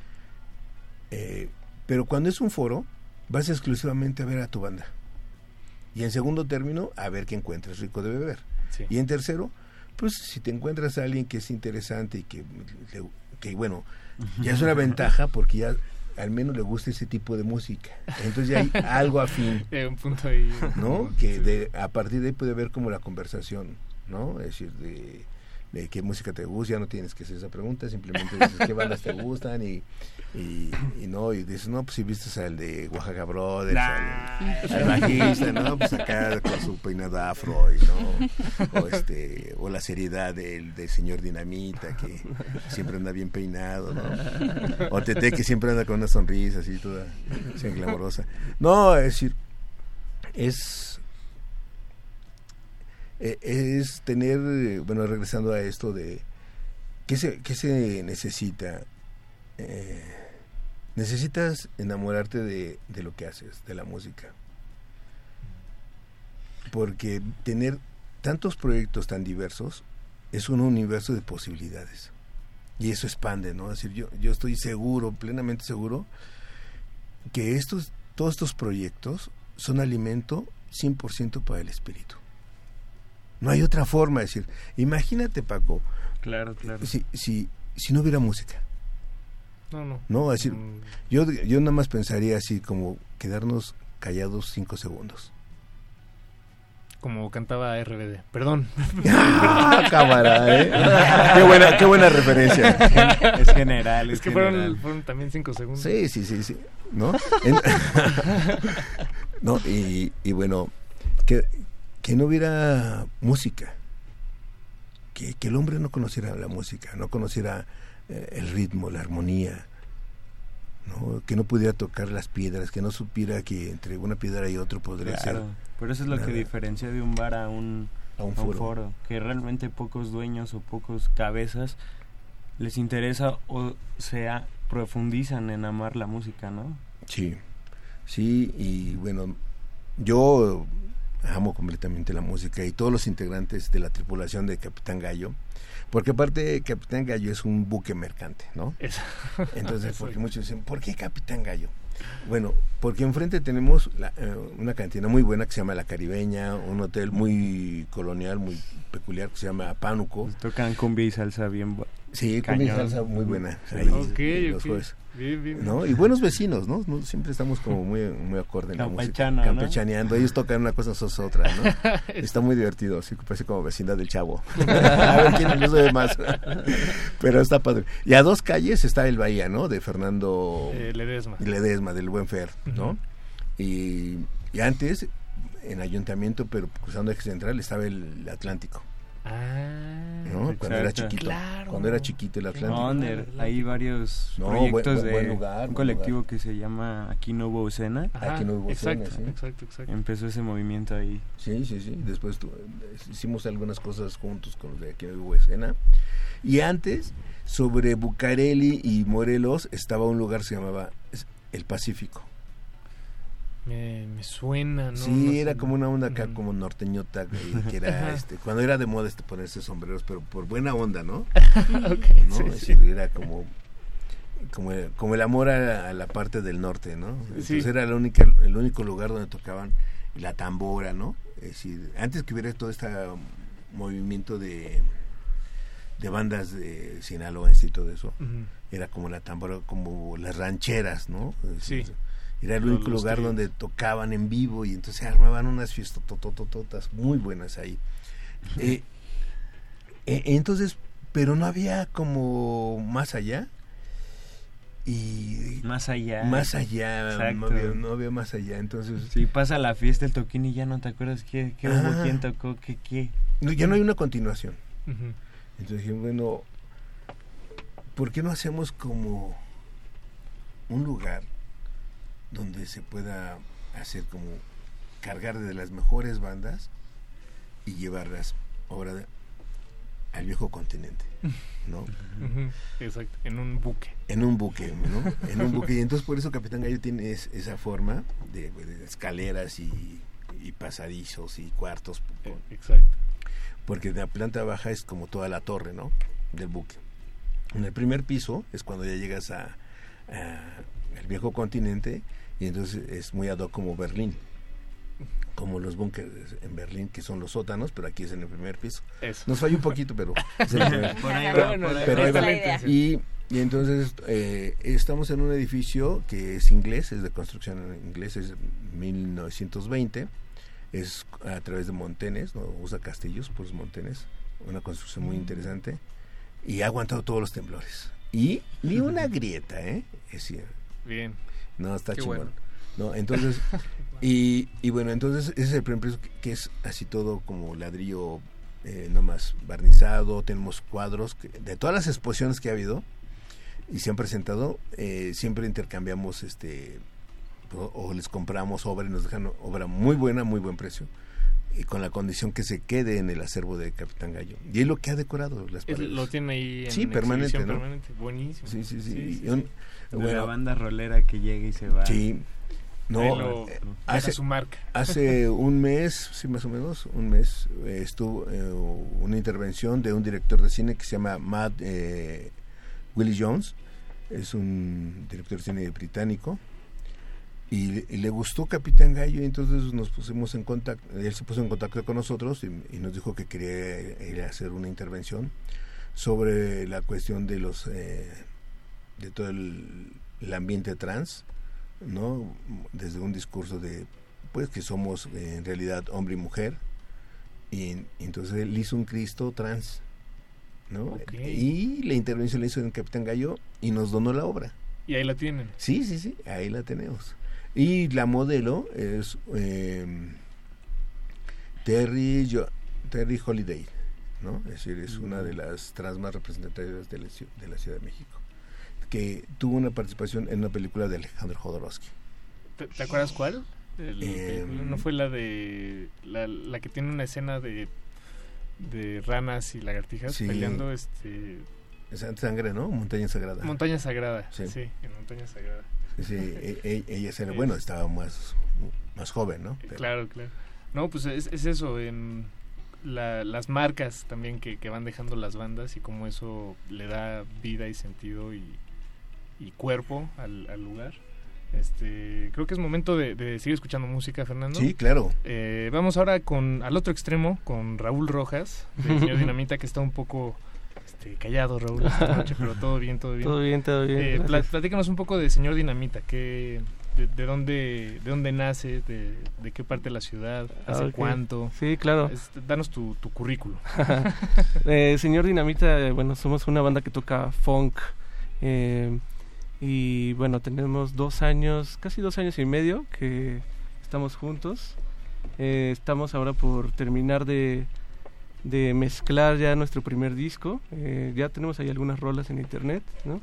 Eh, pero cuando es un foro, vas exclusivamente a ver a tu banda. Y en segundo término, a ver qué encuentras rico de beber. Sí. Y en tercero, pues si te encuentras a alguien que es interesante y que, que bueno, ya es una ventaja porque ya al menos le gusta ese tipo de música. Entonces ya hay algo afín. Eh, un punto ahí. ¿No? Que de, a partir de ahí puede haber como la conversación, ¿no? Es decir, de... de qué música te gusta, ya no tienes que hacer esa pregunta, simplemente dices qué bandas te gustan y, y, y no, y dices, no, pues si viste al de Oaxaca Brothers, nah. al, al bajista, ¿no? Pues acá con su peinado afro, y no, o este, o la seriedad del, del señor Dinamita, que siempre anda bien peinado, ¿no? O Tete, que siempre anda con una sonrisa así toda, así glamorosa. No, es decir, es... es tener, bueno, regresando a esto de ¿qué se, qué se necesita? Eh, necesitas enamorarte de, de lo que haces, de la música, porque tener tantos proyectos tan diversos es un universo de posibilidades y eso expande, ¿no? Es decir, yo, yo estoy seguro, plenamente seguro que estos, todos estos proyectos son alimento cien por ciento para el espíritu. No hay otra forma de decir. Imagínate, Paco. Claro, claro. Si, si, si no hubiera música. No, no. No, es decir, mm. yo, yo nada más pensaría así como quedarnos callados cinco segundos. Como cantaba R B D. Perdón. ¡Ah, cámara, eh! Qué buena, qué buena referencia. Es general. Es, es que general. Fueron, fueron también cinco segundos. Sí, sí, sí, sí. ¿No? En, no, y, y bueno, que... que no hubiera música, que, que el hombre no conociera la música, no conociera eh, el ritmo, la armonía, ¿no? Que no pudiera tocar las piedras, que no supiera que entre una piedra y otro podría claro, ser. Pero eso es lo nada. Que diferencia de un bar a un, a un, a foro. un foro, que realmente pocos dueños o pocos cabezas les interesa o sea profundizan en amar la música, ¿no? Sí, sí, y bueno, yo amo completamente la música y todos los integrantes de la tripulación de Capitán Gallo, porque aparte Capitán Gallo es un buque mercante, ¿no? Eso. Entonces, porque muchos dicen, ¿por qué Capitán Gallo? Bueno, porque enfrente tenemos la, eh, una cantina muy buena que se llama La Caribeña, un hotel muy colonial, muy peculiar que se llama Pánuco. Tocan cumbia y salsa bien buena. Sí, cumbia y salsa muy buena. Sí. Ahí, okay, los okay. jueves. Bien, bien. ¿No? Y buenos vecinos, ¿no? ¿no? Siempre estamos como muy muy acorde en la música. ¿No? Campechaneando. Ellos tocan una cosa, nosotros otra, ¿no? Está muy divertido, así que parece como vecindad del Chavo. A ver quién les ve más. Pero está padre. Y a dos calles está el Bahía, ¿no? De Fernando eh, Ledesma. Ledesma, del Buen Fer, ¿no? Uh-huh. y, y antes, en Ayuntamiento, pero cruzando Eje Central, estaba el Atlántico. Ah, ¿no? Cuando era exacto. chiquito. Claro. Cuando era chiquito el Atlántico. No, Under, hay varios No, proyectos buen- de buen lugar, un buen colectivo lugar. que se llama Aquí no hubo escena. Ajá, Aquí no hubo exacto, escena, sí. exacto, exacto. Empezó ese movimiento ahí. Sí, sí, sí. Después tu, hicimos algunas cosas juntos con los de Aquí no hubo escena. Y antes, sobre Bucareli y Morelos, estaba un lugar que se llamaba El Pacífico. Me, me suena, ¿no? Sí, No sé. era como una onda acá, como norteñota, que, que era, Ajá. este, cuando era de moda este ponerse sombreros, pero por buena onda, ¿no? Ok, ¿no? sí, Es sí. decir, era como, como, como el amor a, a la parte del norte, ¿no? Entonces Sí. era la única, el único lugar donde tocaban la tambora, ¿no? Es decir, antes que hubiera todo este movimiento de, de bandas de sinaloense y todo eso, Ujú. era como la tambora, como las rancheras, ¿no? Es Sí. decir, era el Los- único los lugar tríos. donde tocaban en vivo y entonces se armaban unas fiestas tototototas muy buenas ahí. Eh, eh, entonces, pero no había como más allá. Y Más allá. más allá, no Exacto. había, no había más allá. Entonces, Sí, pasa la fiesta, el toquín y ya no te acuerdas qué, qué hubo, Ajá. quién tocó, qué, qué. no, ya no hay una continuación. Ujú. Entonces dije, bueno, ¿por qué no hacemos como un lugar donde se pueda hacer como cargar de las mejores bandas y llevarlas ahora de- al viejo continente, ¿no? Ujú, exacto, en un buque. En un buque, ¿no? En un buque. Y entonces por eso Capitán Gallo tiene es- esa forma de, de escaleras y, y pasadizos y cuartos. Exacto. Porque de la planta baja es como toda la torre, ¿no? Del buque. En el primer piso es cuando ya llegas a, a el viejo continente y entonces es muy ad hoc como Berlín. Como los búnkeres en Berlín, que son los sótanos, pero aquí es en el primer piso. Eso. Nos falló un poquito, pero... es el primer- Por ahí pero- va, por ahí pero va. ahí va. Esa es la idea. Y, y entonces eh, estamos en un edificio que es inglés, es de construcción inglés, es mil novecientos veinte, es a través de montenes, ¿no? Usa castillos, pues montenes, una construcción muy interesante, y ha aguantado todos los temblores. Y ni una grieta, ¿eh? Es decir, Bien. no, está Qué chingón. bueno. No, entonces, y, y bueno, entonces ese es el primer piso que, que es así todo como ladrillo eh, nomás barnizado, tenemos cuadros, que, de todas las exposiciones que ha habido y se han presentado, eh, siempre intercambiamos este o, o les compramos obra y nos dejan obra muy buena, muy buen precio, y con la condición que se quede en el acervo de Capitán Gallo. Y es lo que ha decorado las Es- paredes. lo tiene ahí en Sí, permanente, exhibición ¿no? permanente. Buenísimo. Sí, sí, sí. Sí, sí, Y un- sí. De la banda rolera que llega y se va. Sí. No, Ahí lo- eh, deja hace, su marca. hace un mes, sí, más o menos, un mes, eh, estuvo eh, una intervención de un director de cine que se llama Matt eh, Willie Jones, es un director de cine británico, y, y le gustó Capitán Gallo, y entonces nos pusimos en contacto, él se puso en contacto con nosotros y, y nos dijo que quería ir a hacer una intervención sobre la cuestión de los eh, de todo el, el ambiente trans, ¿no? Desde un discurso de pues que somos eh, en realidad hombre y mujer, y, y entonces él hizo un Cristo trans, ¿no? Okay. Y la intervención la hizo en Capitán Gallo y nos donó la obra. Y ahí la tienen. Sí, sí, sí, ahí la tenemos. Y la modelo es eh, Terry jo- Terry Holiday, ¿no? Es decir, es una de las trans más representativas de la, ci- de la Ciudad de México, que tuvo una participación en una película de Alejandro Jodorowsky. ¿Te, te acuerdas cuál? El- Eh, el- ¿No fue la de... La, la que tiene una escena de de ranas y lagartijas Sí. peleando, este... Esa sangre, ¿no? Montaña Sagrada. Montaña Sagrada, Sí. sí, en Montaña Sagrada. Sí, e- e- ella era, bueno, estaba más, más joven, ¿no? Pero- Claro, claro. No, pues es, es eso, en la, las marcas también que, que van dejando las bandas y cómo eso le da vida y sentido y, y cuerpo al, al lugar. Este, creo que es momento de, de seguir escuchando música, Fernando. Sí, claro. Eh, vamos ahora con al otro extremo, con Raúl Rojas, del señor Dinamita, que está un poco este, callado, Raúl, esta noche, pero todo bien, todo bien. Todo bien, todo bien, Eh, pla- gracias. platícanos un poco de señor Dinamita, que, de, de dónde de dónde nace, de, de qué parte de la ciudad, hace Ah, ok. cuánto. Sí, claro. Este, danos tu, tu currículum. eh, señor Dinamita, eh, bueno, somos una banda que toca funk, eh, y bueno, tenemos dos años, casi dos años y medio que estamos juntos. Eh, estamos ahora por terminar de, de mezclar ya nuestro primer disco. Eh, ya tenemos ahí algunas rolas en internet, ¿no?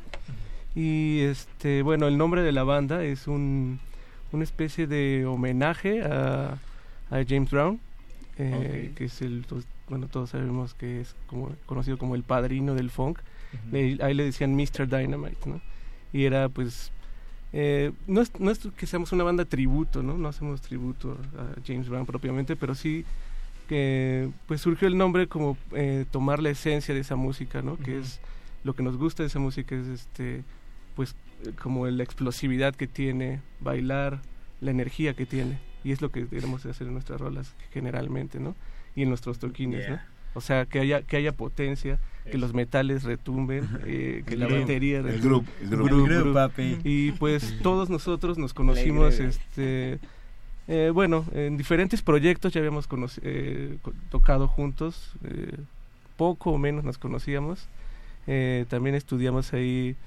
Y este, bueno, el nombre de la banda es un una especie de homenaje a, a James Brown, eh, okay. que es el, bueno, todos sabemos que es como conocido como el padrino del funk. Uh-huh. Le, ahí le decían mister Dynamite, ¿no? Y era pues eh, no es no es que seamos una banda tributo, no no hacemos tributo a James Brown propiamente, pero sí que pues surgió el nombre como eh, tomar la esencia de esa música, ¿no? Uh-huh. Que es lo que nos gusta de esa música, es este pues como la explosividad que tiene, bailar, la energía que tiene, y es lo que debemos hacer en nuestras rolas generalmente, ¿no? Y en nuestros toquines, yeah. ¿no? O sea, que haya que haya potencia, Eso. que los metales retumben, eh, que la batería retumbe. El grupo, el grupo, grup, grup, papi. Y pues todos nosotros nos conocimos, este, eh, bueno, en diferentes proyectos ya habíamos conoc- eh, tocado juntos, eh, poco o menos nos conocíamos, eh, también estudiamos ahí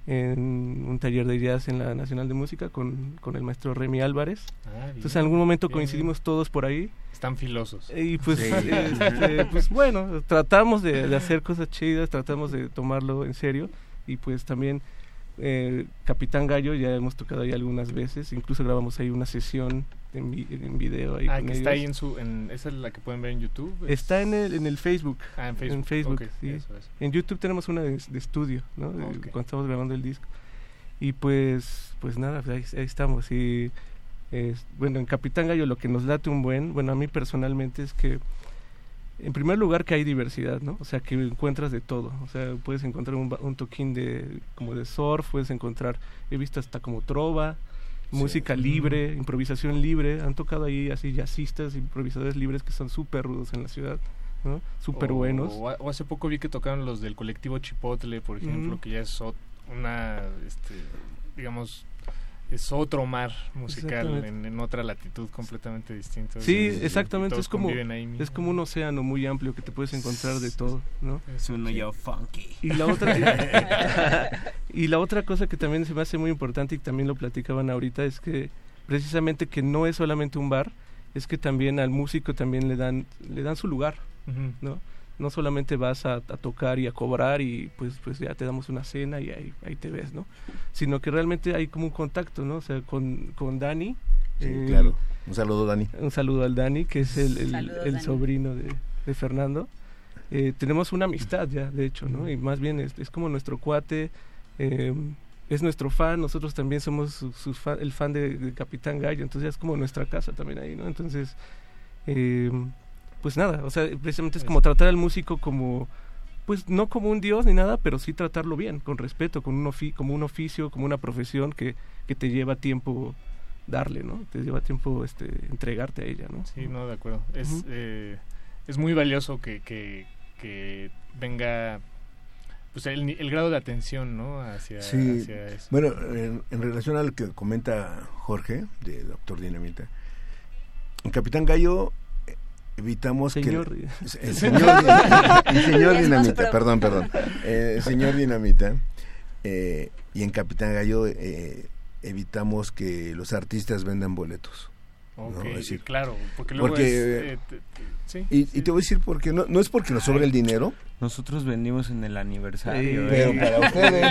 en un taller de jazz en la Nacional de Música con, con el maestro Remy Álvarez. Ah, entonces en algún momento bien, coincidimos bien. todos por ahí. Están filosos. Y pues, sí. este, pues bueno, tratamos de, de hacer cosas chidas, tratamos de tomarlo en serio, y pues también eh, Capitán Gallo ya hemos tocado ahí algunas veces, incluso grabamos ahí una sesión en, vi, en video ahí ah, con que ellos. Está ahí en su, en, esa es la que pueden ver en YouTube. Está en el en el Facebook. Ah, en Facebook. En Facebook, okay, sí. Eso, eso. En YouTube tenemos una de, de estudio, ¿no? Okay. De, cuando estamos grabando el disco. Y pues, pues nada, ahí, ahí estamos. Y eh, bueno, en Capitán Gallo lo que nos late un buen, bueno, a mí personalmente es que, en primer lugar, que hay diversidad, ¿no? O sea, que encuentras de todo. O sea, puedes encontrar un, un toquín de como de surf, puedes encontrar, he visto hasta como trova, sí. música libre, mm. improvisación libre. Han tocado ahí así jazzistas, improvisadores libres que son súper rudos en la ciudad, ¿no? Súper buenos. O, o hace poco vi que tocaron los del colectivo Chipotle, por ejemplo, mm. que ya es una, este, digamos, es otro mar musical en, en otra latitud completamente distinta. Sí, y, exactamente, es como es como un océano muy amplio que te puedes encontrar de todo, ¿no? Es un yo funky. Y la otra y la otra cosa que también se me hace muy importante, y también lo platicaban ahorita, es que precisamente que no es solamente un bar, es que también al músico también le dan le dan su lugar, uh-huh. ¿no? No solamente vas a, a tocar y a cobrar y pues pues ya te damos una cena y ahí, ahí te ves, ¿no? Sino que realmente hay como un contacto, ¿no? O sea, con, con Dani. Sí, eh, claro. Un saludo, Dani. Un saludo al Dani, que es el, el, Saludos, el sobrino de, de Fernando. Eh, tenemos una amistad ya, de hecho, ¿no? Y más bien es, es como nuestro cuate, eh, es nuestro fan, nosotros también somos su, su fan, el fan de, de Capitán Gallo, entonces es como nuestra casa también ahí, ¿no? Entonces... Eh, pues nada, o sea, precisamente es como tratar al músico como, pues no como un dios ni nada, pero sí tratarlo bien, con respeto, con un ofi- como un oficio, como una profesión que, que te lleva tiempo darle, ¿no? Te lleva tiempo este entregarte a ella, ¿no? Sí, no, de acuerdo. Es uh-huh. eh, es muy valioso que, que, que venga pues el, el grado de atención, ¿no? Hacia, sí. hacia eso. Bueno, en, en relación a lo que comenta Jorge, de Doctor Dinamita, en Capitán Gallo evitamos señor, que el, el señor el señor Dinamita, perdón, perdón, eh, el señor Dinamita eh, y en Capitán Gallo eh, evitamos que los artistas vendan boletos. Okay, ¿no? Es decir, claro, porque luego porque, es, eh, te, te, sí, y, sí. y te voy a decir porque no no es porque nos sobre el dinero. Nosotros vendimos en el aniversario. Sí, pero eh. para ustedes.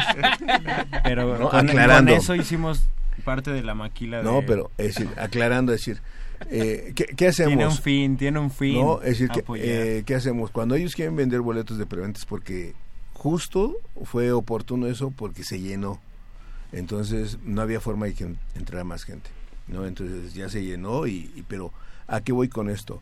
Pero no, con, aclarando. con eso hicimos parte de la maquila. No, de... pero es decir, aclarando, es decir, eh, ¿qué, ¿qué hacemos? Tiene un fin, tiene un fin. No, es decir, que, eh, ¿qué hacemos? Cuando ellos quieren vender boletos de preventa es porque justo fue oportuno eso, porque se llenó. Entonces no había forma de que entrara más gente, ¿no? Entonces ya se llenó y, y pero ¿a qué voy con esto?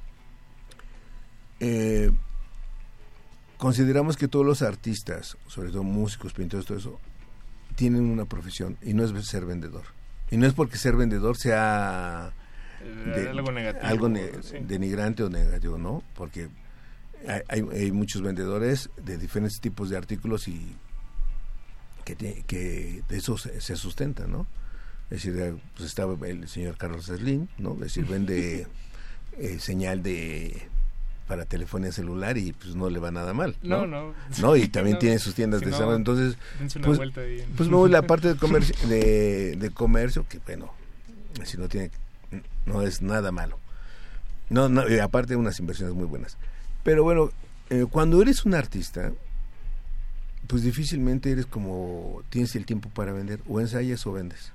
Eh, consideramos que todos los artistas, sobre todo músicos, pintores, todo eso, tienen una profesión y no es ser vendedor. Y no es porque ser vendedor sea de, algo negativo, algo ne- sí. denigrante o negativo, ¿no? Porque hay, hay, hay muchos vendedores de diferentes tipos de artículos y que, te, que de eso se, se sustenta, ¿no? Es decir, pues estaba el señor Carlos Slim, ¿no? Es decir, vende eh, señal de para telefonía celular y pues no le va nada mal, ¿no? No, no. ¿no? Y también no, tiene sus tiendas si de no, sábado, entonces pues, en... pues me voy a la parte de comercio, de, de comercio que bueno, si no tiene no es nada malo. No, no, y aparte unas inversiones muy buenas. Pero bueno, eh, cuando eres un artista, pues difícilmente eres como, tienes el tiempo para vender, o ensayas o vendes,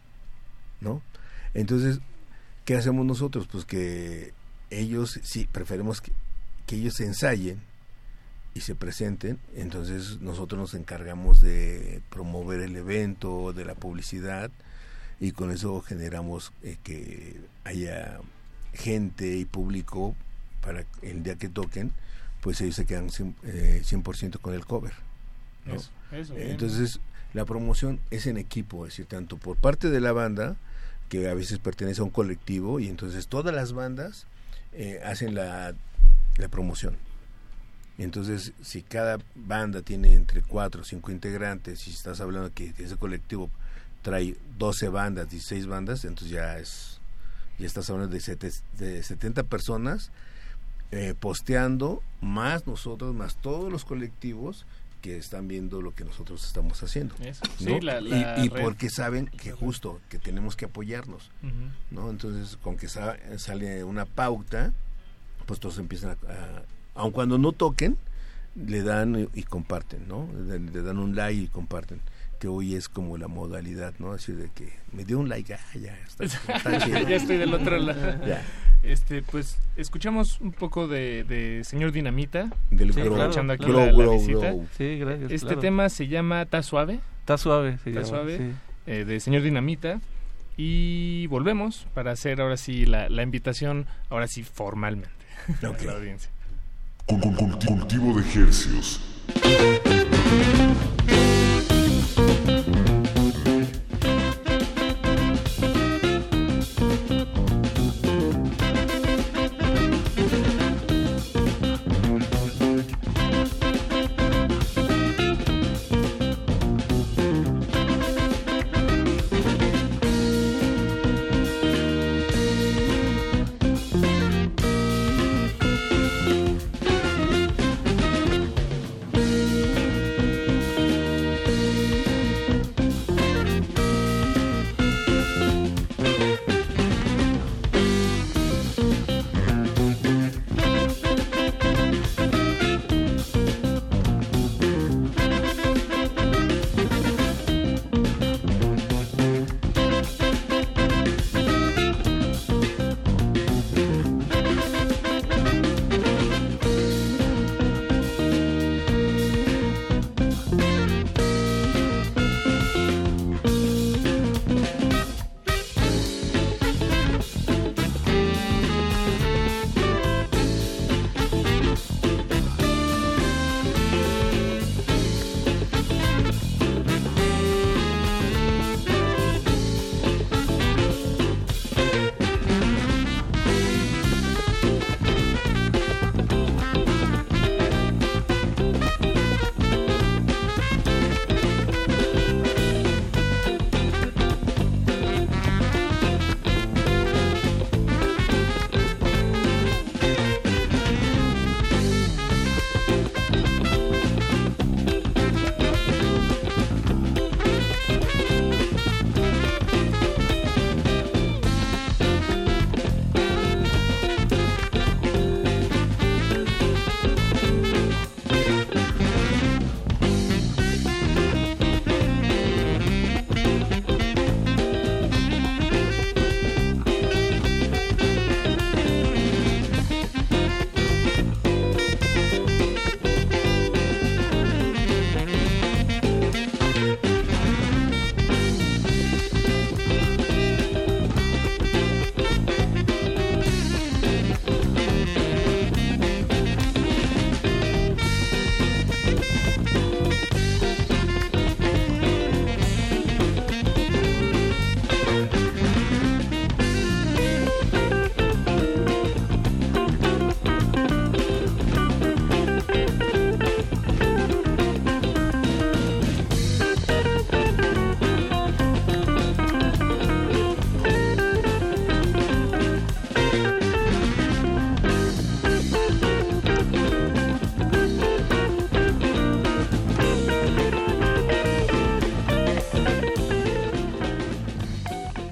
¿no? Entonces, ¿qué hacemos nosotros? Pues que ellos, sí, preferimos que, que ellos se ensayen y se presenten, entonces nosotros nos encargamos de promover el evento, de la publicidad, y con eso generamos eh, que haya gente y público para el día que toquen, pues ellos se quedan cien, eh, cien por ciento con el cover, ¿no? Eso, eso, entonces la promoción es en equipo, es decir, tanto por parte de la banda, que a veces pertenece a un colectivo, y entonces todas las bandas eh, hacen la, la promoción. Entonces, si cada banda tiene entre cuatro o cinco integrantes, y si estás hablando que ese colectivo trae doce bandas, dieciséis bandas, entonces ya es ya estás hablando de, sete, de setenta personas eh, posteando, más nosotros, más todos los colectivos que están viendo lo que nosotros estamos haciendo, Eso. ¿no? Sí, la, la y, y red. porque saben que justo que tenemos que apoyarnos, Uh-huh. ¿no? Entonces, con que sa- sale una pauta, pues todos empiezan a, a aun cuando no toquen, le dan y, y comparten, ¿no? Le, le dan un like y comparten, que hoy es como la modalidad, ¿no? Así de que me dio un like, ah, ya está, está chido. Ya estoy del otro lado. Ya. Este, pues, escuchamos un poco de, de Señor Dinamita. Del sí, grow, aprovechando aquí grow, la, la grow, visita. grow. Sí, gracias, Este claro. tema se llama Ta Suave. Ta Suave, se Ta llama, Suave, sí. eh, de Señor Dinamita. Y volvemos para hacer ahora sí la, la invitación, ahora sí formalmente, Okay. a la audiencia. Con, con- con- cultivo de ejercicios.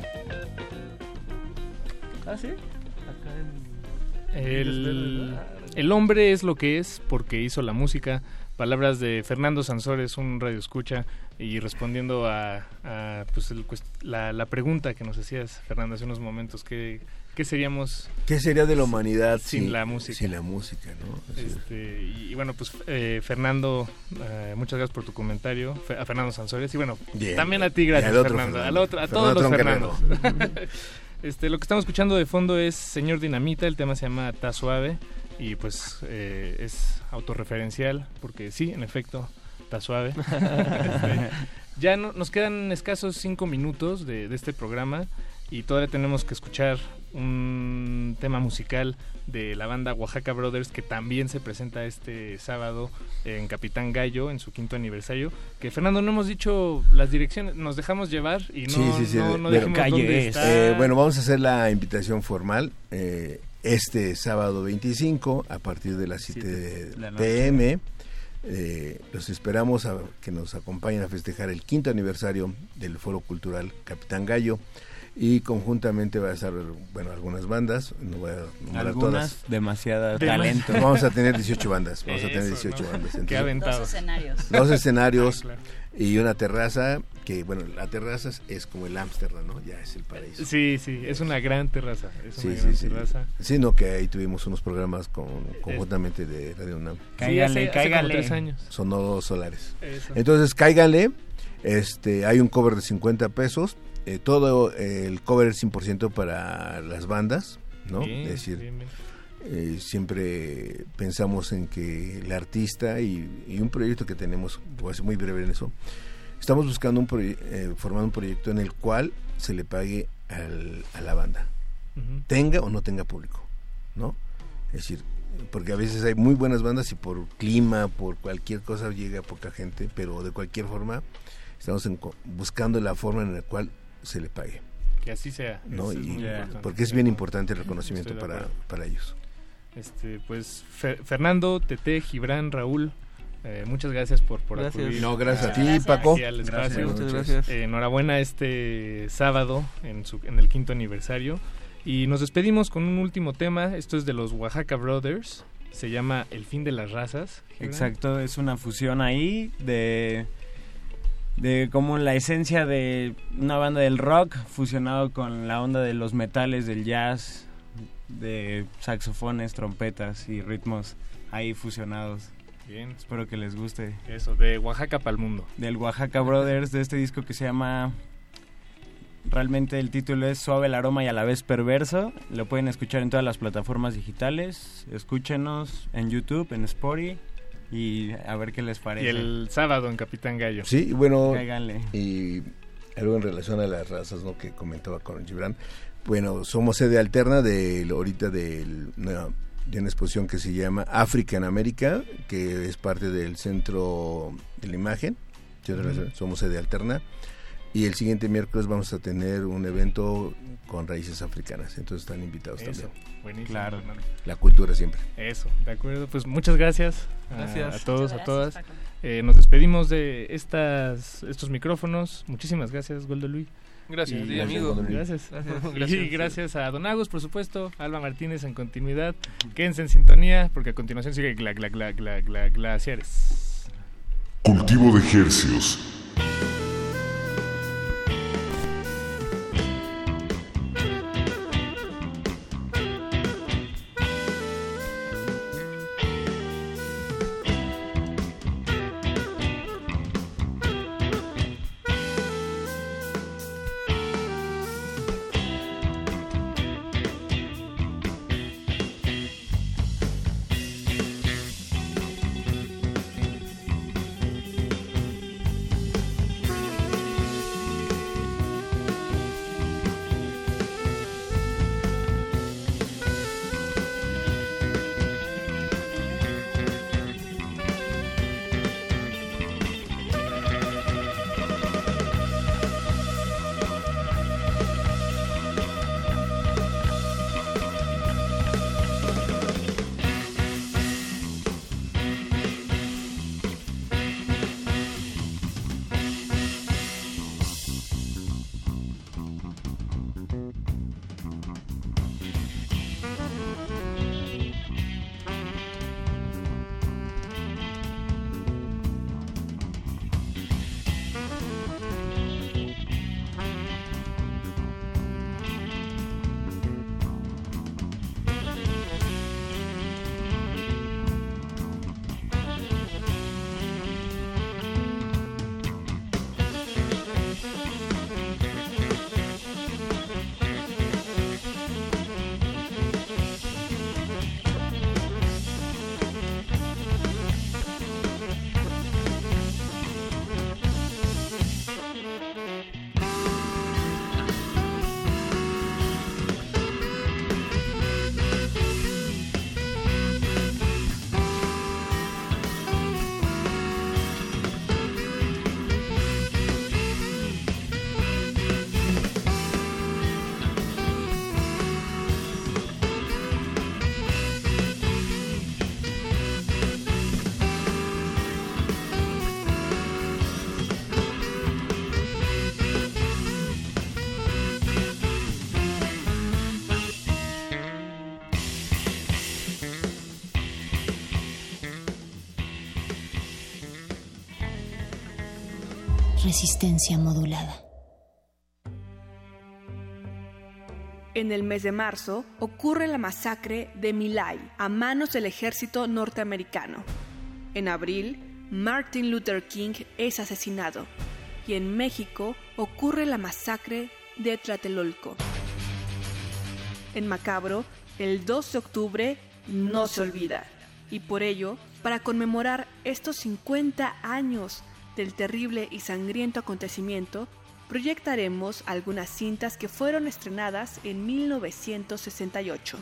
¿Ah, sí? Acá en... El, El hombre es lo que es porque hizo la música. Palabras de Fernando Sansores, un radioescucha, y respondiendo a, a pues el, la, la pregunta que nos hacías, Fernando, hace unos momentos, ¿qué, qué seríamos? ¿Qué sería de la humanidad sin, sin la música? Sin la música, ¿no? Este, y, y bueno, pues eh, Fernando, eh, muchas gracias por tu comentario, a Fernando Sansores, y bueno, Bien. también a ti, gracias, al Fernando, Fernando. Al otro, a Fernando todos los Fernandos. este, lo que estamos escuchando de fondo es Señor Dinamita, el tema se llama Ta Suave. Y pues eh, es autorreferencial porque sí, en efecto, está suave. este, ya no, nos quedan escasos cinco minutos de, de este programa y todavía tenemos que escuchar un tema musical de la banda Oaxaca Brothers que también se presenta este sábado en Capitán Gallo en su quinto aniversario. Que Fernando, no hemos dicho las direcciones, nos dejamos llevar y no, sí, sí, sí, no, no de, dijimos dónde está. Eh, bueno, vamos a hacer la invitación formal. Eh, Este sábado veinticinco, a partir de las siete pe eme, eh, los esperamos a que nos acompañen a festejar el quinto aniversario del Foro Cultural Capitán Gallo, y conjuntamente va a estar, bueno, algunas bandas, no voy a nombrar algunas, todas. demasiado talento. Vamos a tener dieciocho bandas, vamos Eso, a tener dieciocho ¿no? bandas. Entonces, Qué aventado. Dos escenarios. Dos escenarios. Ah, claro. Y una terraza, que bueno, la terraza es como el Ámsterdam, ¿no? Ya es el paraíso. Sí, sí, es una gran terraza. Es sí, una sí, gran sí. terraza. Sí, no, que ahí tuvimos unos programas con, conjuntamente de Radio UNAM. Cáigale, sí, hace, cáigale. Hace como tres años. Sonoros solares. Eso. Entonces, cáiganle. Este, hay un cover de cincuenta pesos. Eh, todo eh, el cover es cien por ciento para las bandas, ¿no? Bien, es decir, bien, bien. Eh, siempre pensamos en que el artista y, y un proyecto que tenemos, voy a ser muy breve en eso, estamos buscando un proye- eh, formando un proyecto en el cual se le pague al, a la banda, uh-huh. tenga o no tenga público, ¿no? Es decir, porque a veces hay muy buenas bandas y por clima, por cualquier cosa llega poca gente, pero de cualquier forma estamos en, buscando la forma en la cual se le pague. Que así sea. ¿No? Es Y, muy porque es bien importante el reconocimiento para, para ellos. Este, pues Fer- Fernando, Tete, Gibran, Raúl, eh, muchas gracias por, por gracias. acudir. No, gracias a, a ti, gracias. Paco. Al espacio. Gracias. Muchas gracias. Eh, enhorabuena este sábado en, su, en el quinto aniversario. Y nos despedimos con un último tema. Esto es de los Oaxaca Brothers. Se llama El fin de las razas. Gibran. Exacto, es una fusión ahí de... de como la esencia de una banda del rock fusionado con la onda de los metales, del jazz, de saxofones, trompetas y ritmos ahí fusionados. Bien. Espero que les guste. Eso, de Oaxaca para el mundo. Del Oaxaca Brothers, de este disco que se llama... Realmente el título es Suave el aroma y a la vez perverso. Lo pueden escuchar en todas las plataformas digitales. Escúchenos en YouTube, en Spotify. Y a ver qué les parece. Y el sábado en Capitán Gallo. Sí, bueno, Cáiganle. y algo en relación a las razas, ¿no? Que comentaba con Gibran. Bueno, somos sede alterna de ahorita de una, de una exposición que se llama África en América, que es parte del Centro de la Imagen. Uh-huh. Somos sede alterna. Y el siguiente miércoles vamos a tener un evento con raíces africanas, entonces están invitados Eso, también. Buenísimo. Claro. La cultura siempre. Eso, de acuerdo. Pues muchas gracias, gracias. A, a todos, gracias, a todas. Paco. Eh, nos despedimos de estas estos micrófonos. Muchísimas gracias, Goldo Luis. Gracias, y, sí, amigo. Gracias. Gracias. gracias. Y gracias a Don Agus, por supuesto, Alba Martínez en continuidad. Quédense en sintonía porque a continuación sigue gla, gla, gla, gla, gla, Glaciares. Cultivo de hercios. Resistencia modulada. En el mes de marzo ocurre la masacre de My Lai a manos del ejército norteamericano. En abril, Martin Luther King es asesinado. Y en México ocurre la masacre de Tlatelolco. En Macabro, el dos de octubre no se olvida. Y por ello, para conmemorar estos cincuenta años del terrible y sangriento acontecimiento, proyectaremos algunas cintas que fueron estrenadas en mil novecientos sesenta y ocho.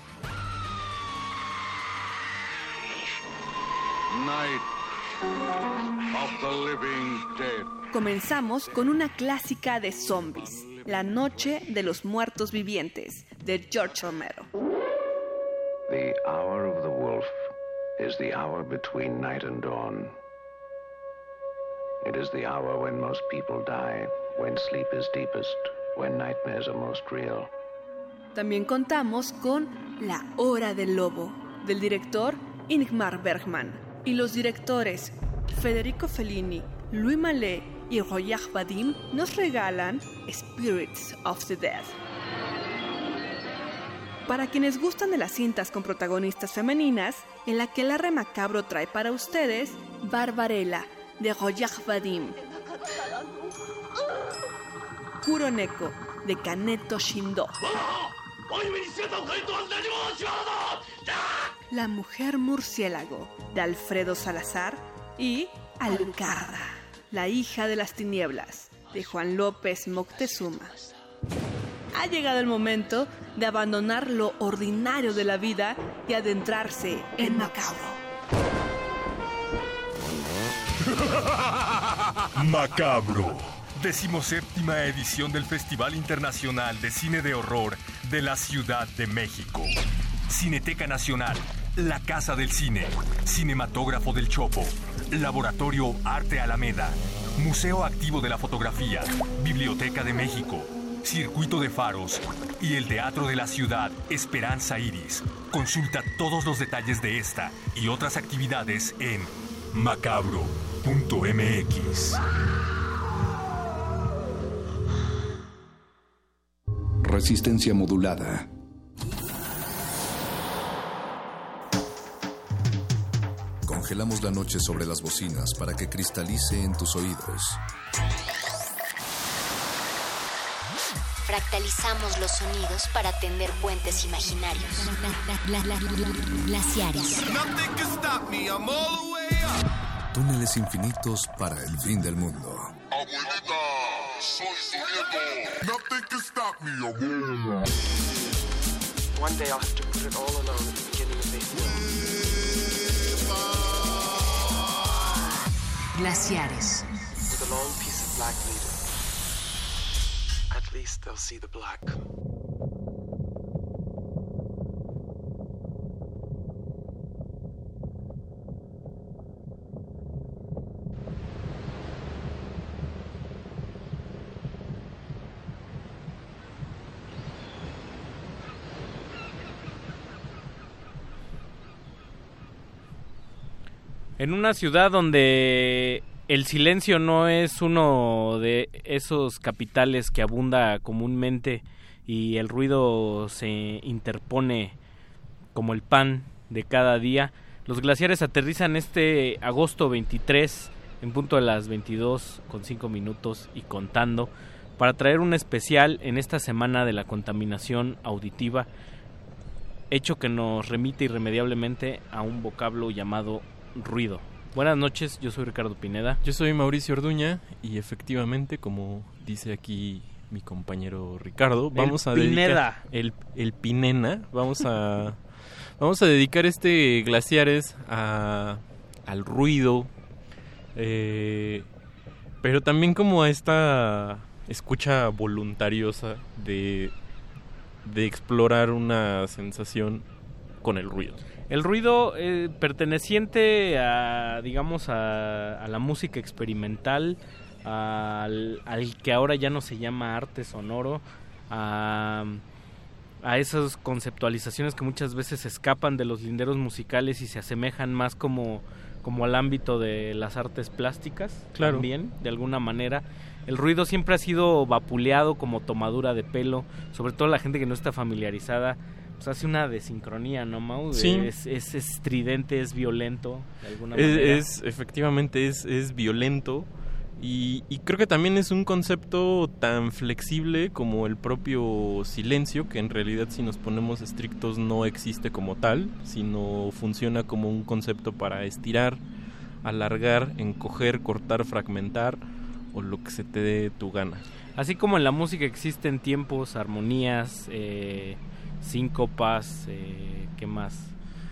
Night of the living dead. Comenzamos con una clásica de zombies, La Noche de los Muertos Vivientes, de George Romero. The hour of the wolf is the hour between night and dawn. It is the hour when most people die, when sleep is deepest, when nightmares are most real. También contamos con La Hora del Lobo, del director Ingmar Bergman, y los directores Federico Fellini, Louis Malle y Roger Vadim nos regalan Spirits of the Dead. Para quienes gustan de las cintas con protagonistas femeninas, el aquelarre macabro trae para ustedes Barbarella, de Roger Vadim, Kuroneko, de Kaneto Shindo, La Mujer Murciélago, de Alfredo Salazar, y Alucarda, la hija de las tinieblas, de Juan López Moctezuma. Ha llegado el momento de abandonar lo ordinario de la vida y adentrarse en macabro. Macabro, decimoséptima edición del Festival Internacional de Cine de Horror de la Ciudad de México. Cineteca Nacional, la Casa del Cine, Cinematógrafo del Chopo, Laboratorio Arte Alameda, Museo Activo de la Fotografía, Biblioteca de México, Circuito de Faros y el Teatro de la Ciudad Esperanza Iris. Consulta todos los detalles de esta y otras actividades en macabro punto m x. Resistencia modulada. Congelamos la noche sobre las bocinas para que cristalice en tus oídos. Fractalizamos los sonidos para tender puentes imaginarios. Glaciares. Túneles infinitos para el fin del mundo. Abuelita, soy su nieto. Nothing can stop me, abuela. One day I'll have to put it all alone at the beginning of April. Glaciares. With a long piece of black leader. At least they'll see the black. En una ciudad donde el silencio no es uno de esos capitales que abunda comúnmente y el ruido se interpone como el pan de cada día, los glaciares aterrizan este agosto veintitrés en punto de las veintidós con cinco minutos y contando para traer un especial en esta semana de la contaminación auditiva, hecho que nos remite irremediablemente a un vocablo llamado ruido. Buenas noches, yo soy Ricardo Pineda. Yo soy Mauricio Orduña y efectivamente, como dice aquí mi compañero Ricardo, vamos el a Pineda. dedicar el el Pinena, vamos a vamos a dedicar este Glaciares a al ruido, eh, pero también como a esta escucha voluntariosa de de explorar una sensación con el ruido. El ruido eh, perteneciente a, digamos, a, a la música experimental, al, al que ahora ya no se llama arte sonoro, a, a esas conceptualizaciones que muchas veces escapan de los linderos musicales y se asemejan más como, como al ámbito de las artes plásticas, claro, también, de alguna manera. el ruido siempre ha sido vapuleado como tomadura de pelo, sobre todo la gente que no está familiarizada, pues hace una desincronía, ¿no, Mau? Sí. Es, es estridente, es violento, de alguna Es, manera. es efectivamente, es, es violento. Y, y creo que también es un concepto tan flexible como el propio silencio, que en realidad, si nos ponemos estrictos, no existe como tal, sino funciona como un concepto para estirar, alargar, encoger, cortar, fragmentar o lo que se te dé tu gana. Así como en la música existen tiempos, armonías, eh, síncopas, eh, ¿qué más?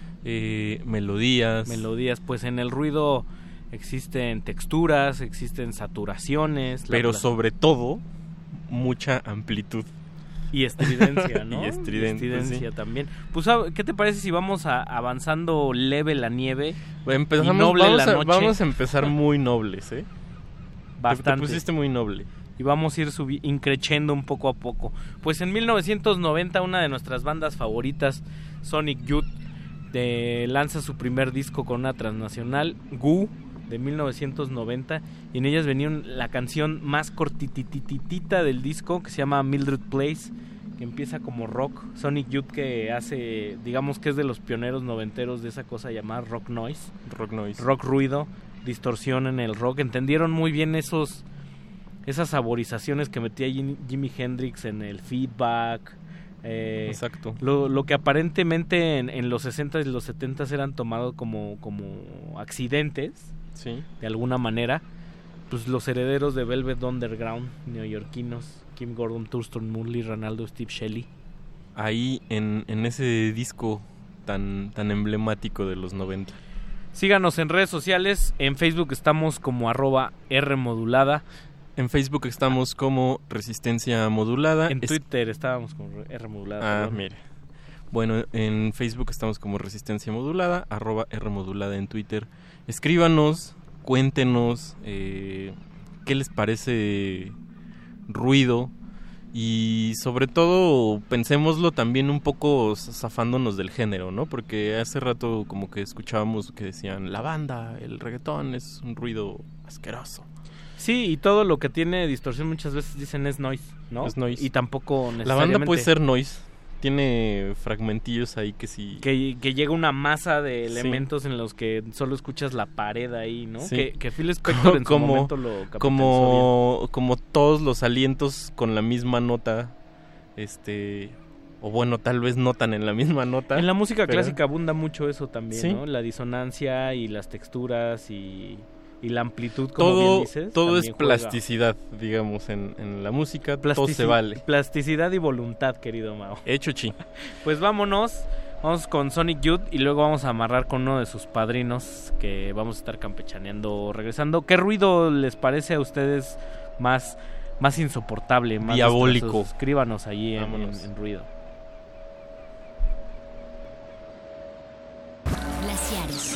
Eh, melodías. Melodías, pues en el ruido existen texturas, existen saturaciones. Pero la, la... sobre todo, mucha amplitud. Y estridencia, ¿no? y estridencia, y estridencia sí. también. Pues, ¿qué te parece si vamos a, avanzando leve la nieve Empezamos, y noble vamos la a, noche? Vamos a empezar muy nobles, ¿eh? Bastante. Te, te pusiste muy noble. Y vamos a ir subi- increciendo un poco a poco. Pues en mil novecientos noventa una de nuestras bandas favoritas, Sonic Youth, de, lanza su primer disco con una transnacional, Goo, de mil novecientos noventa, y en ellas venía un, la canción más cortitititita del disco, que se llama Mildred Place, que empieza como rock. Sonic Youth, que hace, digamos que es de los pioneros noventeros de esa cosa llamada rock noise. Rock noise. Rock ruido, distorsión en el rock. Entendieron muy bien esos esas saborizaciones que metía Jimi Hendrix en el feedback. Eh, Exacto. Lo, lo que aparentemente en, en los sesenta y los setenta eran tomados como, como accidentes, sí, de alguna manera. Pues los herederos de Velvet Underground, neoyorquinos, Kim Gordon, Thurston Mooney, Ronaldo, Steve Shelley. Ahí en, en ese disco tan, tan emblemático de los noventa. Síganos en redes sociales. En Facebook estamos como arroba R modulada. En Facebook estamos como Resistencia Modulada. En es... Twitter estábamos como R modulada. Ah, perdón. mire. Bueno, en Facebook estamos como Resistencia Modulada, arroba R modulada en Twitter. Escríbanos, cuéntenos eh, qué les parece ruido. Y sobre todo pensémoslo también un poco zafándonos del género, ¿no? Porque hace rato como que escuchábamos que decían la banda, el reggaetón es un ruido asqueroso. Sí, y todo lo que tiene distorsión muchas veces dicen es noise, ¿no? Es noise. Y tampoco necesariamente... La banda puede ser noise, tiene fragmentillos ahí que sí... Que, que llega una masa de elementos sí. en los que solo escuchas la pared ahí, ¿no? Sí. Que, que Phil Spector en como, su momento lo capitalizó como, bien. Como todos los alientos con la misma nota, este... O bueno, tal vez notan en la misma nota. En la música pero... clásica abunda mucho eso también, ¿sí? ¿no? La disonancia y las texturas y... Y la amplitud, como todo, bien dices. todo es juega. plasticidad, digamos, en, en la música. Plastici- todo se vale. Plasticidad y voluntad, querido Mao. Hecho chi. Pues vámonos. Vamos con Sonic Youth y luego vamos a amarrar con uno de sus padrinos que vamos a estar campechaneando regresando. ¿Qué ruido les parece a ustedes más, más insoportable? Más diabólico? destrozoso? Escríbanos allí en, en, en ruido. Glaciares.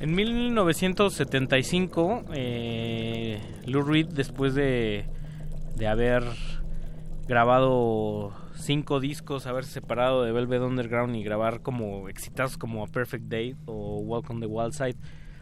En mil novecientos setenta y cinco, eh, Lou Reed, después de, de haber grabado cinco discos, haberse separado de Velvet Underground y grabar como exitazos como A Perfect Day o Walk on the Wild Side,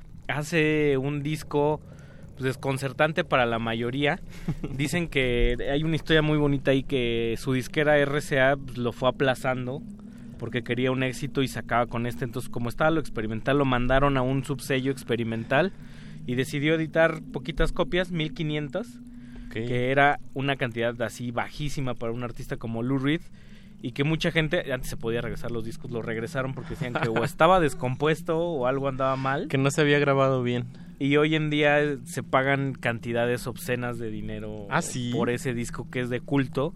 hace un disco pues, desconcertante para la mayoría. Dicen que hay una historia muy bonita ahí, que su disquera R C A pues, lo fue aplazando porque quería un éxito y sacaba con este. Entonces, como estaba lo experimental, lo mandaron a un subsello experimental y decidió editar poquitas copias, mil quinientas, okay, que era una cantidad así bajísima para un artista como Lou Reed, y que mucha gente, antes se podía regresar los discos, los regresaron porque decían que o estaba descompuesto o algo andaba mal. Que no se había grabado bien. Y hoy en día se pagan cantidades obscenas de dinero ¿Ah, sí? por ese disco que es de culto.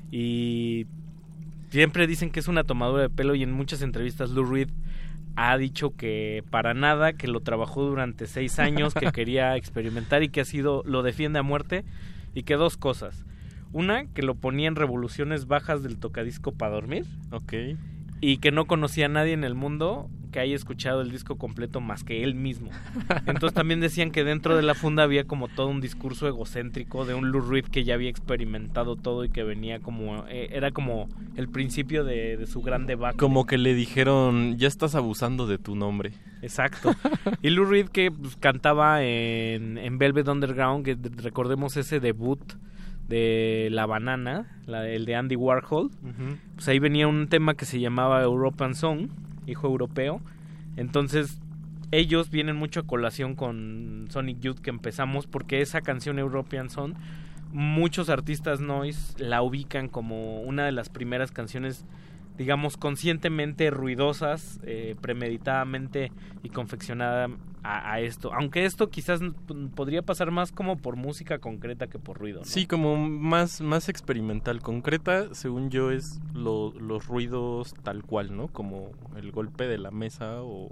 Y siempre dicen que es una tomadura de pelo, y en muchas entrevistas Lou Reed ha dicho que para nada, que lo trabajó durante seis años, que quería experimentar y que ha sido, lo defiende a muerte, y que dos cosas. Una, que lo ponía en revoluciones bajas del tocadisco para dormir. Ok. Y que no conocía a nadie en el mundo que haya escuchado el disco completo más que él mismo. Entonces también decían que dentro de la funda había como todo un discurso egocéntrico de un Lou Reed que ya había experimentado todo y que venía como... Eh, era como el principio de, de su gran debate. Como que le dijeron, ya estás abusando de tu nombre. Exacto. Y Lou Reed, que pues, cantaba en, en Velvet Underground, que recordemos ese debut de La Banana, la, el de Andy Warhol, uh-huh. Pues ahí venía un tema que se llamaba European Song, hijo europeo. Entonces ellos vienen mucho a colación con Sonic Youth, que empezamos, porque esa canción European Song, muchos artistas noise la ubican como una de las primeras canciones, digamos, conscientemente ruidosas, eh, premeditadamente y confeccionada a, a esto. Aunque esto quizás podría pasar más como por música concreta que por ruido, ¿no? Sí, como más, más experimental. Concreta, según yo, es lo, los ruidos tal cual, ¿no? Como el golpe de la mesa o,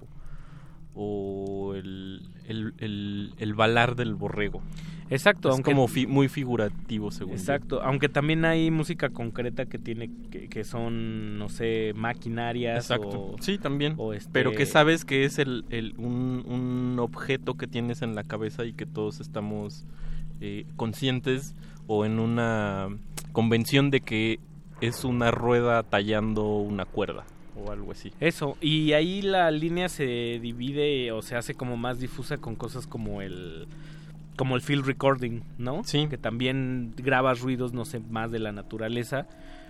o el, el, el, el balar del borrego. Exacto, es aunque como fi, muy figurativo, según exacto, yo. Aunque también hay música concreta que tiene que, que son, no sé, maquinarias. Exacto. O, sí, también. O este... Pero que sabes que es el, el un, un objeto que tienes en la cabeza y que todos estamos eh, conscientes o en una convención de que es una rueda tallando una cuerda o algo así. Eso, y ahí la línea se divide o se hace como más difusa con cosas como el como el field recording, ¿no? Sí. Que también grabas ruidos, no sé, más de la naturaleza.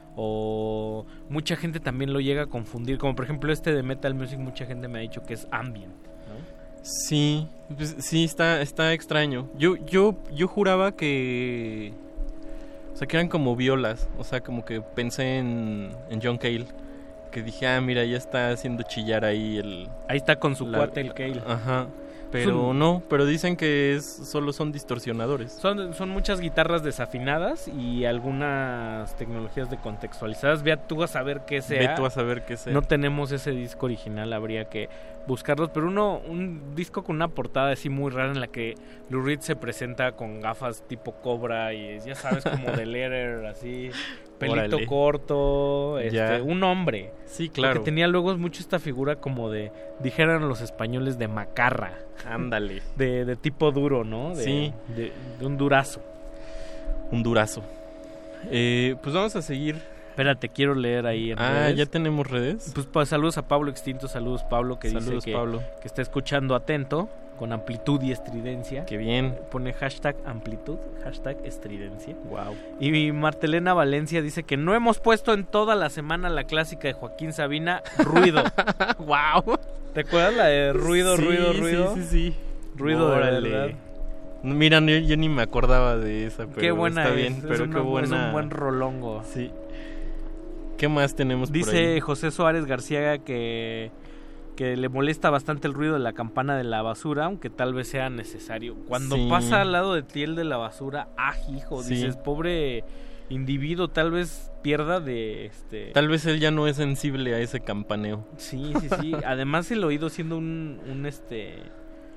O mucha gente también lo llega a confundir, como por ejemplo este de Metal Music, mucha gente me ha dicho que es ambient, ¿no? Sí, pues, sí, está, está extraño. Yo, yo, yo juraba que... O sea, que eran como violas. O sea, como que pensé en, en John Cale, que dije, ah, mira, ya está haciendo chillar ahí el... Ahí está con su la, cuate el Cale. Ajá. Pero son, no, pero dicen que es solo son distorsionadores. Son, son muchas guitarras desafinadas y algunas tecnologías decontextualizadas. Ve tú a saber qué sea. Ve tú a saber qué sea. No tenemos ese disco original, habría que buscarlos. Pero uno, un disco con una portada así muy rara en la que Lou Reed se presenta con gafas tipo Cobra y ya sabes, como de leather, así... Pelito Órale. corto, este, un hombre. Sí, claro. Porque tenía luego mucho esta figura como de, dijeran los españoles, de macarra. Ándale. De, de tipo duro, ¿no? De, sí. De, de un durazo. Un durazo. Eh, pues vamos a seguir. Espérate, quiero leer ahí en Ah, redes. ¿ya tenemos redes? Pues, pues saludos a Pablo Extinto, saludos Pablo, que saludos, dice que, Pablo. que está escuchando atento, con amplitud y estridencia. Qué bien. Pone hashtag amplitud, hashtag estridencia. Wow. Y Martelena Valencia dice que no hemos puesto en toda la semana la clásica de Joaquín Sabina, Ruido. Wow. ¿Te acuerdas la de Ruido, sí, Ruido, Ruido? Sí, sí, sí. Ruido Órale. de verdad. Mira, yo, yo ni me acordaba de esa, pero qué buena está es, bien, es pero una, qué buena. Es un buen rolongo. Sí. ¿Qué más tenemos por Dice ahí? José Suárez García que que le molesta bastante el ruido de la campana de la basura, aunque tal vez sea necesario. Cuando sí. pasa al lado de ti el de la basura, ah, hijo, sí. dices, pobre individuo, tal vez pierda de este... Tal vez él ya no es sensible a ese campaneo. Sí, sí, sí. Además el oído siendo un, un este...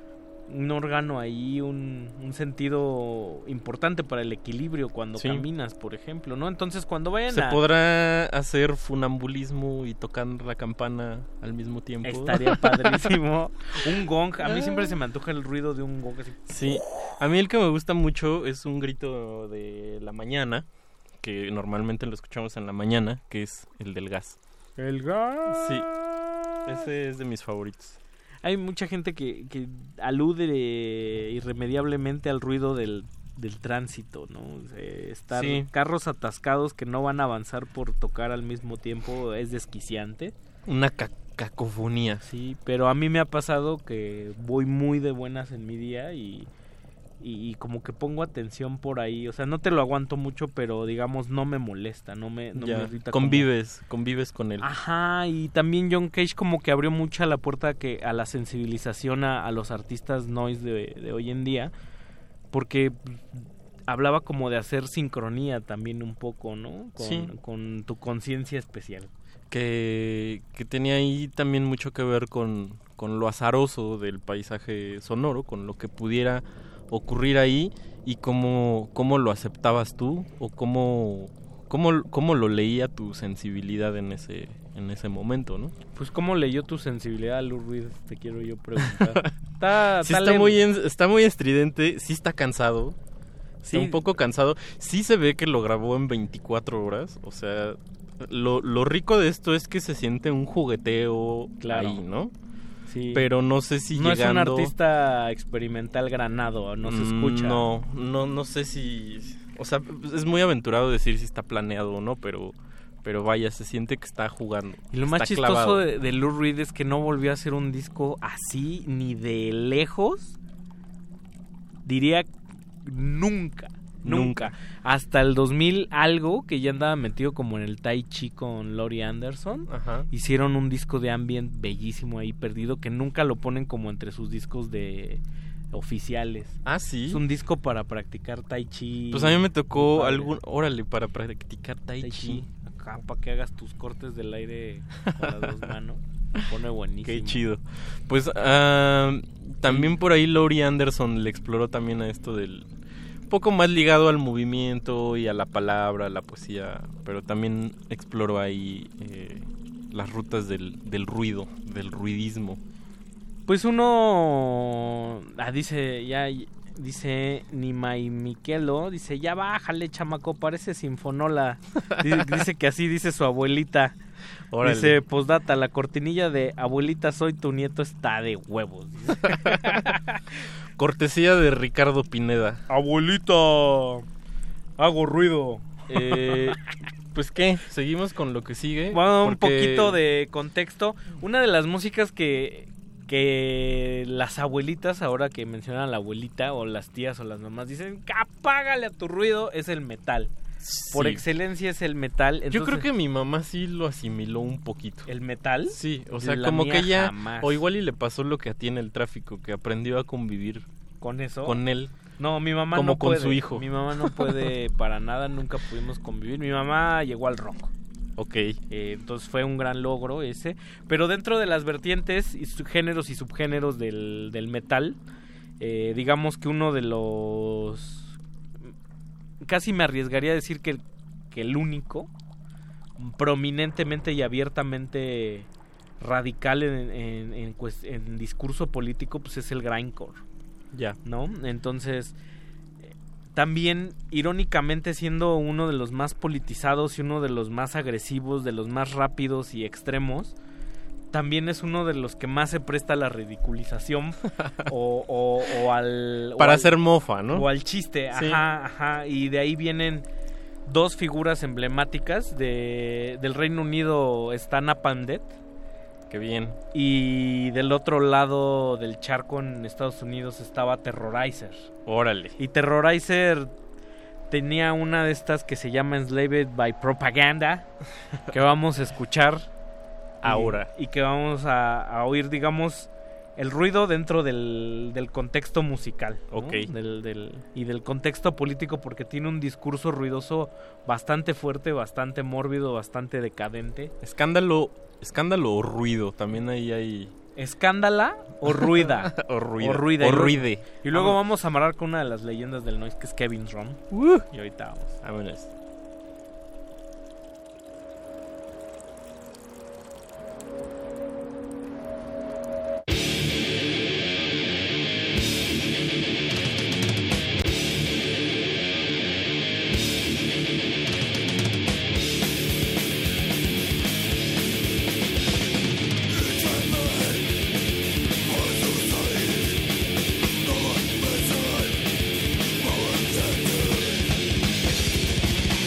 un órgano ahí, un, un sentido importante para el equilibrio cuando sí. caminas, por ejemplo, ¿no? Entonces, cuando vayan ¿Se a... podrá hacer funambulismo y tocar la campana al mismo tiempo? Estaría padrísimo. Un gong, a mí siempre se me antoja el ruido de un gong así. Sí, a mí el que me gusta mucho es un grito de la mañana, que normalmente lo escuchamos en la mañana, que es el del gas. El gas. Sí, ese es de mis favoritos. Hay mucha gente que, que alude irremediablemente al ruido del, del tránsito, ¿no? O sea, estar sí. carros atascados que no van a avanzar por tocar al mismo tiempo es desquiciante. Una ca- cacofonía. Sí, pero a mí me ha pasado que voy muy de buenas en mi día y, y, y como que pongo atención por ahí. O sea, no te lo aguanto mucho, pero digamos no me molesta, no me, no ya. me irrita. Convives, como... convives con él. Ajá, y también John Cage como que abrió mucha la puerta que a la sensibilización a, a los artistas noise de, de hoy en día, porque hablaba como de hacer sincronía también un poco, ¿no? Con, sí. con tu conciencia especial. Que, que tenía ahí también mucho que ver con, con lo azaroso del paisaje sonoro, con lo que pudiera ocurrir ahí y cómo, cómo lo aceptabas tú o cómo, cómo, cómo lo leía tu sensibilidad en ese, en ese momento, ¿no? Pues cómo leyó tu sensibilidad, Lou Reed, te quiero yo preguntar. está, sí está, está, muy en, está muy estridente, sí está cansado, sí. está un poco cansado, sí se ve que lo grabó en veinticuatro horas, o sea, lo, lo rico de esto es que se siente un jugueteo claro. ahí, ¿no? Sí. Pero no sé si no llegando... es un artista experimental granado, no se escucha. No, no, no sé si... O sea, es muy aventurado decir si está planeado o no, pero, pero vaya, se siente que está jugando. Y lo más chistoso clavado. de, de Lou Reed es que no volvió a hacer un disco así, ni de lejos. Diría nunca. Nunca. Hasta el dos mil algo, que ya andaba metido como en el Tai Chi con Laurie Anderson. Ajá. Hicieron un disco de ambient bellísimo ahí perdido, que nunca lo ponen como entre sus discos de oficiales. Ah, sí. Es un disco para practicar Tai Chi. Pues a mí me tocó algún... Órale, para practicar Tai, tai Chi. chi. Acá, para que hagas tus cortes del aire con las dos manos. Me pone buenísimo. Qué chido. Pues uh, también por ahí Laurie Anderson le exploró también a esto del... Un poco más ligado al movimiento y a la palabra, a la poesía, pero también exploró ahí eh, las rutas del, del ruido, del ruidismo. Pues uno ah, dice, ya dice Nimai Miquelo, dice, ya bájale, chamaco, parece sinfonola. Dice que así dice su abuelita. Órale. Dice, postdata, la cortinilla de abuelita soy tu nieto está de huevos. Dice. Cortesía de Ricardo Pineda. Abuelita, hago ruido. Eh, pues qué, seguimos con lo que sigue. Bueno, porque... un poquito de contexto. Una de las músicas que, que las abuelitas, ahora que mencionan a la abuelita o las tías o las mamás, dicen, apágale a tu ruido, es el metal. Sí. Por excelencia es el metal. Entonces, yo creo que mi mamá sí lo asimiló un poquito. ¿El metal? Sí, o sea, la como que ella, jamás. O igual y le pasó lo que a ti en el tráfico, que aprendió a convivir con eso, con él. No, mi mamá como no con puede. su hijo. Mi mamá no puede para nada, nunca pudimos convivir. Mi mamá llegó al rock. Ok. Eh, entonces fue un gran logro ese. Pero dentro de las vertientes, y géneros y subgéneros del, del metal, eh, digamos que uno de los... Casi me arriesgaría a decir que el, que el único, prominentemente y abiertamente radical en, en, en, pues, en discurso político, pues es el grindcore. Ya. ¿No? Entonces, eh, también, irónicamente, siendo uno de los más politizados y uno de los más agresivos, de los más rápidos y extremos, también es uno de los que más se presta a la ridiculización o, o, o al... Para o al, hacer mofa, ¿no? O al chiste, sí. ajá, ajá. Y de ahí vienen dos figuras emblemáticas. De, del Reino Unido está Napalm Death. Qué bien. Y del otro lado del charco en Estados Unidos estaba Terrorizer. Órale. Y Terrorizer tenía una de estas que se llama Enslaved by Propaganda, que vamos a escuchar ahora. Y, y que vamos a, a oír, digamos, el ruido dentro del, del contexto musical, ¿no? Ok. Del, del, y del contexto político, porque tiene un discurso ruidoso bastante fuerte, bastante mórbido, bastante decadente. Escándalo, escándalo o ruido, también ahí hay... Escándala o Ruida. o Ruida. O Ruida. O Y luego- Ruide. Y luego Vamos. vamos a amarrar con una de las leyendas del noise, que es Kevin Drum. Uh. Y ahorita vamos. Vámonos. Thank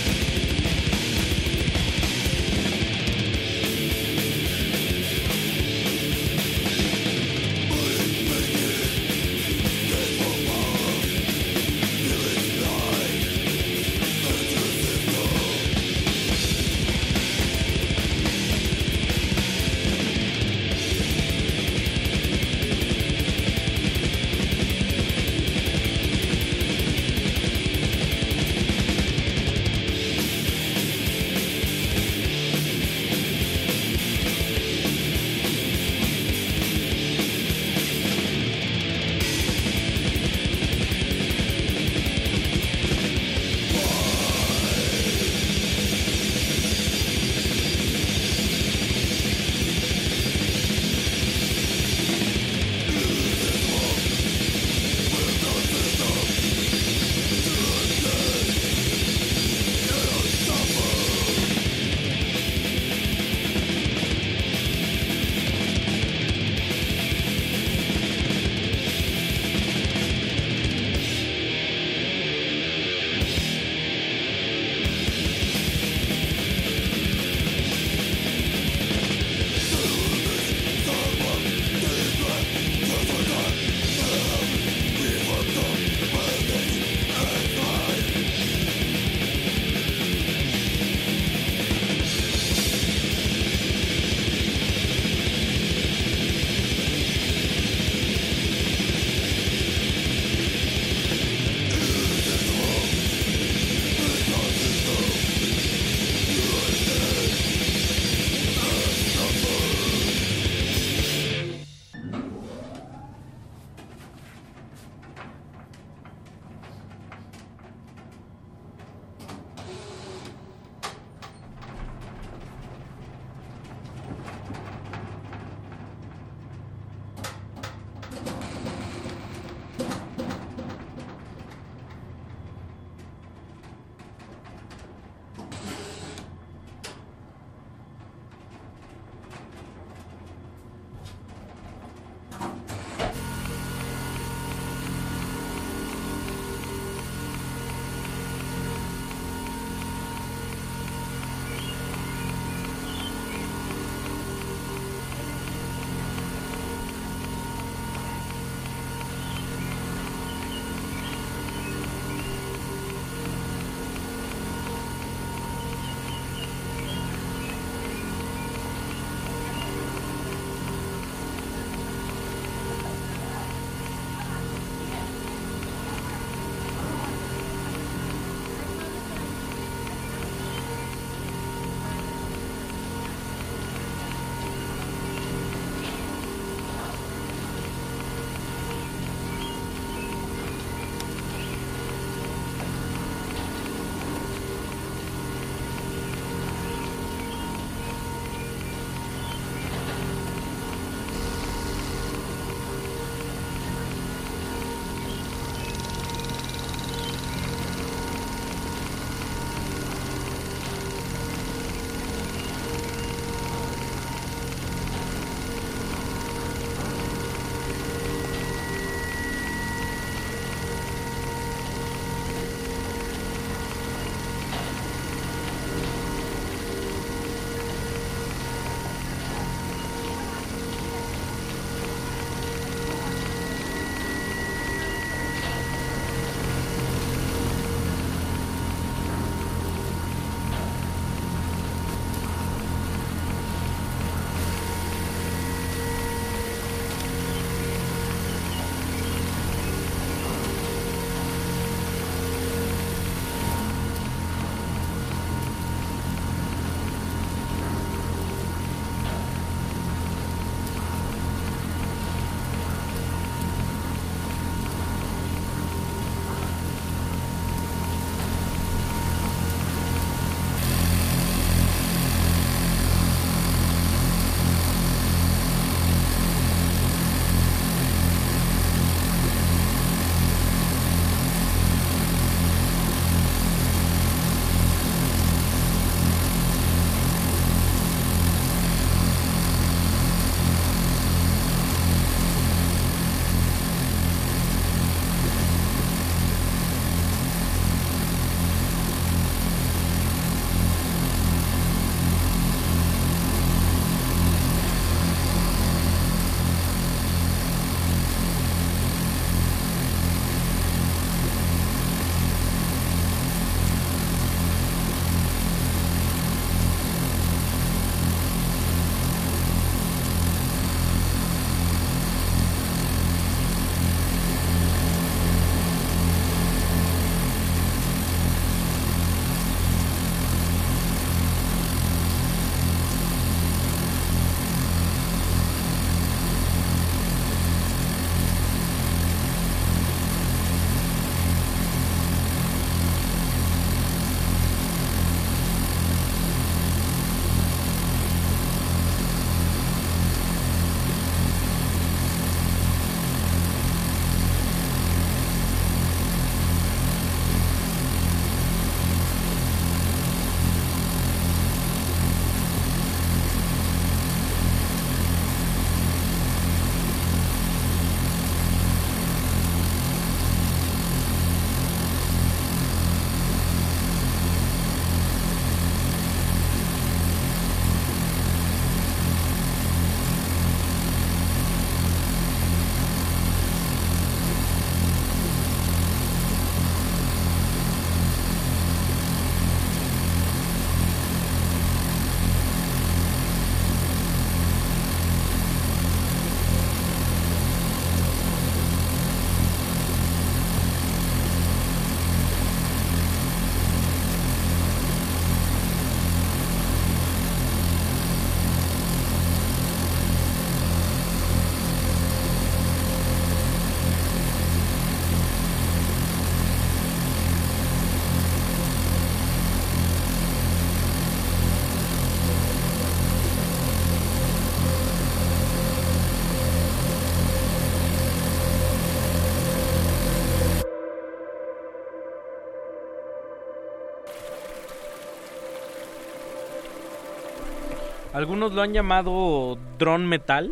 Algunos lo han llamado drone metal,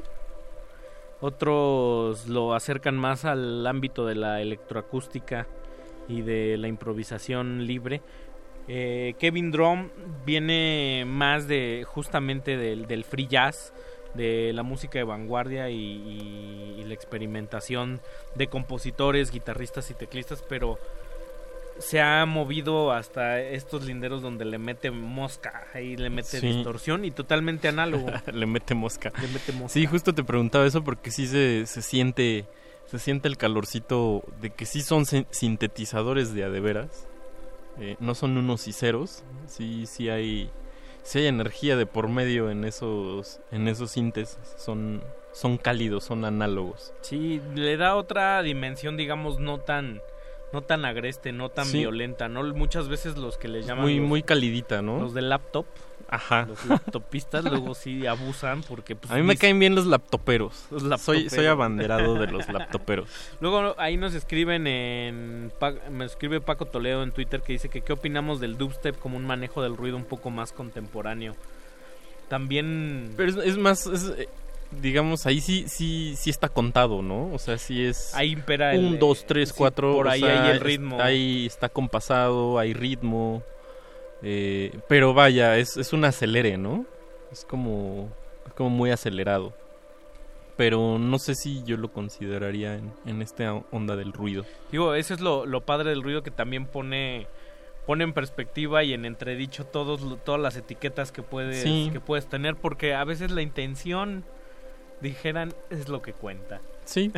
otros lo acercan más al ámbito de la electroacústica y de la improvisación libre. Eh, Kevin Drum viene más de justamente del, del free jazz, de la música de vanguardia y, y, y la experimentación de compositores, guitarristas y teclistas, pero se ha movido hasta estos linderos donde le mete mosca, ahí le mete Sí. distorsión y totalmente análogo. Le mete mosca. Le mete mosca. Sí, justo te preguntaba eso porque sí se, se siente se siente el calorcito de que sí son sin- sintetizadores de a de veras. Eh, no son unos y ceros. Sí, sí hay sí hay energía de por medio en esos en esos sintes. Son son cálidos, son análogos. Sí, le da otra dimensión, digamos, no tan no tan agreste, no tan Sí. violenta, ¿no? Muchas veces los que le llaman Muy los, muy calidita, ¿no? los de laptop, Ajá. los laptopistas luego sí abusan porque pues, A mí me dis- caen bien los laptoperos. Los Soy laptoperos. soy abanderado de los laptoperos. Luego ahí nos escriben en Pa- me escribe Paco Toledo en Twitter que dice que qué opinamos del dubstep como un manejo del ruido un poco más contemporáneo. También Pero es, es más, es, eh, digamos, ahí sí sí sí está contado, ¿no? O sea, sí es... ahí impera el Un, dos, tres, sí, cuatro. por o ahí sea, hay el es- ritmo. Ahí está compasado, hay ritmo. eh, pero vaya, es, es un acelere, ¿no? Es como, es como muy acelerado. Pero no sé si yo lo consideraría en, en esta onda del ruido. Digo, eso es lo, lo padre del ruido, que también pone pone en perspectiva y en entredicho todos lo- todas las etiquetas que puedes Sí. que puedes tener, porque a veces la intención, dijeran, es lo que cuenta. Sí.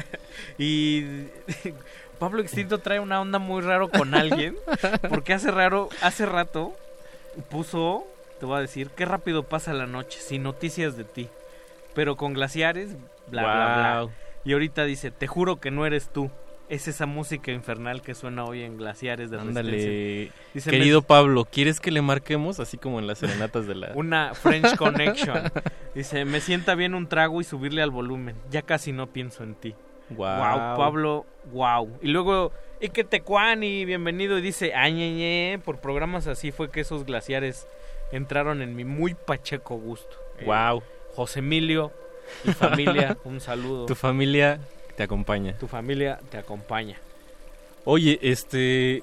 Y Pablo Extinto trae una onda muy raro con alguien, porque hace raro hace rato puso, te voy a decir, qué rápido pasa la noche sin noticias de ti, pero con glaciares, bla bla bla. Guau. Y ahorita dice, te juro que no eres tú. Es esa música infernal que suena hoy en Glaciares de Ándale. Resistencia. Dice, Querido me- Pablo, ¿quieres que le marquemos así como en las serenatas de la... una French Connection. Dice, me sienta bien un trago y subirle al volumen. Ya casi no pienso en ti. Guau. Wow, Pablo, wow. Y luego, y que Tecuani, bienvenido. Y dice, añeñe, por programas así fue que esos glaciares entraron en mi muy pacheco gusto. Eh, Guau. José Emilio y familia, un saludo. Tu familia te acompaña. Tu familia te acompaña. Oye, este...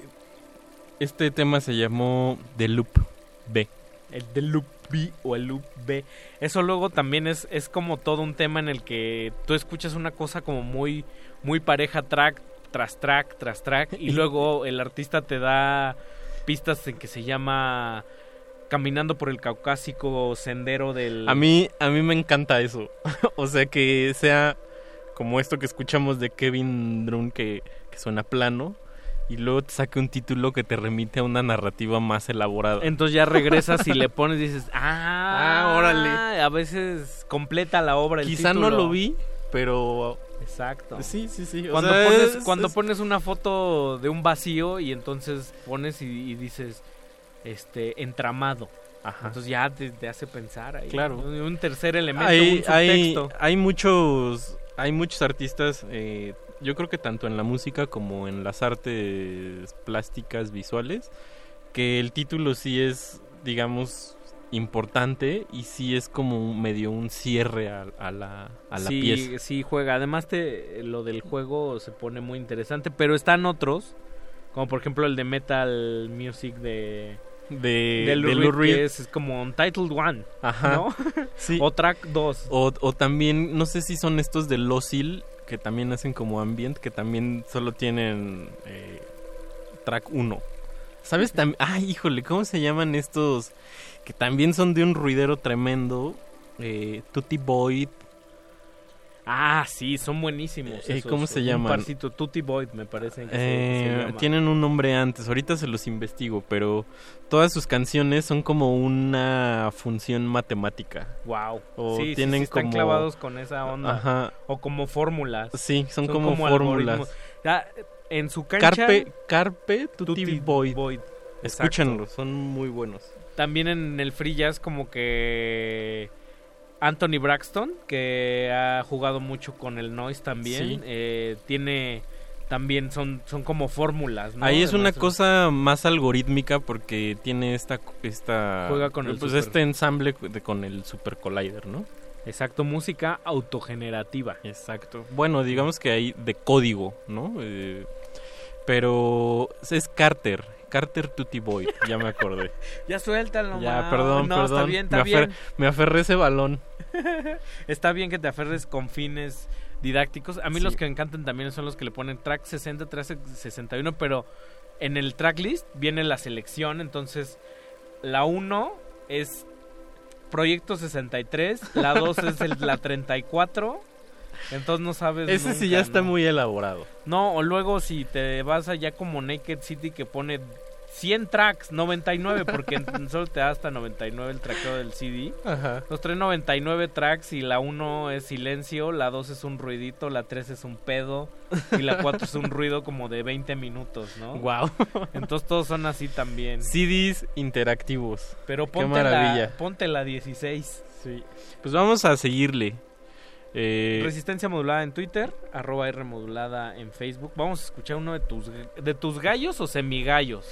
Este tema se llamó The Loop B. El de Loop B o el Loop B. Eso luego también es, es como todo un tema en el que tú escuchas una cosa como muy, muy pareja, track tras track tras track, y luego el artista te da pistas en que se llama Caminando por el Caucásico Sendero del... A mí, a mí me encanta eso. O sea, que sea como esto que escuchamos de Kevin Drum, que, que suena plano, y luego te saque un título que te remite a una narrativa más elaborada. Entonces ya regresas y le pones y dices, ah, Ah, órale. A veces completa la obra el Quizá título. no lo vi, pero... Exacto. Sí, sí, sí. O Cuando, sea, pones, es- cuando es- pones una foto de un vacío y entonces pones y, y dices, este, entramado. Ajá. Entonces ya te, te hace pensar ahí. Claro. Un, un tercer elemento, hay, un hay, subtexto. hay muchos hay muchos artistas, eh, yo creo que tanto en la música como en las artes plásticas visuales, que el título sí es, digamos, importante y sí es como un- medio un cierre a, a la, a la sí, pieza. sí juega. Además te, lo del juego se pone muy interesante, pero están otros, como por ejemplo el de Metal Music de... De, de Lou de Reed, Lou Reed. que es, es como Untitled One, Ajá. ¿no? Sí. O Track dos. O, o también, no sé si son estos de Losil, que también hacen como ambient, que también solo tienen eh, track uno. ¿Sabes? Tam- Ay, híjole, ¿cómo se llaman estos? Que también son de un ruidero tremendo. Eh, Tutti Boyd. Ah, sí, son buenísimos. Eh, esos, ¿cómo se un llaman? parcito, Tutti Boyd, me parece. Que se- Eh, se llama. tienen un nombre antes, ahorita se los investigo, pero todas sus canciones son como una función matemática. Wow. O sí, sí, tienen sí, están como... clavados con esa onda. Ajá. O como fórmulas. Sí, son como fórmulas. algoritmos. Ya, en su cancha... Carpe, Carpe Tutti, Tutti Boyd. Boyd. Escúchenlos, son muy buenos. También en el free jazz como que Anthony Braxton, que ha jugado mucho con el noise también, Sí. eh, tiene también son, son como fórmulas, ¿no? Ahí es una Además, cosa más algorítmica porque tiene esta... esta Juega con el pues super. este ensamble de, con el Super Collider, ¿no? Exacto, música autogenerativa. Exacto. Bueno, digamos que hay de código, ¿no? Eh, pero es Carter, Carter Tutti Boy, ya me acordé. Ya suéltalo, Ya, ma. perdón, no, perdón. Está bien, está me, afer- bien. me aferré ese balón. Está bien que te aferres con fines didácticos. A mí Sí. los que me encantan también son los que le ponen track sesenta, track sesenta y uno, pero en el tracklist viene la selección, entonces la uno es Proyecto sesenta y tres, la dos es el, la treinta y cuatro, entonces no sabes Ese nunca, sí ya está ¿no? muy elaborado. No, o luego si te vas allá como Naked City que pone cien tracks, noventa y nueve, porque en- solo te da hasta noventa y nueve el traqueo del C D. Ajá. Nos trae noventa y nueve tracks y la uno es silencio, la dos es un ruidito, la tres es un pedo y la cuatro es un ruido como de veinte minutos, ¿no? Wow. Entonces todos son así también. C Ds interactivos. Pero Qué ponte maravilla. la, ponte la dieciséis. Sí. Pues vamos a seguirle. Eh, Resistencia modulada en Twitter, arroba R modulada en Facebook. Vamos a escuchar uno de tus de tus gallos o semigallos.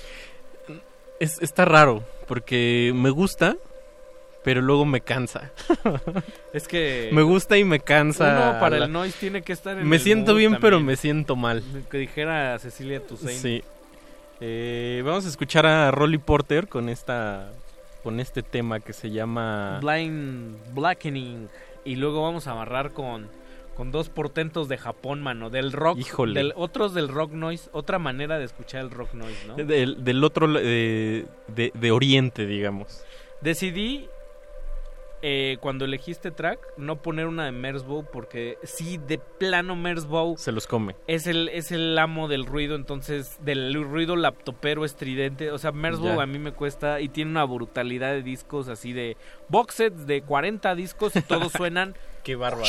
es, está raro, porque me gusta, pero luego me cansa. Es que me gusta y me cansa. uno para la- el noise tiene que estar en Me el siento mood bien, pero también. me siento mal. Que dijera Cecilia Toussaint. Sí. Eh, vamos a escuchar a Rolly Porter con esta con este tema que se llama Blind Blackening. Y luego vamos a amarrar con, con dos portentos de Japón, mano. Del rock. Híjole. Del, otros del rock noise. Otra manera de escuchar el rock noise, ¿no? del, del otro eh, de, de Oriente, digamos. Decidí, eh, cuando elegí este track, no poner una de Merzbow. Porque sí, de plano Merzbow Se los come. es el, es el amo del ruido. Entonces, del ruido laptopero estridente. O sea, Merzbow Ya. a mí me cuesta. Y tiene una brutalidad de discos así de box sets de cuarenta discos y todos suenan Qué bárbaro.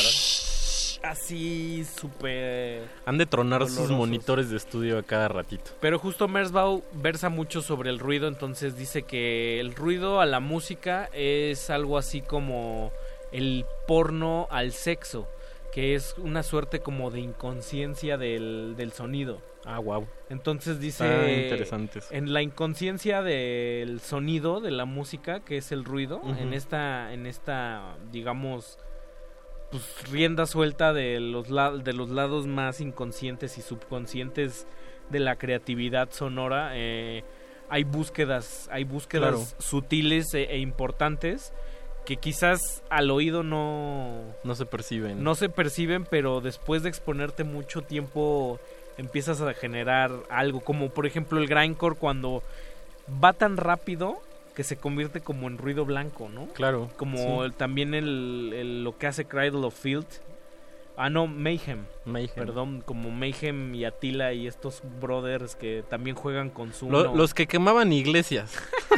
así súper... Han de tronar sus Dolorosos. monitores de estudio a cada ratito. Pero justo Merzbow versa mucho sobre el ruido, entonces dice que el ruido a la música es algo así como el porno al sexo, que es una suerte como de inconsciencia del, del sonido. Ah, wow. Entonces dice... Ah, interesante eso. En la inconsciencia del sonido, de la música, que es el ruido, Ujú. en esta, en esta, digamos... pues rienda suelta de los la- de los lados más inconscientes y subconscientes de la creatividad sonora, eh, hay búsquedas hay búsquedas Claro. sutiles e, e importantes que quizás al oído no No se perciben. no se perciben, pero después de exponerte mucho tiempo empiezas a generar algo, como por ejemplo el grindcore, cuando va tan rápido que se convierte como en ruido blanco, ¿no? Claro. Como sí. el- también el, el- lo que hace Cradle of Filth. Ah, no, Mayhem. Mayhem. Perdón, como Mayhem y Attila y estos brothers que también juegan con su... Lo- los que quemaban iglesias.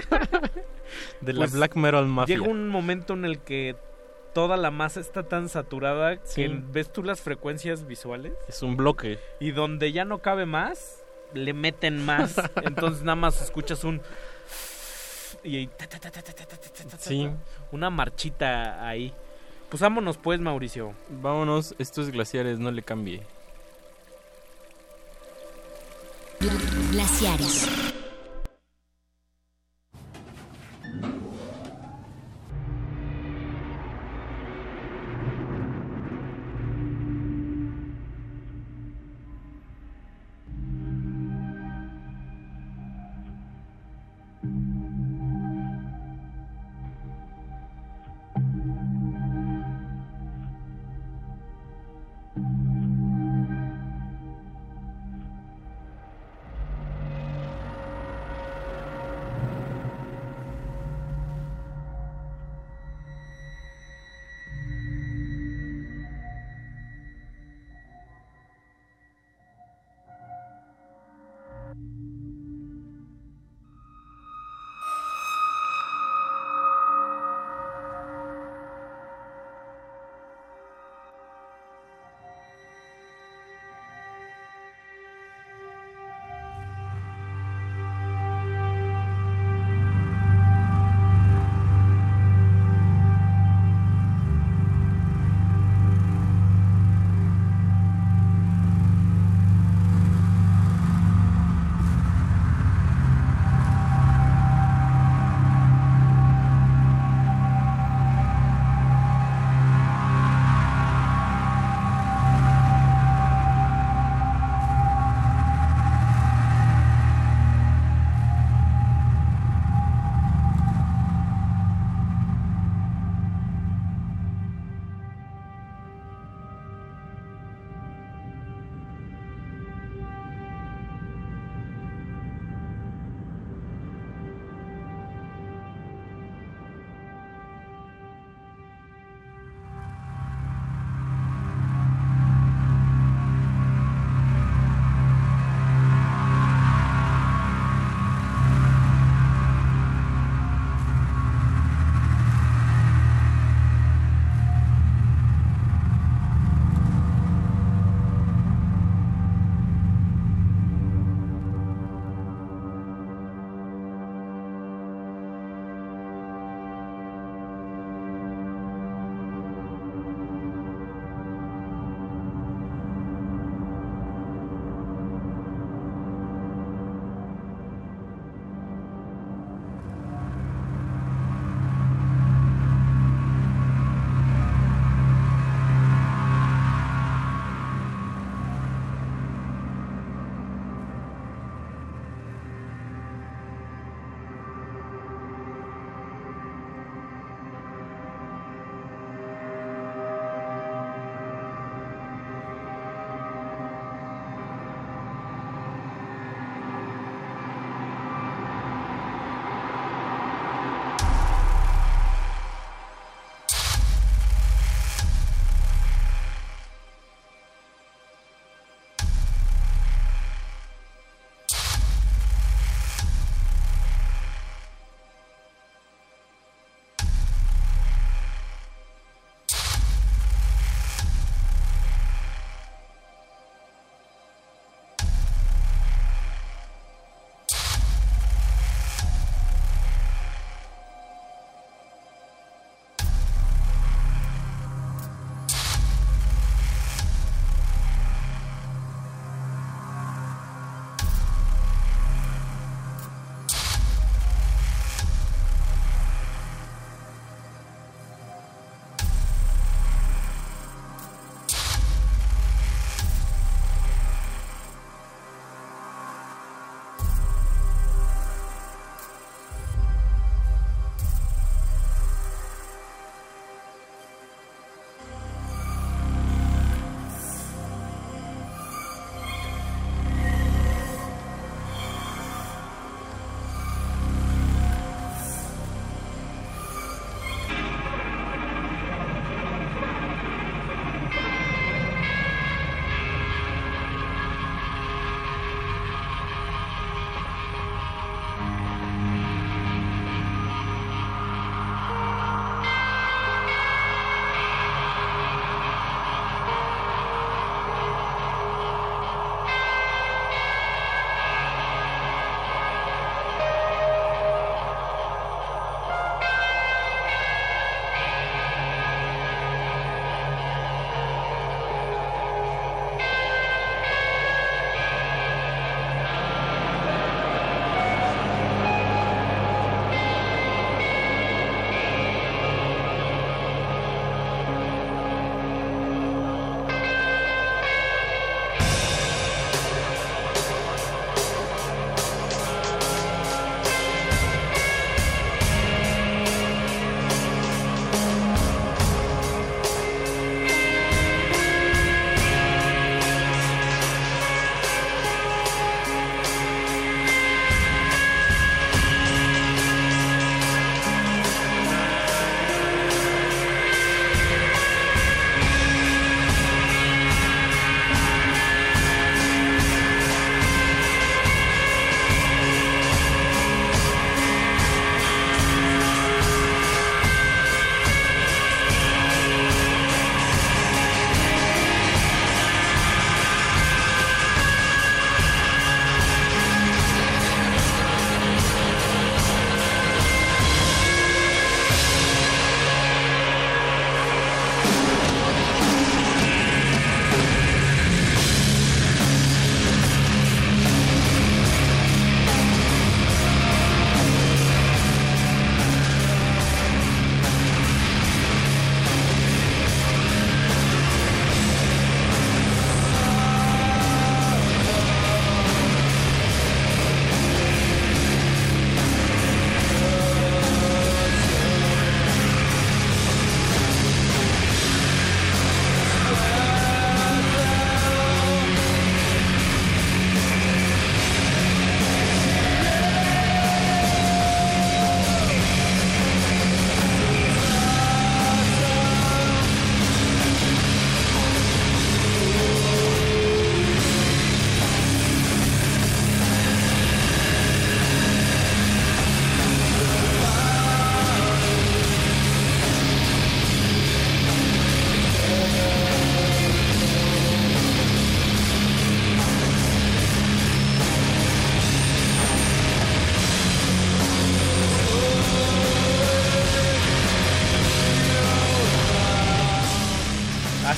De la Pues, Black Metal Mafia. Llega un momento en el que toda la masa está tan saturada Sí. que ves tú las frecuencias visuales Es un bloque. y donde ya no cabe más, le meten más. Entonces nada más escuchas un... Y ahí ta, ta, ta, ta, ta, ta, ta, ta, ta, ta, Sí. una marchita ahí. Pues vámonos pues, Mauricio. Vámonos, estos glaciares no le cambie. Glaciares.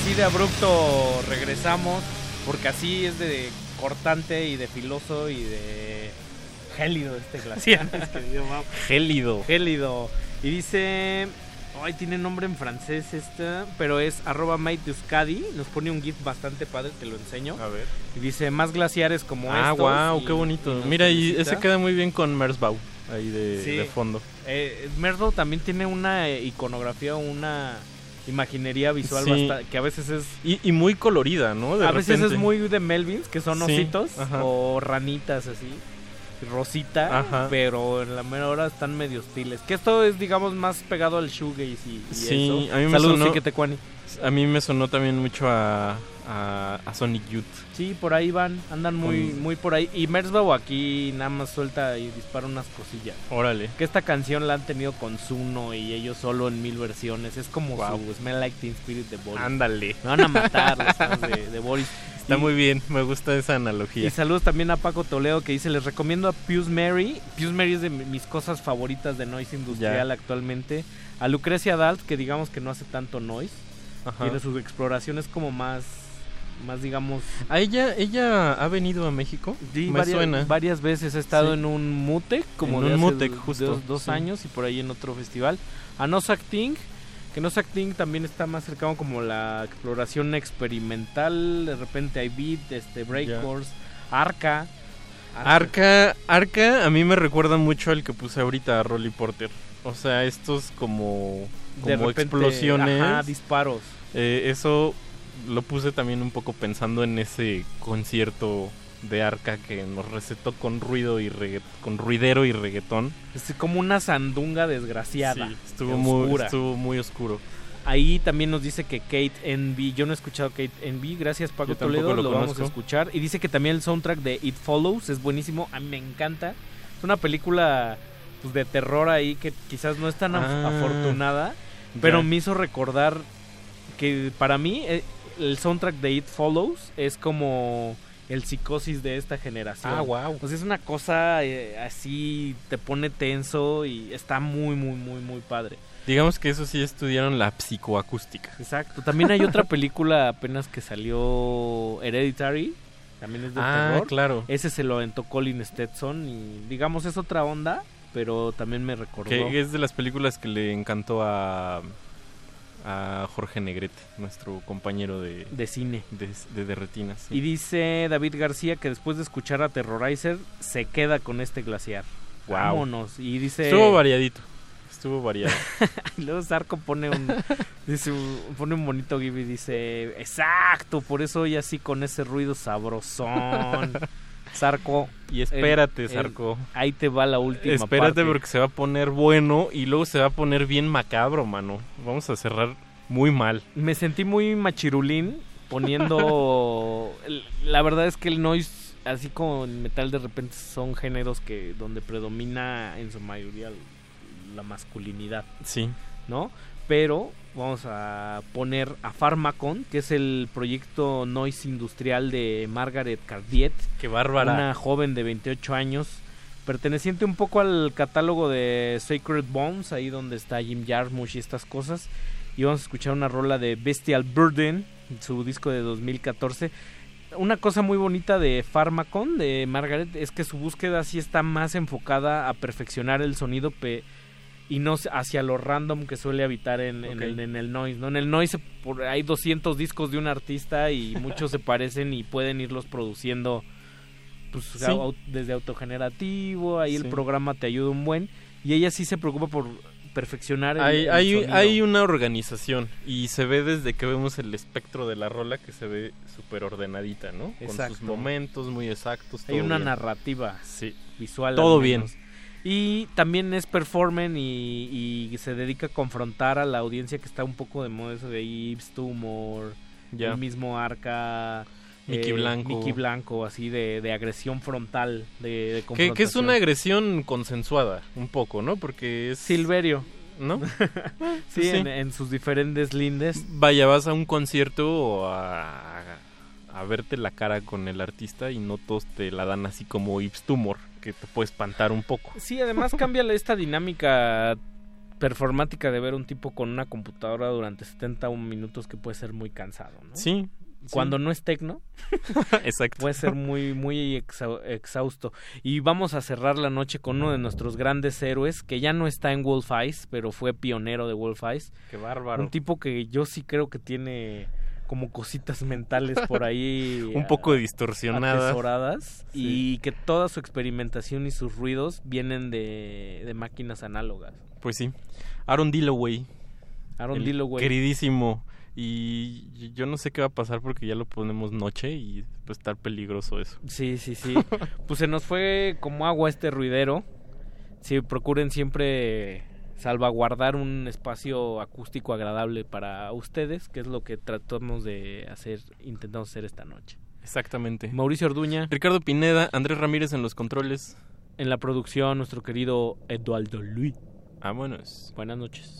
así de abrupto regresamos, porque así es de cortante y de filoso y de gélido este glaciar. Gélido. Gélido. Y dice... Ay, tiene nombre en francés esta, pero es arroba Euskadi. Nos pone un GIF bastante padre, te lo enseño. A ver. Y dice, más glaciares como ah, estos. Ah, wow, y, qué bonito. Y Mira, y ese queda muy bien con Merzbow, ahí de, sí. de fondo. Eh, Merzbow también tiene una iconografía, una imaginería visual sí. bastante, que a veces es... Y, y muy colorida, ¿no? De a repente. veces es muy de Melvins, que son sí. ositos, Ajá. o ranitas así. Rosita, Ajá. pero en la mera hora están medio hostiles. Que esto es, digamos, más pegado al shoegaze y, y sí, eso. a mí me Saludos, sonó, Tecuani. A mí me sonó también mucho a, a, a Sonic Youth. Sí, por ahí van, andan muy Con... muy por ahí. Y Merzbow aquí nada más suelta y dispara unas cosillas. Órale. Que esta canción la han tenido con Zuno y ellos solo en mil versiones. Es como wow. su Smell Like Teen Spirit de Boris. Ándale. Me van a matar los fans de, de Boris. Está y, muy bien, me gusta esa analogía. Y saludos también a Paco Toledo que dice, les recomiendo a Pius Mary. Pius Mary es de mis cosas favoritas de noise industrial ya. actualmente. A Lucrecia Dalt, que digamos que no hace tanto noise. Ajá. Tiene sus exploraciones como más, más digamos... ¿A ella ella ha venido a México? Sí, me varias, suena. Varias veces ha estado sí. en un Mutec, como en de un hace Mutec, dos, justo. dos, dos sí. años, y por ahí en otro festival. A Nosak Ting, que Nosak Ting también está más cercano como la exploración experimental. De repente hay beat, este, breakcourse, Arca. Arca. Arca a mí me recuerda mucho al que puse ahorita, a Rolly Porter. O sea, estos como, como de repente, explosiones. Ajá, disparos. Eh, eso lo puse también un poco pensando en ese concierto de Arca que nos recetó con ruido y regga- con ruidero y reggaetón. Es como una sandunga desgraciada. Sí, estuvo muy, estuvo muy oscuro. Ahí también nos dice que Kate N B, yo no he escuchado Kate N B, gracias Paco Toledo, lo, lo vamos a escuchar. Y dice que también el soundtrack de It Follows es buenísimo, a mí me encanta. Es una película pues, de terror ahí que quizás no es tan ah, afortunada, ya. pero me hizo recordar que para mí el soundtrack de It Follows es como el Psicosis de esta generación. Ah, wow. Pues es una cosa eh, así, te pone tenso y está muy, muy, muy, muy padre. Digamos que eso sí estudiaron la psicoacústica. Exacto. También hay otra película apenas que salió, Hereditary, también es de ah, terror. Claro. Ese se lo aventó Colin Stetson y digamos es otra onda, pero también me recordó. Que es de las películas que le encantó a a Jorge Negrete, nuestro compañero de de cine, de, de, de retinas. Sí. Y dice David García que después de escuchar a Terrorizer se queda con este glaciar. Wow. Vámonos. Y dice estuvo variadito. Estuvo variado. Y luego Zarco pone un dice pone un bonito gif y dice, exacto, por eso hoy así con ese ruido sabrosón. Zarco. Y espérate, el, el, Zarco. Ahí te va la última Espérate parte. Porque se va a poner bueno y luego se va a poner bien macabro, mano. Vamos a cerrar muy mal. Me sentí muy machirulín poniendo... La verdad es que el noise, así como el metal, de repente son géneros que donde predomina en su mayoría la masculinidad. Sí. ¿No? Pero vamos a poner a Pharmacon, que es el proyecto noise industrial de Margaret Cardiet. ¡Qué bárbara! Una joven de veintiocho años, perteneciente un poco al catálogo de Sacred Bones, ahí donde está Jim Jarmusch y estas cosas. Y vamos a escuchar una rola de Bestial Burden, su disco de dos mil catorce. Una cosa muy bonita de Pharmacon, de Margaret, es que su búsqueda sí está más enfocada a perfeccionar el sonido pe- y no hacia lo random que suele habitar en, okay. en, el, en el noise, ¿no? En el noise por, hay doscientos discos de un artista y muchos se parecen y pueden irlos produciendo pues, sí. au, desde autogenerativo, ahí sí. el programa te ayuda un buen, y ella sí se preocupa por perfeccionar el, hay, el hay, sonido. Hay una organización y se ve desde que vemos el espectro de la rola que se ve súper ordenadita, ¿no? Exacto. Con sus momentos muy exactos. Hay una bien. narrativa sí. visual. Todo bien. Y también es performance y, y se dedica a confrontar a la audiencia que está un poco de moda, eso de Yves Tumor, ya. el mismo Arca, Mickey eh, Blanco, Mickey Blanco, así de, de agresión frontal, de, de confrontación. Que, que es una agresión consensuada, un poco, ¿no? Porque es... Silverio. ¿No? sí, sí. En, en sus diferentes lindes. Vaya, vas a un concierto o a, a verte la cara con el artista y no todos te la dan así como Yves Tumor, que te puede espantar un poco. Sí, además cambia esta dinámica performática de ver un tipo con una computadora durante setenta minutos que puede ser muy cansado, ¿no? Sí. Cuando sí. no es tecno, exacto, puede ser muy muy exa- exhausto. Y vamos a cerrar la noche con uno de nuestros grandes héroes, que ya no está en Wolf Eyes, pero fue pionero de Wolf Eyes. Qué bárbaro. Un tipo que yo sí creo que tiene como cositas mentales por ahí un poco distorsionadas, atesoradas, sí. y que toda su experimentación y sus ruidos vienen de, de máquinas análogas. Pues sí. Aaron Dilloway. Aaron Dilloway. Queridísimo. Y yo no sé qué va a pasar porque ya lo ponemos noche y pues está peligroso eso. Sí, sí, sí. Pues se nos fue como agua este ruidero. Sí, procuren siempre salvaguardar un espacio acústico agradable para ustedes, que es lo que tratamos de hacer, intentamos hacer esta noche. Exactamente. Mauricio Orduña. Ricardo Pineda, Andrés Ramírez en los controles. En la producción, nuestro querido Eduardo Luis. Vámonos. Buenas noches.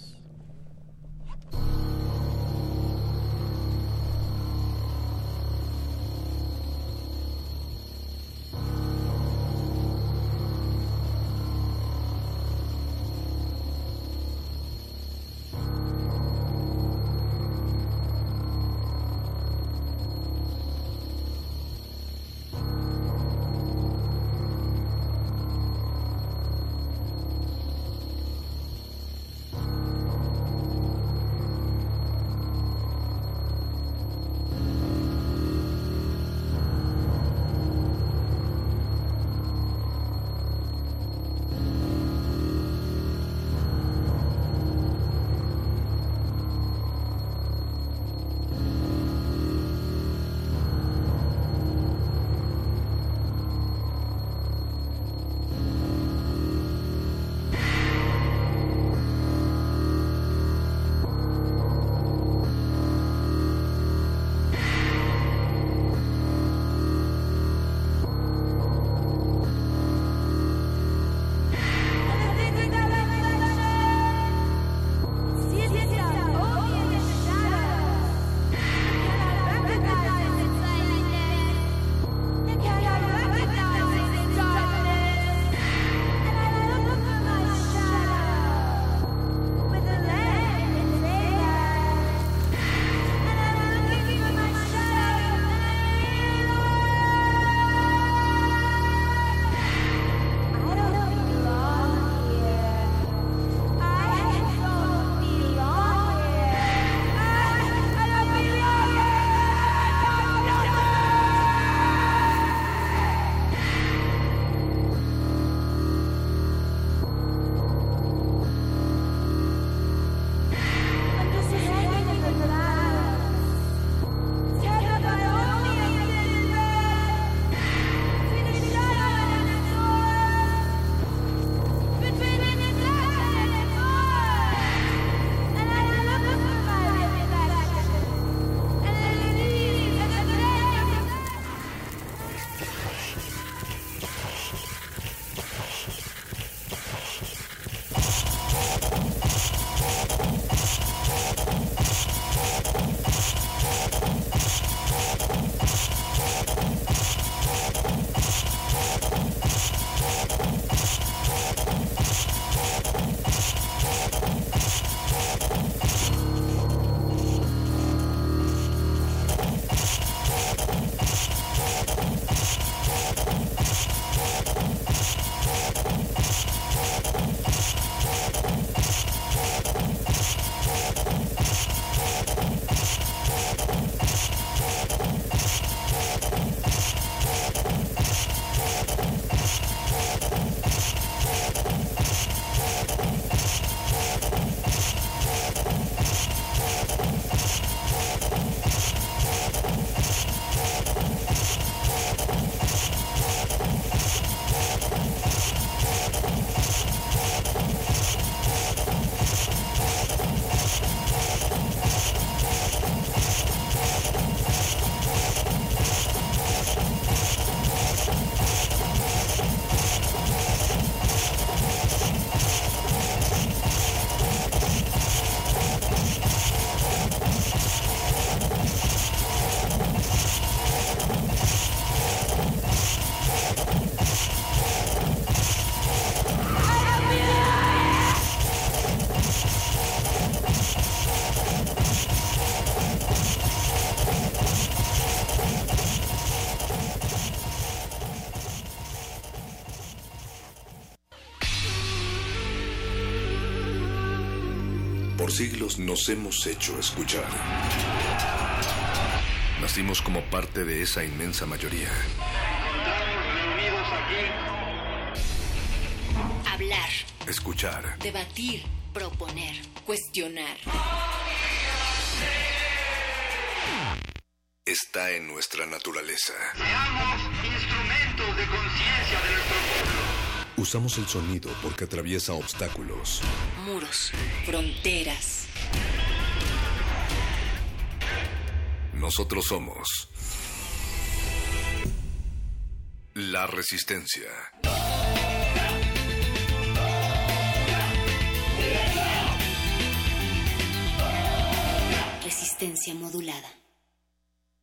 Por siglos nos hemos hecho escuchar. Nacimos como parte de esa inmensa mayoría. Hablar, Escuchar. debatir, proponer, cuestionar. Está en nuestra naturaleza. Seamos instrumentos de conciencia de nuestro pueblo. Usamos el sonido porque atraviesa obstáculos. Muros, fronteras. Nosotros somos la Resistencia. Resistencia modulada.